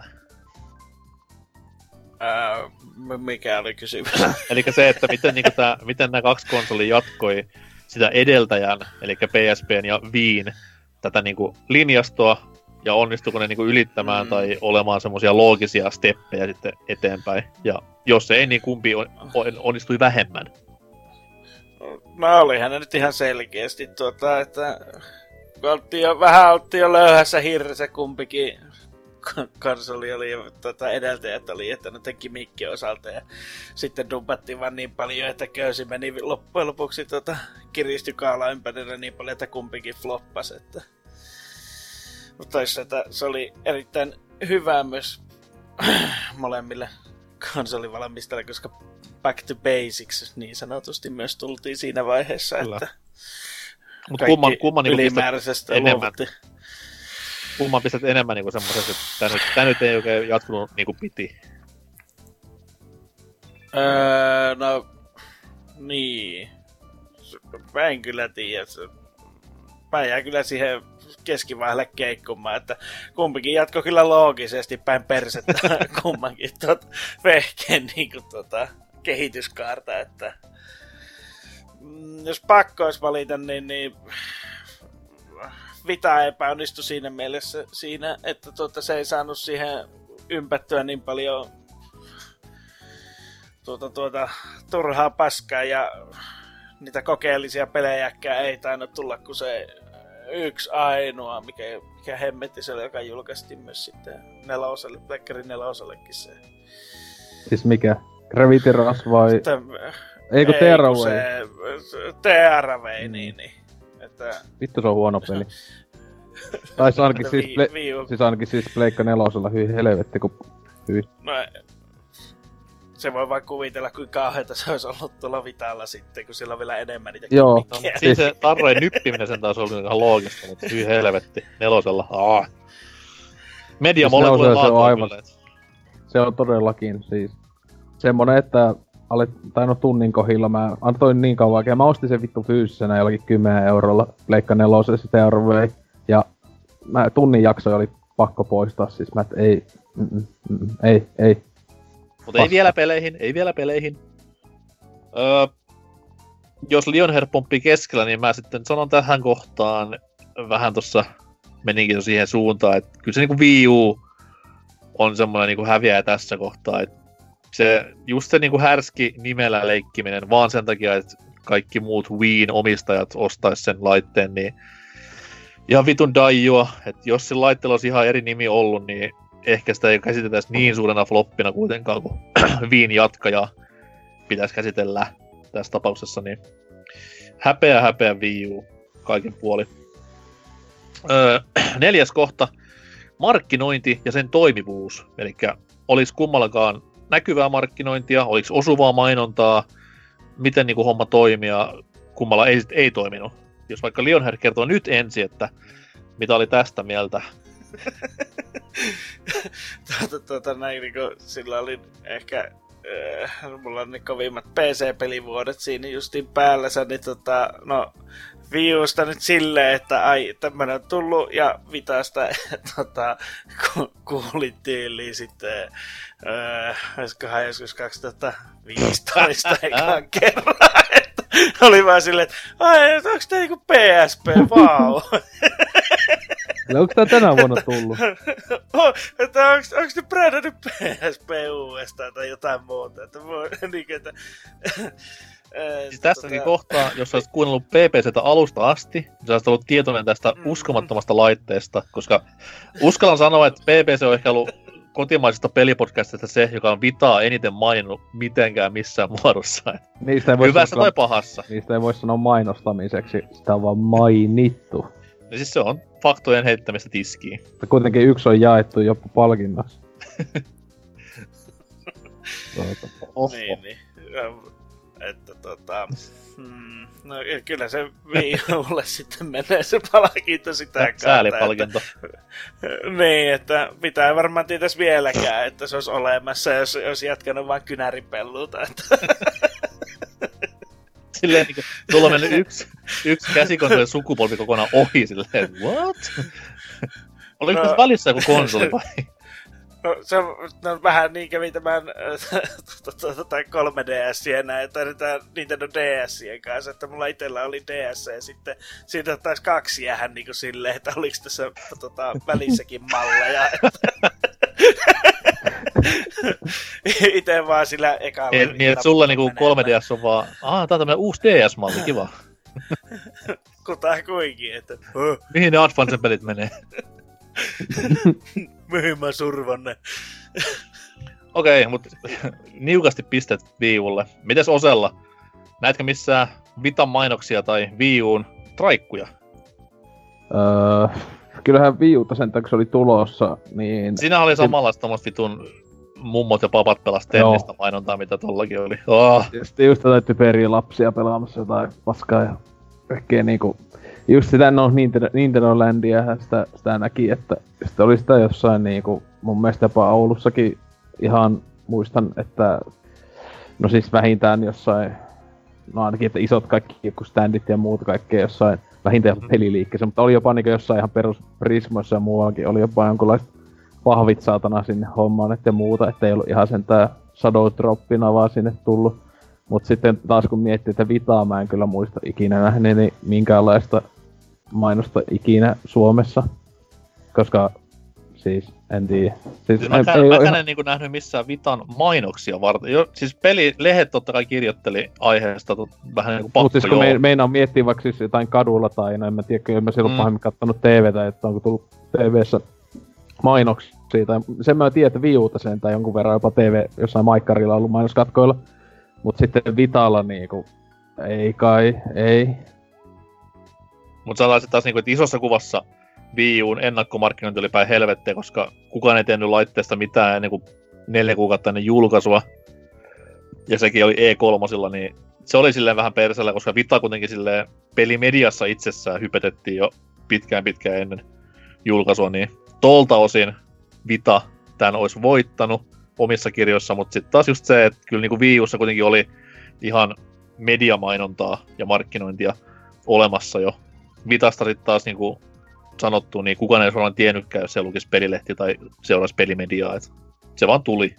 Mikä oli kysymys? Elikkä se, että miten nämä 2 konsolia jatkoi sitä edeltäjän, eli PSPn ja Wiin tätä niinku linjastoa, ja onnistuiko ne niinku ylittämään tai olemaan semmosia loogisia steppejä sitten eteenpäin. Ja jos se ei, niin kumpi onnistui vähemmän? No olihan ne nyt ihan selkeästi että oltiin jo löyhässä hirressä kumpikin konsoli oli ja edeltäjät oli, että ne teki mikkien osalta ja sitten dumpattiin vaan niin paljon, että köysi meni loppujen lopuksi kiristyi kaala ympärillä niin paljon, että kumpikin floppasi, että mutta toisaalta se oli erittäin hyvä myös molemmille konsolivalmistajille, koska back to basics niin sanotusti myös tultiin siinä vaiheessa, kyllä. Että mutta kumman ylimääräisestä enemmän? Kumman pistät enemmän niinku semmosesta, että tää nyt ei oikein jatkunut niinku piti? No, niin. Mä en kyllä tiedä. Mä jään kyllä siihen keskivaiheelle keikkumaan, että kumpikin jatko kyllä loogisesti päin persettä kummankin vehkeen niinku kehityskaarta, että jos pakko olisi valita, niin Vita epäonnistui siinä mielessä siinä, että se ei saanut siihen ympättyä niin paljon turhaa paskaa ja niitä kokeellisia pelejäkään ei tainnut tulla kuin se yksi ainoa, mikä hemmetti se oli, joka julkaistiin myös sitten Plekkari 4:llekin se. Siis mikä? Gravity Rush vai? Eikö Tearaway? Tearaway, niin. Että... Vittu se on huono peli. Taisi ainakin siis ainakin Pleikka 4:lla hyi helvetti kun hyi. No, se voi vaan kuvitella, kuinka kauheeta se olisi ollut tuolla Vitalla sitten, kun sillä on vielä enemmän niitä kimmikkejä. No, siis se tarrojen nyppiminen sen taas oli ihan loogista, mutta hyi helvetti 4:lla. Media molemmille laatuun. Se on todellakin siis semmonen, että tunnin kohdilla mä antoin niin kauan, ja mä ostin sen vittu fyysisenä jollakin 10 eurolla Pleikka 4 sitä Tearaway, ja mä tunnin jaksoja oli pakko poistaa, siis mä ei. Mutta ei vielä peleihin. Jos Lionhead pomppii keskellä, niin mä sitten sanon tähän kohtaan vähän tossa meninkin jo siihen suuntaan, että kyllä se niinku Wii U on semmoinen niinku häviäjä tässä kohtaa, että just se niinku härski nimellä leikkiminen vaan sen takia, että kaikki muut Wiin omistajat ostais sen laitteen, niin ihan vitun daijua, että jos sillä laitteella olisi ihan eri nimi ollut, niin ehkä sitä ei käsitetäisi niin suurena floppina kuitenkaan kuin Viin jatkaja pitäisi käsitellä tässä tapauksessa, niin häpeä Wii U kaikin puoli. 4. kohta, markkinointi ja sen toimivuus. Elikkä olis kummallakaan näkyvää markkinointia, oliks osuvaa mainontaa, miten niinku homma toimii ja kummalla ei toiminut. Jos vaikka Lionhead kertoo nyt ensin, että mitä oli tästä mieltä. Näin niinku sillä oli ehkä mulla on ne kovimmat PC-pelivuodet siinä justiin päällänsä, niin no Wii Usta nyt silleen, että ai tämmönen on tullut ja Vitasta kuulin tyyliin sitten olisikohan joskus 2015 ekan kerran, että oli vaan silleen, että ai onks tää niinku PSP, vau. Onko tää tänä vuonna tullut? Että onks ne brändännyt PSP uudestaan tai jotain muuta, että siis tässäkin kohtaa, jos olisit kuunnellut PPCtä alusta asti, niin olisit ollut tietoinen tästä uskomattomasta laitteesta, koska uskallan sanoa, että PPC on ehkä ollut kotimaisista pelipodcastista se, joka on Vitaa eniten maininnut mitenkään missään muodossa. Hyvässä tai pahassa. Niistä ei voi sanoa mainostamiseksi, sitä on vaan mainittu. Ja siis se on faktojen heittämistä tiskiin. Mutta kuitenkin yksi on jaettu jopa palkinnossa. Niin. Että no kyllä se Wii Ulle sitten menee se palkinto sitä kautta. Säälipalkinto. Niin, että pitää varmaan tietäisi vieläkään, että se olisi olemassa, jos olisi jatkanut vaan kynäripelluuta. Silleen niinku, tuolla on mennyt yksi käsikonsolin sukupolvi kokonaan ohi, silleen, what? Oliko tässä välissä joku konsoli vai? No se on vähän niin kävi tämän 3DS:ien näin, tai Nintendo DS:ien kanssa, että mulla itellä oli DS ja sitten siitä taisi 2 jäähän niinku silleen, että oliks tässä välissäkin malleja. Ite vaan sillä ekalla. Niin, että sulla niinku 3DS on vaan, tää on tämmönen uusi DS-malli, kiva. Kutaan kuinkin, että mihin ne Advancen pelit menee? mihin mä survan ne. Okei, mutta niukasti pistet Wii Ulle. Mites Osella? Näetkö missään Vitan mainoksia tai Wii U:n traikkuja? Kyllähän Wii Uta sentään, kun se oli tulossa, niin... Siinä oli samanlaista tommoista vitun mummot ja papat pelas tennistä mainontaa, mitä tollakin oli. Oh. Sitten just tätä typeriä lapsia pelaamassa jotain paskaa ja kaikkea niinku... Just sitä Nintendo Landia sitä näki, että sitten oli sitä jossain niinku... Mun mielestä jopa Oulussakin ihan muistan, että... No siis vähintään jossain... No ainakin, että isot kaikki joku standit ja muut kaikkea jossain... Vähintään peliliikkeessä, mutta oli jopa niinku jossain ihan perus Prismoissa ja muuallakin oli jopa jonkunlaiset pahvit saatana sinne hommaan ja muuta, ettei ollut ihan sentään Shadow Droppina vaan sinne tullut. Mut sitten taas kun miettii, että Vitaa mä en kyllä muista ikinä nähneeni minkäänlaista mainosta ikinä Suomessa. Koska siis en tiedä. Siis mäkään en niinku nähnyt missään Vitan mainoksia varten. Siis pelilehdet totta kai kirjoitteli aiheesta vähän niinku pakko. Mut siis kun meinaa miettiä vaikka siis jotain kadulla tai no en mä tiedä, kyllä en mä silloin pahemmin kattonut TVtä, että onko tullut TV:ssä mainoksia. Tai sen mä tiedän, että Wii Uta sen tai jonkun verran jopa TV jossain maikkarilla on ollut mainoskatkoilla. Mut sitten Vitalla niinku, ei kai, ei. Mut sanoisin taas niinku, että isossa kuvassa Wii U:n ennakkomarkkinointi oli päin helvettiä, koska kukaan ei tehnyt laitteesta mitään ennen kuin 4 kuukautta ennen julkaisua. Ja sekin oli E3, niin se oli silleen vähän persellä, koska Vita kuitenkin silleen pelimediassa itsessään hypetettiin jo pitkään ennen julkaisua, niin tolta osin Vita tän olisi voittanut omissa kirjoissa, mutta sitten taas just se, että kyllä niinku Wii U:ssa kuitenkin oli ihan mediamainontaa ja markkinointia olemassa jo. Vitasta sitten taas niinku sanottu, niin kukaan ei olisi tiennytkään, jos se lukisi pelilehti tai seuraisi pelimediaa, että se vaan tuli.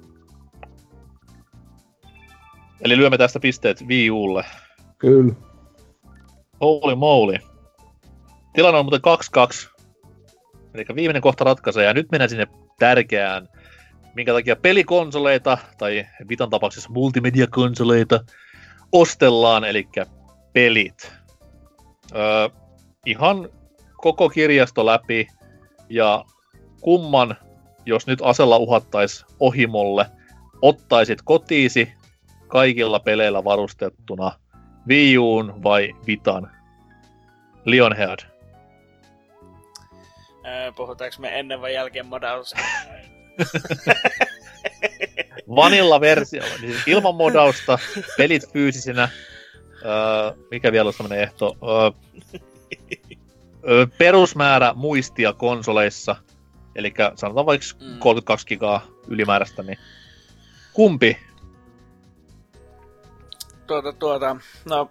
Eli lyömme tästä pisteet Wii U:lle. Kyllä. Holy moly. Tilanne on muuten 2-2. Eli viimeinen kohta ratkaisee, ja nyt mennään sinne tärkeään, minkä takia pelikonsoleita, tai Vitan tapauksessa multimedia-konsoleita, ostellaan, eli pelit. Ihan koko kirjasto läpi, ja kumman, jos nyt asella uhattais ohimolle, ottaisit kotiisi kaikilla peleillä varustettuna Wii U:n vai Vitan? Lionhead. Puhutaanko me ennen vai jälkeen modausta? Vanilla-versio, niin siis ilman modausta, pelit fyysisinä. Mikä vielä on sellainen ehto? Perusmäärä muistia konsoleissa. Eli sanotaan vaikka 32 gigaa ylimääräistä, niin kumpi? No,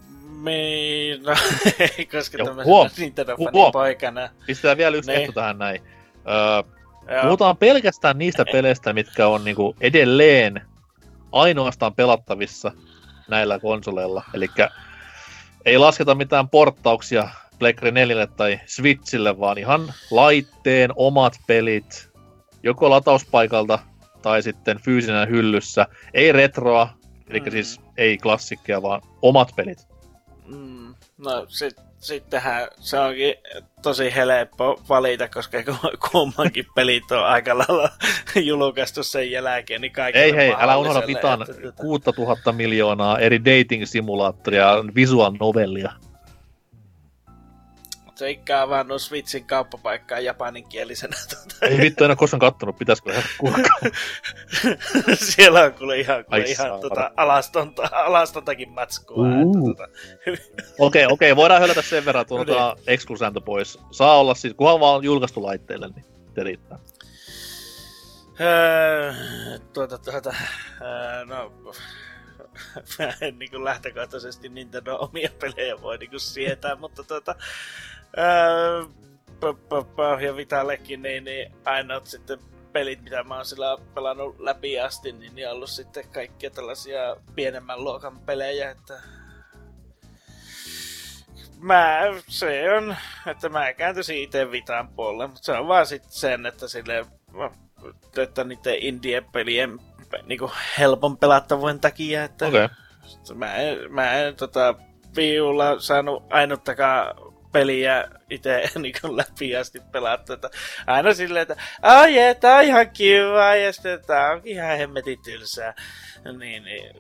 koska tämmöisenä Nintendo-fanin poikana. Pistetään vielä yksi ehto tähän näin. Puhutaan pelkästään niistä peleistä, mitkä on niinku edelleen ainoastaan pelattavissa näillä konsoleilla. Elikkä ei lasketa mitään porttauksia Pleikkari 4 tai Switchille, vaan ihan laitteen omat pelit. Joko latauspaikalta tai sitten fyysinä hyllyssä. Ei retroa, eli siis ei klassikkia, vaan omat pelit. No sittenhän se onkin tosi helppo valita, koska kummankin pelit on aika lailla julkaistu sen jälkeen. Niin ei, älä unohda Vitan 6000 miljoonaa eri dating-simulaattoria ja visual novellia. Se eikä avannut Switchin kauppapaikkaa japaninkielisenä. Ei vittu, en ole koskaan kattonut, pitäisikö ihan kurkkaa? Siellä on kuule ihan alastontakin matskua. Okei, voidaan hölätä sen verran exclusääntö pois. Saa olla siis, kunhan vaan julkaistu laitteille, niin te riittää. No, mä en niin lähtökohtaisesti Nintendo omia pelejä voi niin sietää, mutta ja Vitallekin, niin ainoat sitten pelit, mitä mä oon sillä pelannut läpi asti, niin on ollut sitten kaikkia tällaisia pienemmän luokan pelejä, että mä kääntyisin itse Vitan puolelle, mutta se on vaan sitten sen, että että niiden indie-pelien niinku helpon pelattavuuden takia, että mä en Wii Ulla saanut ainuttakaan peliä itse niinku läpi asti pelattu, että aina silleen, että tää on ihan kiva, ja sitten tää onkin ihan hemmetin tylsää, niin,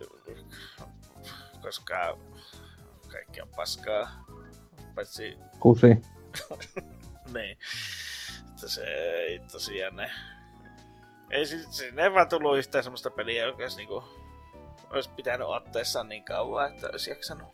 koska kaikki on paskaa, paitsi Kusi. niin, että se ei tosiaan ei sinne vaan tullut yhtään semmoista peliä, joka niinku olisi pitänyt otteessaan niin kauan, että olisi jaksanut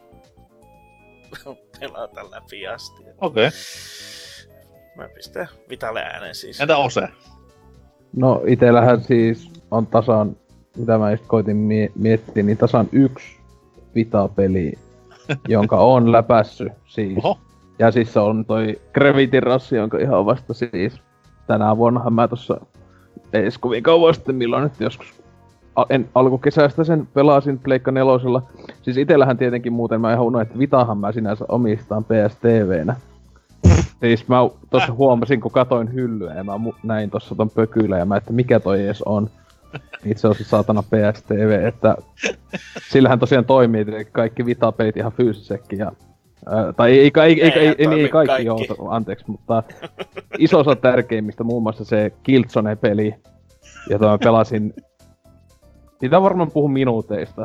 pelata läpi asti. Okei. Mä pistän Vitalle äänen siis. Entä Ose? No itellähän siis on tasan, mitä mä just koitin miettiä, niin tasan 1 Vita-peli, jonka on läpässy siis. Oho. Ja siis se on toi Gravity Rush, jonka ihan vasta siis tänä vuonnahan mä tossa ees kovin kauan sitten, milloin nyt joskus alkukesästä sen pelasin Pleikka 4:lla. Siis itellähän tietenkin muuten mä ihan unohdin, että Vitahan mä sinänsä omistaan PSTV:nä. Siis mä tossa huomasin, kun katoin hyllyä ja mä näin tossa ton pökylä ja mä, että mikä toi ees on. Itse on se saatana PSTV, että sillähän tosiaan toimii kaikki Vita-pelit ihan fyysisekin ja tai ei kaikki joo, anteeksi, mutta iso osa tärkeimmistä, muun muassa se Killzone-peli, jota mä pelasin. Pitää varmaan puhua minuuteista.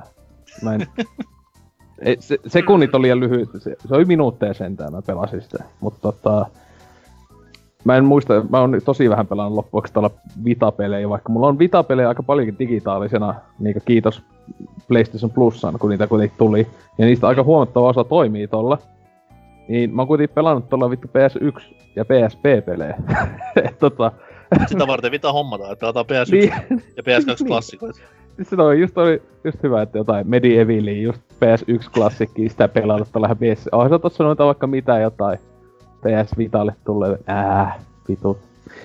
Sekunnit oli liian lyhyt, se oli minuutteja sentään, mä pelasin sitä. Mutta mä en muista, mä oon tosi vähän pelannut loppuksi tällä Vita-pelejä, vaikka mulla on Vita-pelejä aika paljonkin digitaalisena, niin kiitos PlayStation Plusan, kun niitä kuitenkin tuli. Ja niistä aika huomattava osa toimii tolla. Niin mä oon kuitenkin pelannut tuolla vittu PS1 ja PSP-pelejä. Sitä varten Vita hommataan, että pelataan PS1 ja PS2 klassikoita. Se oli just hyvä, että jotain Medievalia, just PS1-klassikkiä, sitä pelata tuolla PS. Onhan sä tossa noita vaikka mitä jotain PS Vitalle tulee. Vitut.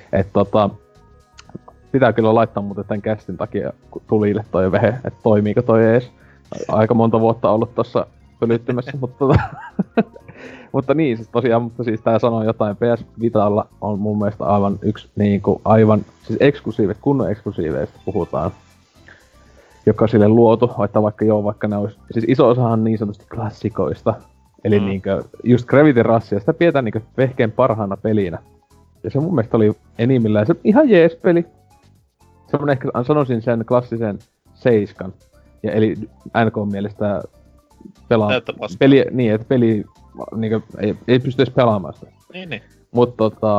Pitää kyllä laittaa muuten tän kästin takia tulille toi vehe, että toimiiko toi ees. Aika monta vuotta ollut tossa pölyttymässä, mutta niin, siis tosiaan, mutta siis tää sanoo jotain, PS Vitalla on mun mielestä aivan yksi niinku siis kunnon eksklusiiveista puhutaan. Joka sille luotu, vaikka ne olisi, siis iso osahan niin sanotusti klassikoista. Eli niinkö, just Gravity Rushia, sitä pidetään niinkö vehkeen parhaana pelinä. Ja se mun mielestä oli enimmillään se ihan jees peli. Semmonen ehkä sanoisin sen klassisen 7. Ja eli NK mielestä Näyttää paskaa. peli, niin että peli niinku, ei pysty edes pelaamaan sitä. Niin. Mut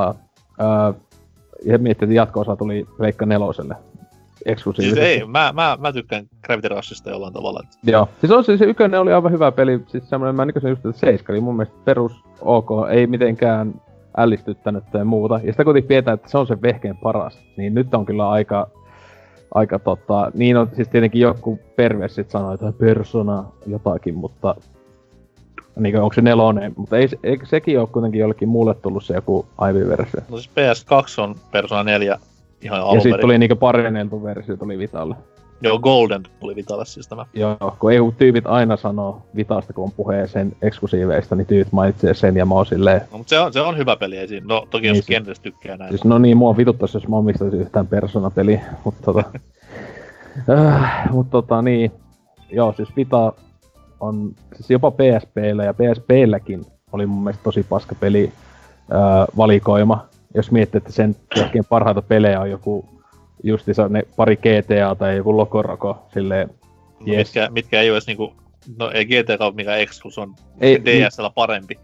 ja miettii, että jatko-osa tuli Pleikka 4:lle eksklusiivisesti. Siis ei, mä tykkään Gravity Rushista jollain tavalla. Että... Joo. Siis on se ykkönen oli aivan hyvä peli, siis semmonen, mä nykyisen just, että 7 oli mun mielestä perus ok, ei mitenkään ällistyttänyt tai muuta. Ja sitä kuitenkin pidetään, että se on se vehkeen paras. Niin nyt on kyllä aika niin on siis tietenkin joku perversit sanoo, että Persona jotakin, mutta niin onko se 4, mutta eikö sekin ole kuitenkin jollekin muulle tullut se joku aivi-versio? No siis PS2 on Persona 4 ihan alun ja sit perin. tuli niinku paranneltu versio tuli Vitalle. Joo, Golden tuli Vitalle siis tämä. Joo, kun EU-tyypit aina sanoo Vitasta, kun on puheen sen eksklusiiveista, niin tyypit mainitsee sen ja mä oon silleen... No, mutta se on hyvä peli, ei siinä. No toki jos niin genres tykkää näin. Siis no niin, mua vituttais, jos mä omistaisin yhtään Persona-peliä, mutta niin. Joo, siis Vita on siis jopa PSP:llä ja PSP:lläkin oli mun mielestä tosi paska peli valikoima. Jos miettii, että sen jälkeen parhaita pelejä on joku justiinsa ne pari GTA tai joku Lokoroko silleen. No, yes. mitkä ei oo edes niinku, no ei GTA ole mikään exclus, on Ei, DS:llä parempi.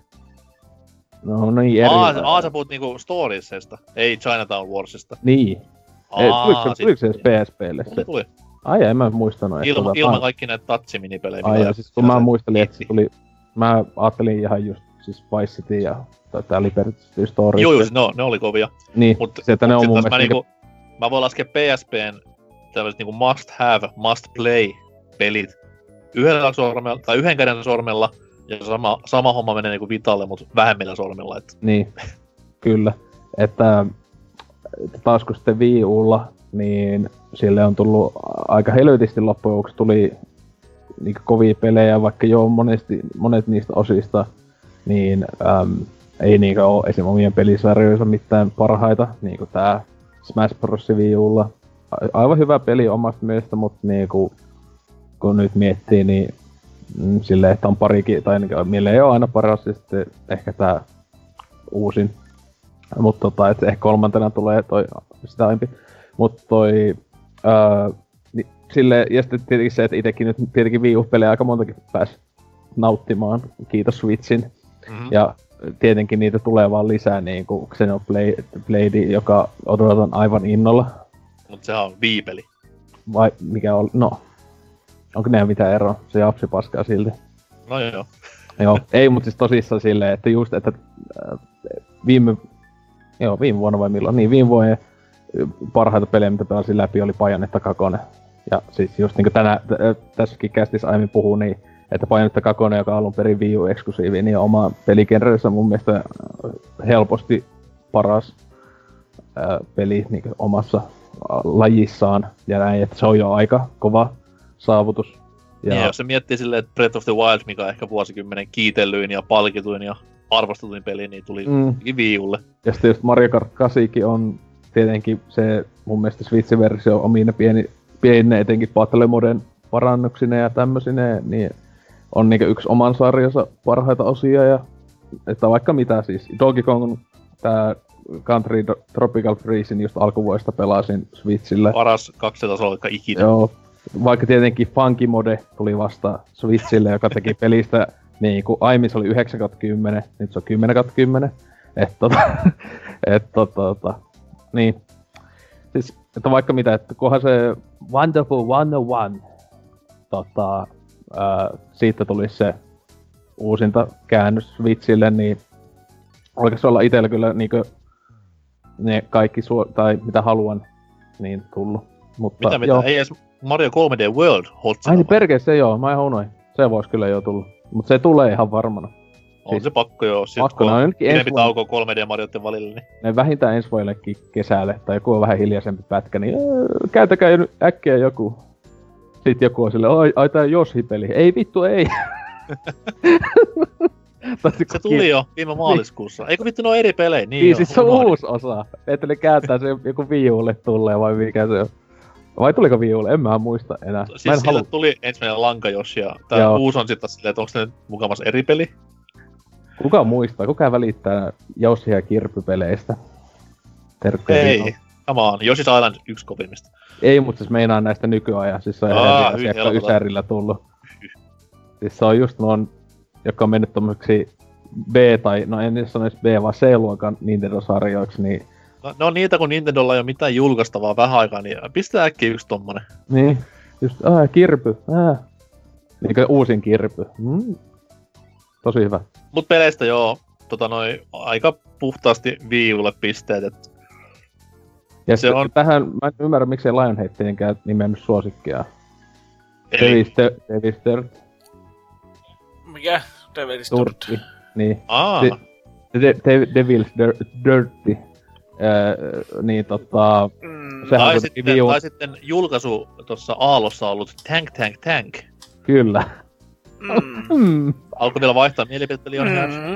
No niin eri. Sä puhut niinku Storiesesta, ei Chinatown Warsista. Niin. Tuliko se edes PSP:lle se? Tuli. Ai en mä muistanut. Ilman kaikki näitä touch-minipelejä. Ai siis kun mä muistelin, että se tuli... Mä ajattelin ihan just siis Vice City ja tää Liberty Story. Joo, no, ne oli kovia. Niin, se, että ne on mun mielestä... Mä voin laskea PSPn tämmöset niinku must have, must play pelit yhdellä sormella, tai yhden käden sormella, ja sama homma menee niinku Vitalle, mut vähemmillä sormilla. Että... Niin, kyllä. Että taas kun sitten Wii Ulla, niin sille on tullut aika helvetisti loppujen lopuksi tuli niinku kovia pelejä, vaikka joo monet niistä osista, niin ei niinkö oo esim. Omien pelisarjoissa mitään parhaita, niinku tää Smash Bros. Wii Ulla. Aivan hyvä peli omasta mielestä, mutta niinku kun nyt miettii, niin silleen, että on parikin, tai mieleen ei oo aina paras, ja sitten ehkä tää uusin. Mutta et ehkä kolmantena tulee toi sitä aiempi. Mut toi niin silleen, ja sitten tietenkin se, että itekin nyt tietenkin Wii U-pelejä aika montakin pääs nauttimaan, kiitos Switchin. Mm-hmm. Ja tietenkin niitä tulee vaan lisää niinku Xenoblade, joka odotan aivan innolla. Mut sehän on Wii-peli. Vai mikä on, no. Onko ne mitään eroa? Se japsi paskaa silti. No joo. Joo, ei mut siis tosissaan silleen, että just, että viime vuonna vai milloin? Niin, viime vuonna parhaita pelejä, mitä pelasin läpi, oli Bayonetta 2. Ja siis just niinku tässäkin kästissä aiemmin puhuu niin, että Bayonetta 2, joka on alun perin Wii U-eksklusiivi, niin on oma peligenressä mun mielestä helposti paras peli niinku omassa lajissaan. Ja näin, että se on jo aika kova saavutus. Ja niin, jos se miettii silleen, että Breath of the Wild, mikä on ehkä vuosikymmenen kiitellyin ja palkituin ja arvostetuin peli, niin tuli Wii Ulle. Ja sitten just Mario Kart 8 on tietenkin se mun mielestä Switch-versio omine pieni etenkin Battle Moden parannuksineen ja tämmösineen, niin on niinku yksi oman sarjansa parhaita osia ja että vaikka mitä siis. Donkey Kong tää Country Tropical Freezin just alkuvuodesta pelasin Switchillä. Paras 2D-tasolla ikinä. Joo. Vaikka tietenkin Funky Mode tuli vasta Switchille, joka teki pelistä niinku aiemmin se oli 9/10, nyt se on 10/10. Niin. Siis, että vaikka mitä, että kunhan se Wonderful 101, siitä tuli se uusinta käännös Switchille, niin oikeesti olla itellä kyllä niinkö ne kaikki tai mitä haluan, niin tullut. Mutta mitä? Ei edes Mario 3D World hotsa. Ai niin perkele se joo, mä ihan unoin. Se vois kyllä jo tulla. Mut se tulee ihan varmana. On siis, se pakko joo. Pakko, no ainakin ensi tauko 3D Marioiden välillä, niin... Ne vähintään ensi vuodellekin kesälle, tai joku on vähän hiljaisempi pätkä, niin käytäkää nyt äkkiä joku. Sitten joku on silleen, ai tää Yoshi-peli. Ei vittu, ei! Se tuli jo viime maaliskuussa. Eikö vittu, ne on eri pelejä? Niin siis se on uusi osa. Että ne kääntää se joku Wii Ulle tulee vai mikä se on. Vai tuliko Wii Ulle? En mä muista enää. Siis sieltä tuli ensimmäinen lanka Yoshi ja tää uusi on sitten silleen, että onks ne nyt mukamas eri peli? Kuka muistaa? Kuka välittää Yoshi ja Kirpy-peleistä? Ei. Come on, Yoshi's Island yksi kovimmista. Ei, mutta siis meinaan näistä nykyajan. Siis se on ihan eri asia, Ysärillä tullut. Siis se on just nuon, jotka on mennyt tommoseksi B- no en sanoisi B, vaan C-luokan Nintendo-sarjoiksi, niin... No niitä, kun Nintendolla ei ole mitään julkaistavaa vähän aikaa, niin pistää äkkiä yksi tommonen. Niin, just, kirpy, niinkö uusin kirpy. Tosi hyvä. Mut peleistä joo, aika puhtaasti Wii Ulle pisteet, et... Ja se on... tähän, mä en ymmärrä, miksei Lionheadtienkään nimennyt suosikkia. Devil's Dirt. Mikä? Devil's Dirt. Niin. Devil's Dirty. Niin tai sitten julkaisu tossa Aallossa ollut Tank. Kyllä. Alkoi vielä vaihtaa mielipidettä liian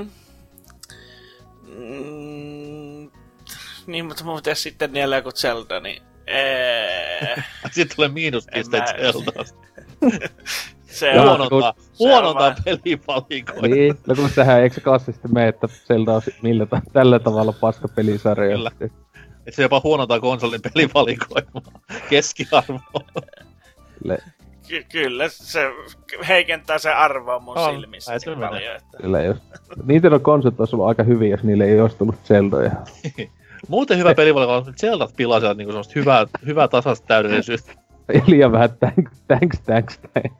niin, mutta mun pitäis sitten niellä joku Zelda, niin... Sitten tulee miinuspisteet Zeldasta. Se huonontaa pelivalikoita. Niin, no kun sehän eikö se klassisesti mene, että Zelda on tällä tavalla paska pelisarja. Kyllä. Et se jopa huonontaa konsolin pelivalikoimaa. Keskiarvoa. Kyllä, se heikentää se arvoa mun silmissä niin paljon. Kyllä jos. Nintendo konsolit olisi ollut aika hyviä, jos niille ei olisi tullut Zeldoja. Muuten hyvä pelivalikoima on, että Zeldat pilasivat niinku semmoista hyvää tasaista täydellisyyttä. Liian vähän thanks.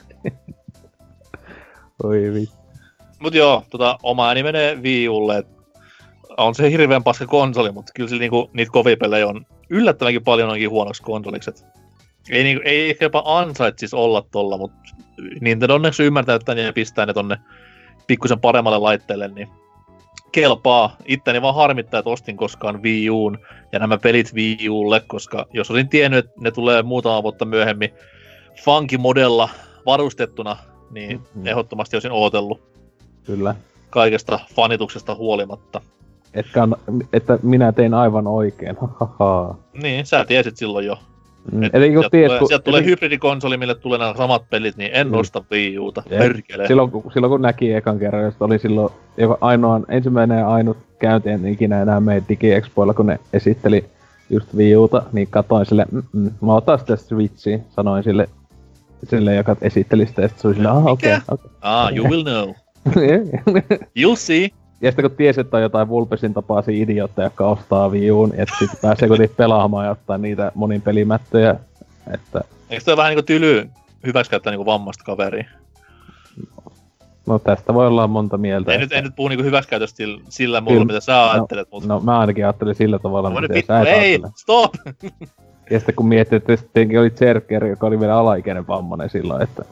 Oi vittu. Mut joo, oma ääni menee Wii Ulle. On se hirveän paska konsoli, mutta kyllä sillä niinku, niitä kovia pelejä on yllättävänkin paljon onkin huonoksi konsoliksi. Ei ehkä jopa ansaitsis olla tolla, mutta Nintendo onneksi ymmärtää, että ne pistää ne tonne pikkusen paremmalle laitteelle, niin kelpaa. Itteni vaan harmittaa, että ostin koskaan Wii Uun ja nämä pelit Wii Ulle, koska jos olisin tiennyt, että ne tulee muutama vuotta myöhemmin funky-modella varustettuna, niin ehdottomasti olisin ootellut. Kyllä. Kaikesta fanituksesta huolimatta. Että minä tein aivan oikein, Niin, sä tiesit silloin jo. Sieltä tulee hybridikonsoli, mille tulee nämä samat pelit, niin en osta Wii Uta. Perkele. Silloin kun näki ekan kerran, josta oli silloin ensimmäinen ja ainut käynti, en ikinä enää mene DigiExpoilla, kun ne esitteli just Wii Uta, niin katoin sille, mä otan sitä Switchia, sanoin sille joka esitteli sitä, ja sit se oli silleen, okei. You will know. You'll see. Ja sitten kun tiesi, että on jotain Vulpesin tapaisia idiootteja, jotka ostaa Wii Uun, että sit pääsee kotiin pelaamaan ja ottaa niitä monin pelimättöjä, että... Eikö toi vähän niinku tyly hyväksikäyttää niinku vammasta kaveria? No tästä voi olla monta mieltä. En nyt puhu niinku hyväksikäytöstä sillä mulla, mitä sä ajattelet, mutta... No mä ainakin ajattelin sillä tavalla, mitä sä et ei, stop! Ja sitten kun miettii, että sittenkin oli Zerker, joka oli vielä alaikäinen vammainen silloin, että...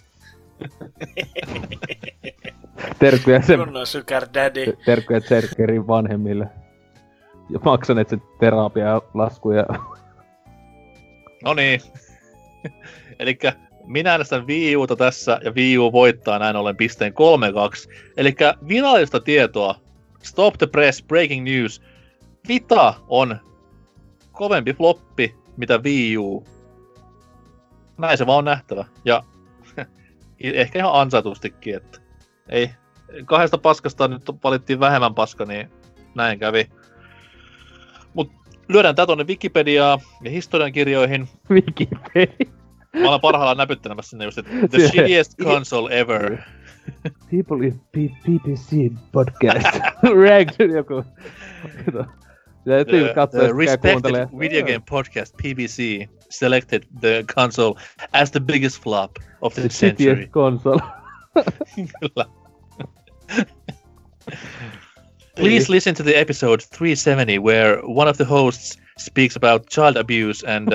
Terkkuja Zerkerin vanhemmille. Ja maksaneet sen terapialaskuja. No niin. Elikkä minä äänestän Wii Uta tässä, ja Wii U voittaa näin ollen pisteen 3-2. Elikkä virallista tietoa. Stop the press, breaking news. Vita on kovempi floppi, mitä Wii U. Näin se vaan on nähtävä. Ja ehkä ihan ansaitustikin, että ei. Kahdesta paskasta nyt valittiin vähemmän paska, niin näin kävi. Mut lyödään tää tonne Wikipediaan ja historiankirjoihin. Wikipedia? Mä olen parhaillaan näpyttelemässä sinne just, että the shittiest console ever. People in BBC podcast. Ragged joku. The respected video game podcast PBC selected the console as the biggest flop of the century. Shittiest console. Kyllä. Please listen to the episode 370 where one of the hosts speaks about child abuse and...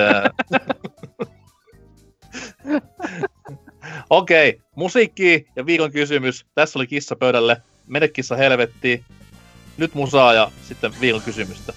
Okei, musiikki ja viikon kysymys. Tässä oli kissa pöydälle. Mene kissa helvettiin. Nyt musaa ja sitten viikon kysymystä.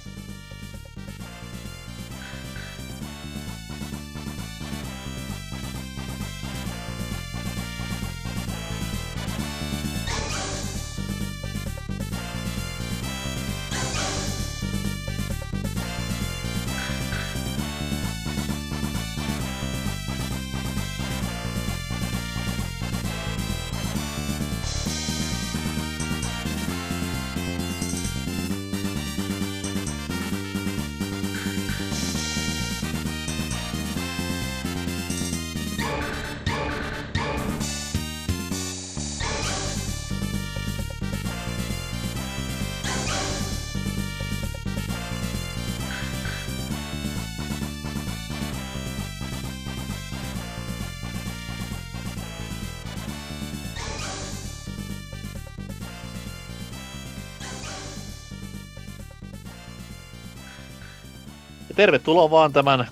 tervetuloa vaan tämän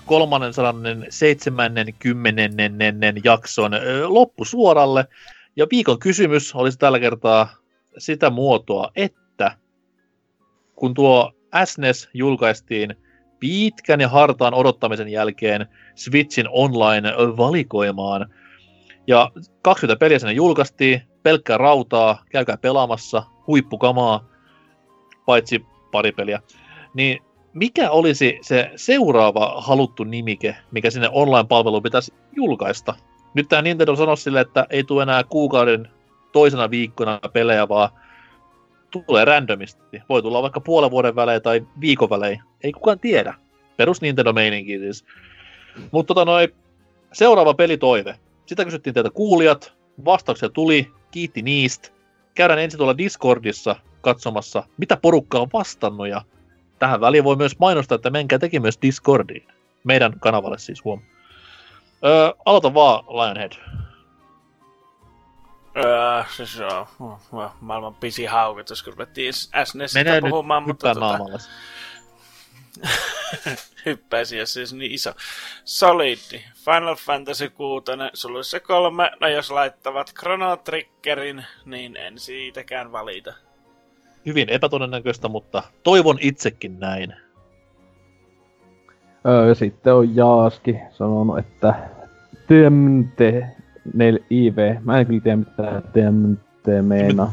370. jakson loppusuoralle. Ja viikon kysymys olisi tällä kertaa sitä muotoa, että kun tuo SNES julkaistiin pitkän ja hartaan odottamisen jälkeen Switchin online-valikoimaan, ja 20 peliä sinne julkaistiin, pelkkää rautaa, käykää pelaamassa, huippukamaa, paitsi pari peliä, niin mikä olisi se seuraava haluttu nimike, mikä sinne online-palveluun pitäisi julkaista? Nyt tämä Nintendo sanoi sille, että ei tule enää kuukauden toisena viikkona pelejä, vaan tulee randomisti. Voi tulla vaikka puolen vuoden välein tai viikon välein. Ei kukaan tiedä. Perus Nintendo-meininki siis. Mutta seuraava pelitoive. Sitä kysyttiin teiltä kuulijat. Vastauksia tuli. Kiitti niistä. Käydään ensin tuolla Discordissa katsomassa, mitä porukka on vastannut. Ja tähän väliin voi myös mainostaa, että menkää teki myös Discordiin. Meidän kanavalle siis huom. Aloita vaan, Lionhead. Siis joo, maailman pisi haukotus, kun ruvettiin SNESistä Mene puhumaan, nyt mutta naamalle. hyppäisi, jos siis niin iso. Solid, Final Fantasy 6, suluissa 3, no jos laittavat Chrono Triggerin, niin en siitäkään valita. Hyvin epätodennäköistä, mutta toivon itsekin näin. Ja sitten on Jaaski sanonut, että Temte 4IV. Mä en kyllä tiedä mitä Temte meinaa.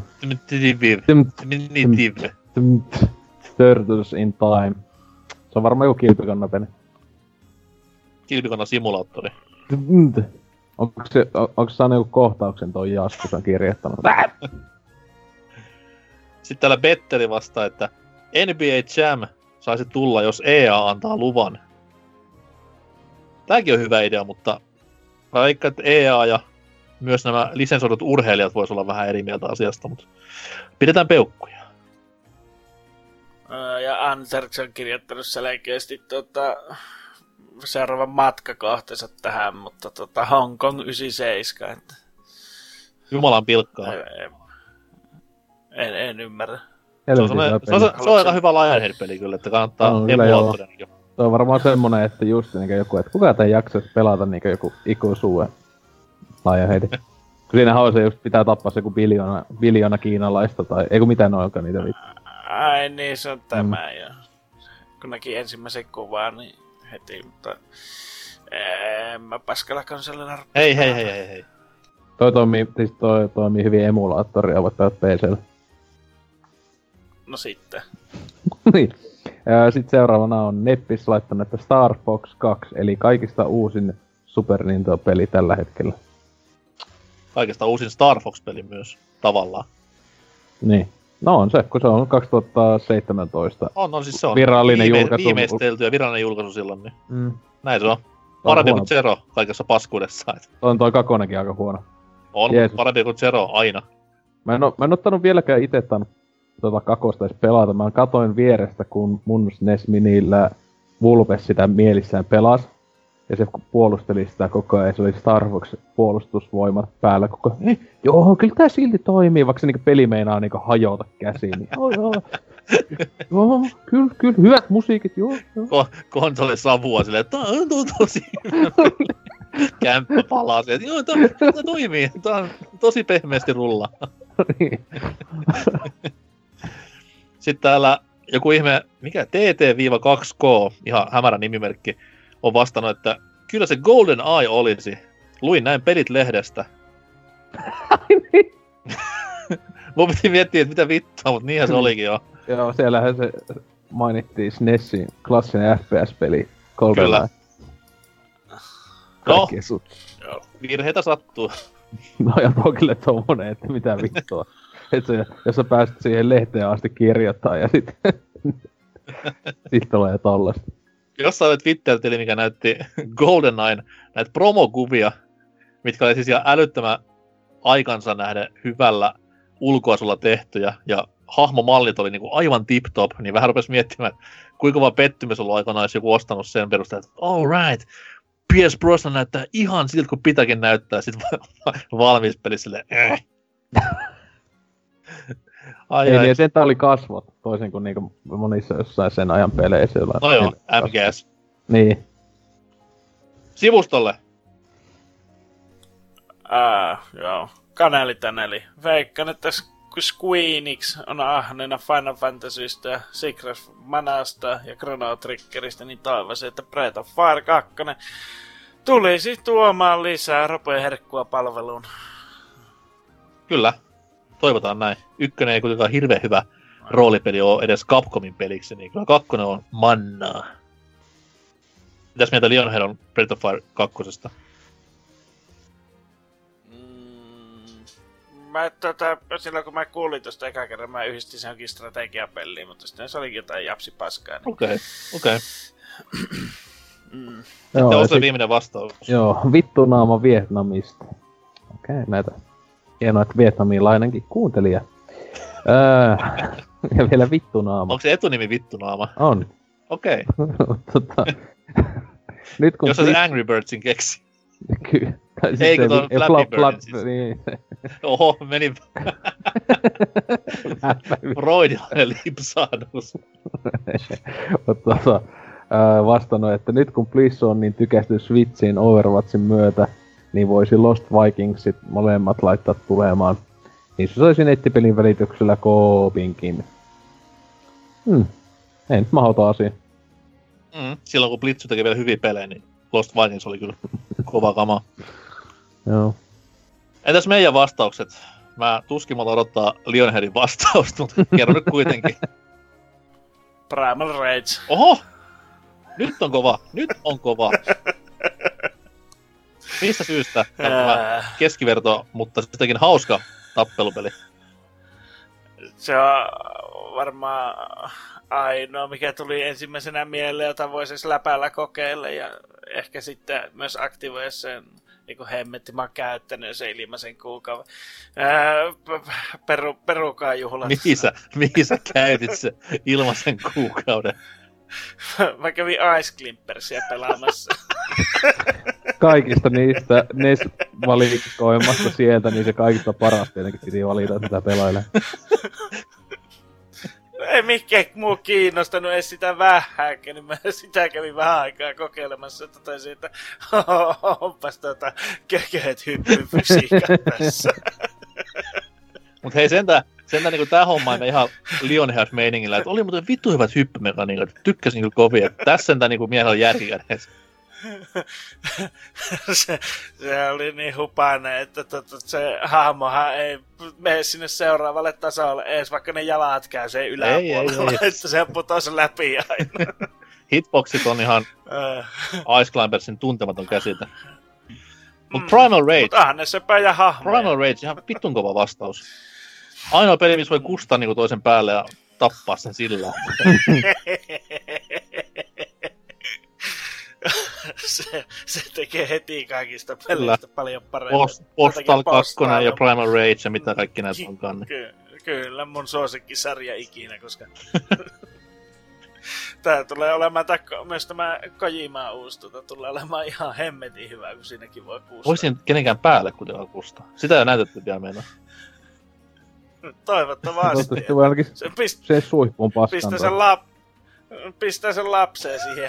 Turtles in Time. Se on varmaan joku kilpikonnapeli. Kilpikonna simulaattori. Onko se saanut joku kohtauksen toi Jaaski, kun se on kirjoittanut? Sitten täällä Betteri vastaa, että NBA Jam saisi tulla, jos EA antaa luvan. Tääkin on hyvä idea, mutta mä veikkaan, että EA ja myös nämä lisensoidut urheilijat vois olla vähän eri mieltä asiasta, mutta pidetään peukkuja. Ja Anserks on kirjoittanut selkeästi seuraavan matkakohtansa tähän, mutta Hong Kong 97. Että... Jumalan pilkkaa. En ymmärrä. Se on aika hyvä Lionhead-peli kyllä, että kannattaa emulaattorinkin. Se on varmaan semmonen, että just niinku joku, että kuka tän jaksaisi pelata niinku joku ikuisuuden Lionhead. Kun siinähän on se just pitää tappaa se joku biljoona kiinalaista tai eiku mitään noilka niitä vittu. Ai niin, se on tämä jo. Kun näki ensimmäisen kuvan, niin heti, mutta... En mä paskalla konsolilla rupea. Hei. Toi toimii hyvin emulaattoria, voit pelata PC:llä. No sitten. Niin. Sitten seuraavana on Neppis laittanut, että Star Fox 2, eli kaikista uusin Super Nintendo-peli tällä hetkellä. Kaikista uusin Star Fox-peli myös, tavallaan. Niin. No on se, kun se on 2017. On siis se on. Virallinen julkaisu. Viimeistelty ja virallinen julkaisu silloin, niin. Näin se on. Parempi kuin Zero kaikessa paskuudessa. On toi kakonenkin aika huono. On, parempi kuin Zero aina. Mä en ottanut vieläkään ite kakosta edes pelata. Mä katoin vierestä, kun mun SNES Minillä Vulpes sitä mielissään pelasi. Ja se puolusteli sitä koko ajan, se oli Star Fox puolustusvoimat päällä koko ajan. Joo, kyllä tää silti toimii, vaikka se niinku peli meinaa niinku hajota käsiin. Niin, joo, kyllä, hyvät musiikit, joo. Konsoli savua silleen, tää on tosi kämppä palaa sieltä. Joo, tää toimii, tää on tosi pehmeästi rullaa. Niin. Sitten täällä joku ihme, mikä TT-2K, ihan hämärä nimimerkki, on vastannut, että kyllä se Golden Eye olisi. Luin näin pelit lehdestä. Mun piti miettiä, että mitä vittua, mutta niinhän se olikin jo. Joo, siellähän se mainittiin SNESin klassinen FPS-peli Golden Eye. No, virheitä sattuu. No ja Tokille tommonen, että mitä vittua. Että jos sä pääset siihen lehteen asti kirjoittaa ja sitten sit tulee tollasta. Jossain oli Twitter-tili, mikä näytti GoldenEyen näitä promokuvia, mitkä oli siis ihan älyttömän aikansa nähden hyvällä ulkoasulla tehtyjä, ja hahmomallit oli niinku aivan tip-top, niin vähän rupesi miettimään, kuinka vaan pettymys ollut aikanaan, jos joku ostanut sen perusteella, että all right, Pierce Brosnan näyttää ihan siltä, kun pitääkin näyttää, sit valmis pelissä silleen, Ei niin, sentään oli kasvot, toisin kuin niinku monissa jossain sen ajan peleissä. No joo, MGS. Niin. Sivustolle. Joo. Kaneli. Veikkaan, että Squeenix on ahneena Final Fantasystä ja Secret Manasta ja Chrono Triggeristä, niin toivoisin, että Breath of Fire 2 tulisi tuomaan lisää ropeherkkua palveluun. Kyllä. Toivotaan näin. 1 ei kuitenkaan hirveän hyvä roolipeli ole edes Capcomin peliksi, niin kyllä 2 on mannaa. Mitäs mieltä Lionhead on Breath of Fire 2? Silloin kun mä kuulin tosta eka kerran, mä yhdistin sen jonkin strategiapeliin, mutta sitten se olikin jotain japsipaskaa. Niin... Okei. Sitten on se viimeinen vastaus. Joo, vittunaama Vietnamista. Okei, näitä hienoa, että vietnamilainenkin kuuntelija. Ja vielä vittunaama. Onko se etunimi vittunaama? On. Okei. Nyt kun jos se Angry Birdsin keksi. Kyllä. Ei, kun on Flappy Birdin siis. Niin. Oho, meni... Freudilainen lipsahdus. Vastannut, että nyt kun Bliss on niin tykästynyt Switchiin Overwatchin myötä, niin voisi Lost Vikingsit molemmat laittaa tulemaan. Niin se saisi nettipelin välityksellä koopinkin. Ei nyt mahdoton asia. Silloin kun Blitz teki vielä hyviä pelejä, niin Lost Vikings oli kyllä kova kama. Joo. Entäs meidän vastaukset? Mä tuskin mä odottaa Lionheadin vastausta, mutta kerro nyt kuitenkin. Primal Rage. Oho! Nyt on kova. Mistä syystä tämä keskiverto, mutta sittenkin hauska tappelupeli? Se on varmaan ainoa, mikä tuli ensimmäisenä mieleen, jota voisi läpällä kokeilla ja ehkä sitten myös aktivoida sen, niin kuin hemmetti, mä oon käyttänyt sen ilmaisen kuukauden. Perukaa juhlat. Mihin sä käytit se ilmaisen kuukauden? Mä kävin Ice Climpersia pelaamassa. Kaikista niistä NES-valikoimasta sieltä, niin se kaikista paras tietenkin piti valita tätä pelailemaan. Ei mikään muu kiinnostanut edes sitä vähääkään, niin mä sitä kävin vähän aikaa kokeilemassa, että totesin, että onpas kököhet hyppyfysiikat tässä. Mut hei sentään niinku tää homma on ihan Lionhead-meiningillä, että oli muuten vittu hyvät hyppymekaniikat, tykkäsin niinku kovin, että tässä sentään niinku miehellä on järkikädessä. se oli niin hupainen, että se hahmohan ei mene sinne seuraavalle tasolle edes, vaikka ne jalat käy sen yläpuolella, ei. Että se putosi läpi aina. Hitboxit on ihan Ice Climbersin tuntematon käsite. Mut Primal Rage. Mut ne sepä ja hahmoja. Primal Rage, ihan vittun kova vastaus. Ainoa peli, missä voi kustaa niinku toisen päälle ja tappaa sen sillä. se tekee heti kaikista peleistä paljon paremmin. Postal 2 ja Primal Rage ja mitä kaikki näitä onkaan. Kyllä, mun suosikkisarja ikinä, koska... Tää tulee olemaan, myös tämä Kojimaa uusi tulee olemaan ihan hemmetin hyvä, kun siinäkin voi kustaa. Voisin kenenkään päälle kuitenkaan kustaa. Sitä ei näytetty vielä meinaa. Toivottavasti. Se voi ainakin se suihkuun paskaan. Pistää sen lapseen siihen.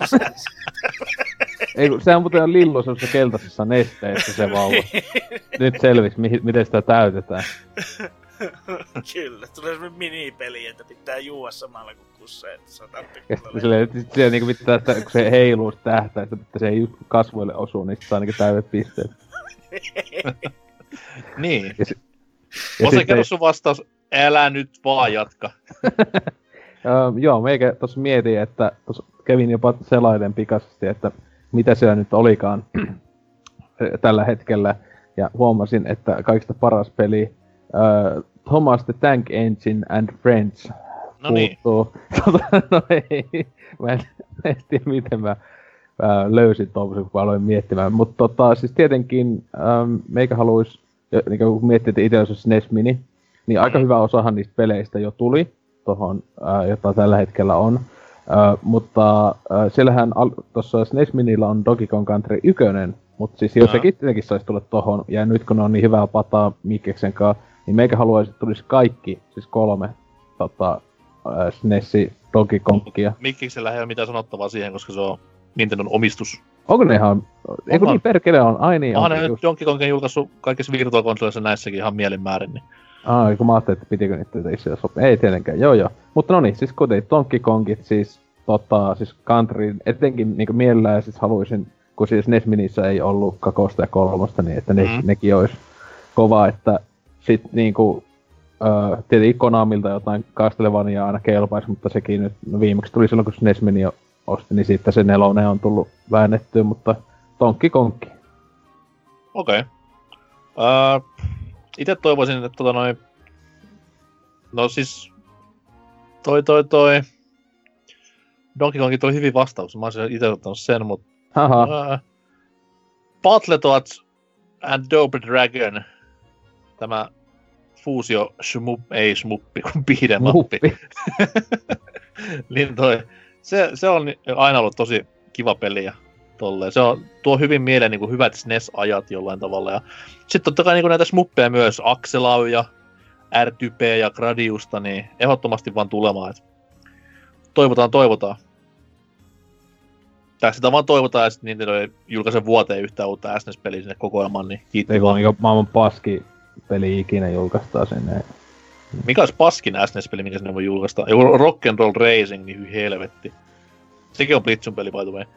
Ei, sehän muuten on Lillu semmoisessa keltaisessa nesteessä se vauva. Nyt selvisi, miten sitä täytetään. Kyllä, tulee semmonen minipeli, että pitää juua samalla kun kussee, että saadaan pikkuille. Silleen niinku pitää, että kun se heiluu sitä tähtäistä, että se ei just kasvoille osu, niin sit saa niinku täydet pisteet. Niin. Ose, kerro sun vastaus, älä nyt vaan jatka. Joo, meikä tossa mietin, että tossa kävin jopa selailen pikaisesti, että mitä siellä nyt olikaan tällä hetkellä. Ja huomasin, että kaikista paras peli Thomas the Tank Engine and Friends puuttuu. No ei, mä en tiedä miten mä löysin tommosen, kun aloin miettimään. Mutta siis tietenkin meikä haluis, niin kun miettii, että itse olisi SNES Mini, niin aika hyvä osahan niistä peleistä jo tuli tohon, jota tällä hetkellä on. Mutta siellähän tuossa SNES Minillä on Donkey Kong Country 1, mutta siis jos sekin tietenkin saisi tulla tohon, ja nyt kun on niin hyvää pataa Mikkeksen kanssa, niin meikä haluaisi, että tulisi kaikki, siis 3 SNESi Donkey Kongia. Mikkiksellä ei ole mitään sanottavaa siihen, koska se on Nintendon omistus. Onko ne ihan... Eikö niin perkele on? Ai niin. Onhan ne nyt Donkey Kongin julkaissut kaikissa virtuaalikonsoleissa näissäkin ihan mielenmäärin. Niin. Kun mä ajattelin, että pitikö niitä itse sopia. Ei tietenkään, joo. Mutta no niin, siis kuitenkin Donkey Kongit siis siis country, etenkin niinku mielellään siis haluaisin, kun siis NES Minissä ei ollut kakosta ja kolmosta, niin että nekin olisi kova, että sit niinku tietenkin Konamilta jotain Castlevania aina kelpaisi, mutta sekin nyt viimeksi tuli silloin, kun NES Mini osti, niin siitä se 4 on tullut väännettyä, mutta Donkey Kongki. Okei. Itse toivoisin, että no siis toi Donkey Kongin tuli hyvin vastaus. Mä olisin itse ottanut sen, mutta Battletoads and Double Dragon. Tämä fuusio ei shmuppi, kun beat'em up. Niin se on aina ollut tosi kiva peli ja tolleen. Se tuo hyvin mieleen niin kuin hyvät SNES-ajat jollain tavalla. Ja sitten totta kai niin kuin näitä smuppeja myös, Axelau ja R-Typeä ja Gradiusta, niin ehdottomasti vaan tulemaan. Et toivotaan. Sitä vaan toivotaan, ja sitten Nintendo ei julkaise vuoteen yhtään uutta SNES-peliä sinne kokoelmaan, niin kiitti vaan. Eikö maailman paski peli ikinä julkaistaan sinne? Mikä olisi paskin SNES-peli, mikä sinne voi julkaista? Joku Rock'n'Roll Racing, niin hyi helvetti. Sekin on Blitzun peli, by the way.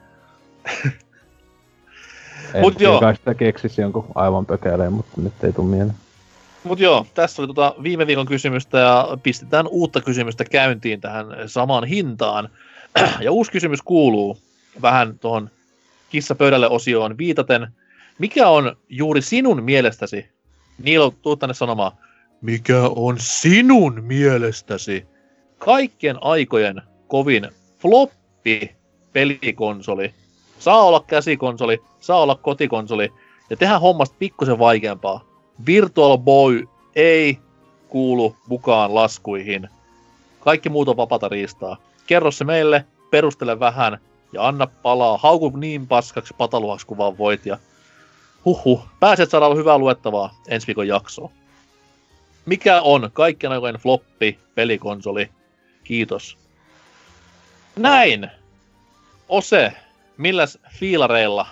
Mut joo. Kai sitä keksisi jonkun aivan pökäleen, mutta nyt ei tuu mieleen. Mut joo, tässä oli viime viikon kysymystä ja pistetään uutta kysymystä käyntiin tähän samaan hintaan. Ja uusi kysymys kuuluu vähän tuohon kissapöydälle osioon viitaten. Mikä on juuri sinun mielestäsi, Niilo, tuu tänne sanomaan, mikä on sinun mielestäsi kaikkien aikojen kovin floppi pelikonsoli? Saa olla käsikonsoli, saa olla kotikonsoli ja tehdään hommasta pikkusen vaikeampaa. Virtual Boy ei kuulu mukaan laskuihin. Kaikki muut on vapaata riistaa. Kerro se meille, perustele vähän ja anna palaa. Hauku niin paskaksi pataluhaksi kuin vaan voit ja pääset saada hyvää luettavaa ensi viikon jaksoon. Mikä on kaikkien aikojen floppi pelikonsoli? Kiitos. Näin. Ose, milläs fiilareilla?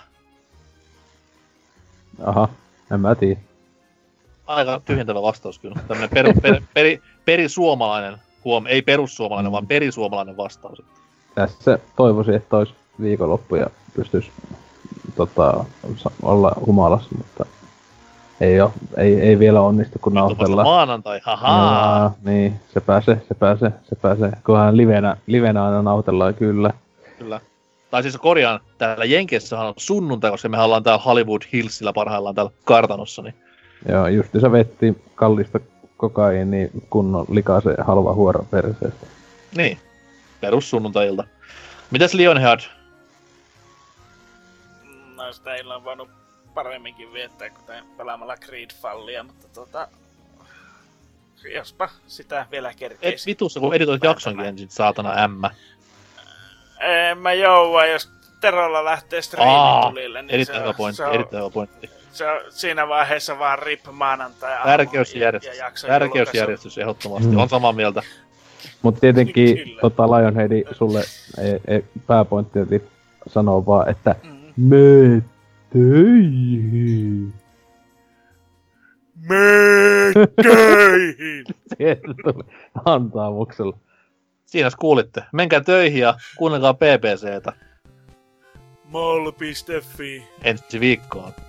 Aha, en mä tiedä. Aika tyhjentävä vastaus kyllä. Tämmönen perisuomalainen, ei perussuomalainen, vaan perisuomalainen vastaus. Tässä toivoisin, että olisi viikonloppu ja pystyisi olla humalassa, mutta ei vielä onnistu, kun nauhoitellaan. Maanantai, hahaa! Niin, se pääsee. Kunhan livenä aina nauhoitellaan, kyllä. Kyllä. Tai siis korjaan, täällä Jenkessähän on sunnuntai, koska mehän ollaan täällä Hollywood Hillsillä parhaillaan täällä kartanossa. Niin. Joo, justiinsa vettiin kallista kokaiini kunnon likaisen halva huora perseestä. Niin, perus sunnuntailta. Mitäs Lionheart? No sitä ei on voinut paremminkin viettää kuin pelaamalla Greedfallia, mutta jospa sitä vielä kerkeisi. Et vitussa, kun editoit jaksonkin ensin, saatana ämmä. En mä joua, jos Terolla lähtee striimitulille, niin erittäin hyvä pointti. Se on siinä vaiheessa vaan rip maanantai Tärkeysjärjestys ehdottomasti, on samaa mieltä. Mut tietenkin Lionheadi sulle pääpointti sanoo vaan, että mene töihin. Mene töihin! Sieltä tuli antaamuksella. Siinä kuulitte. Menkää töihin ja kuunnelkaa BBCtä. Mall.fi Ensi viikkoon.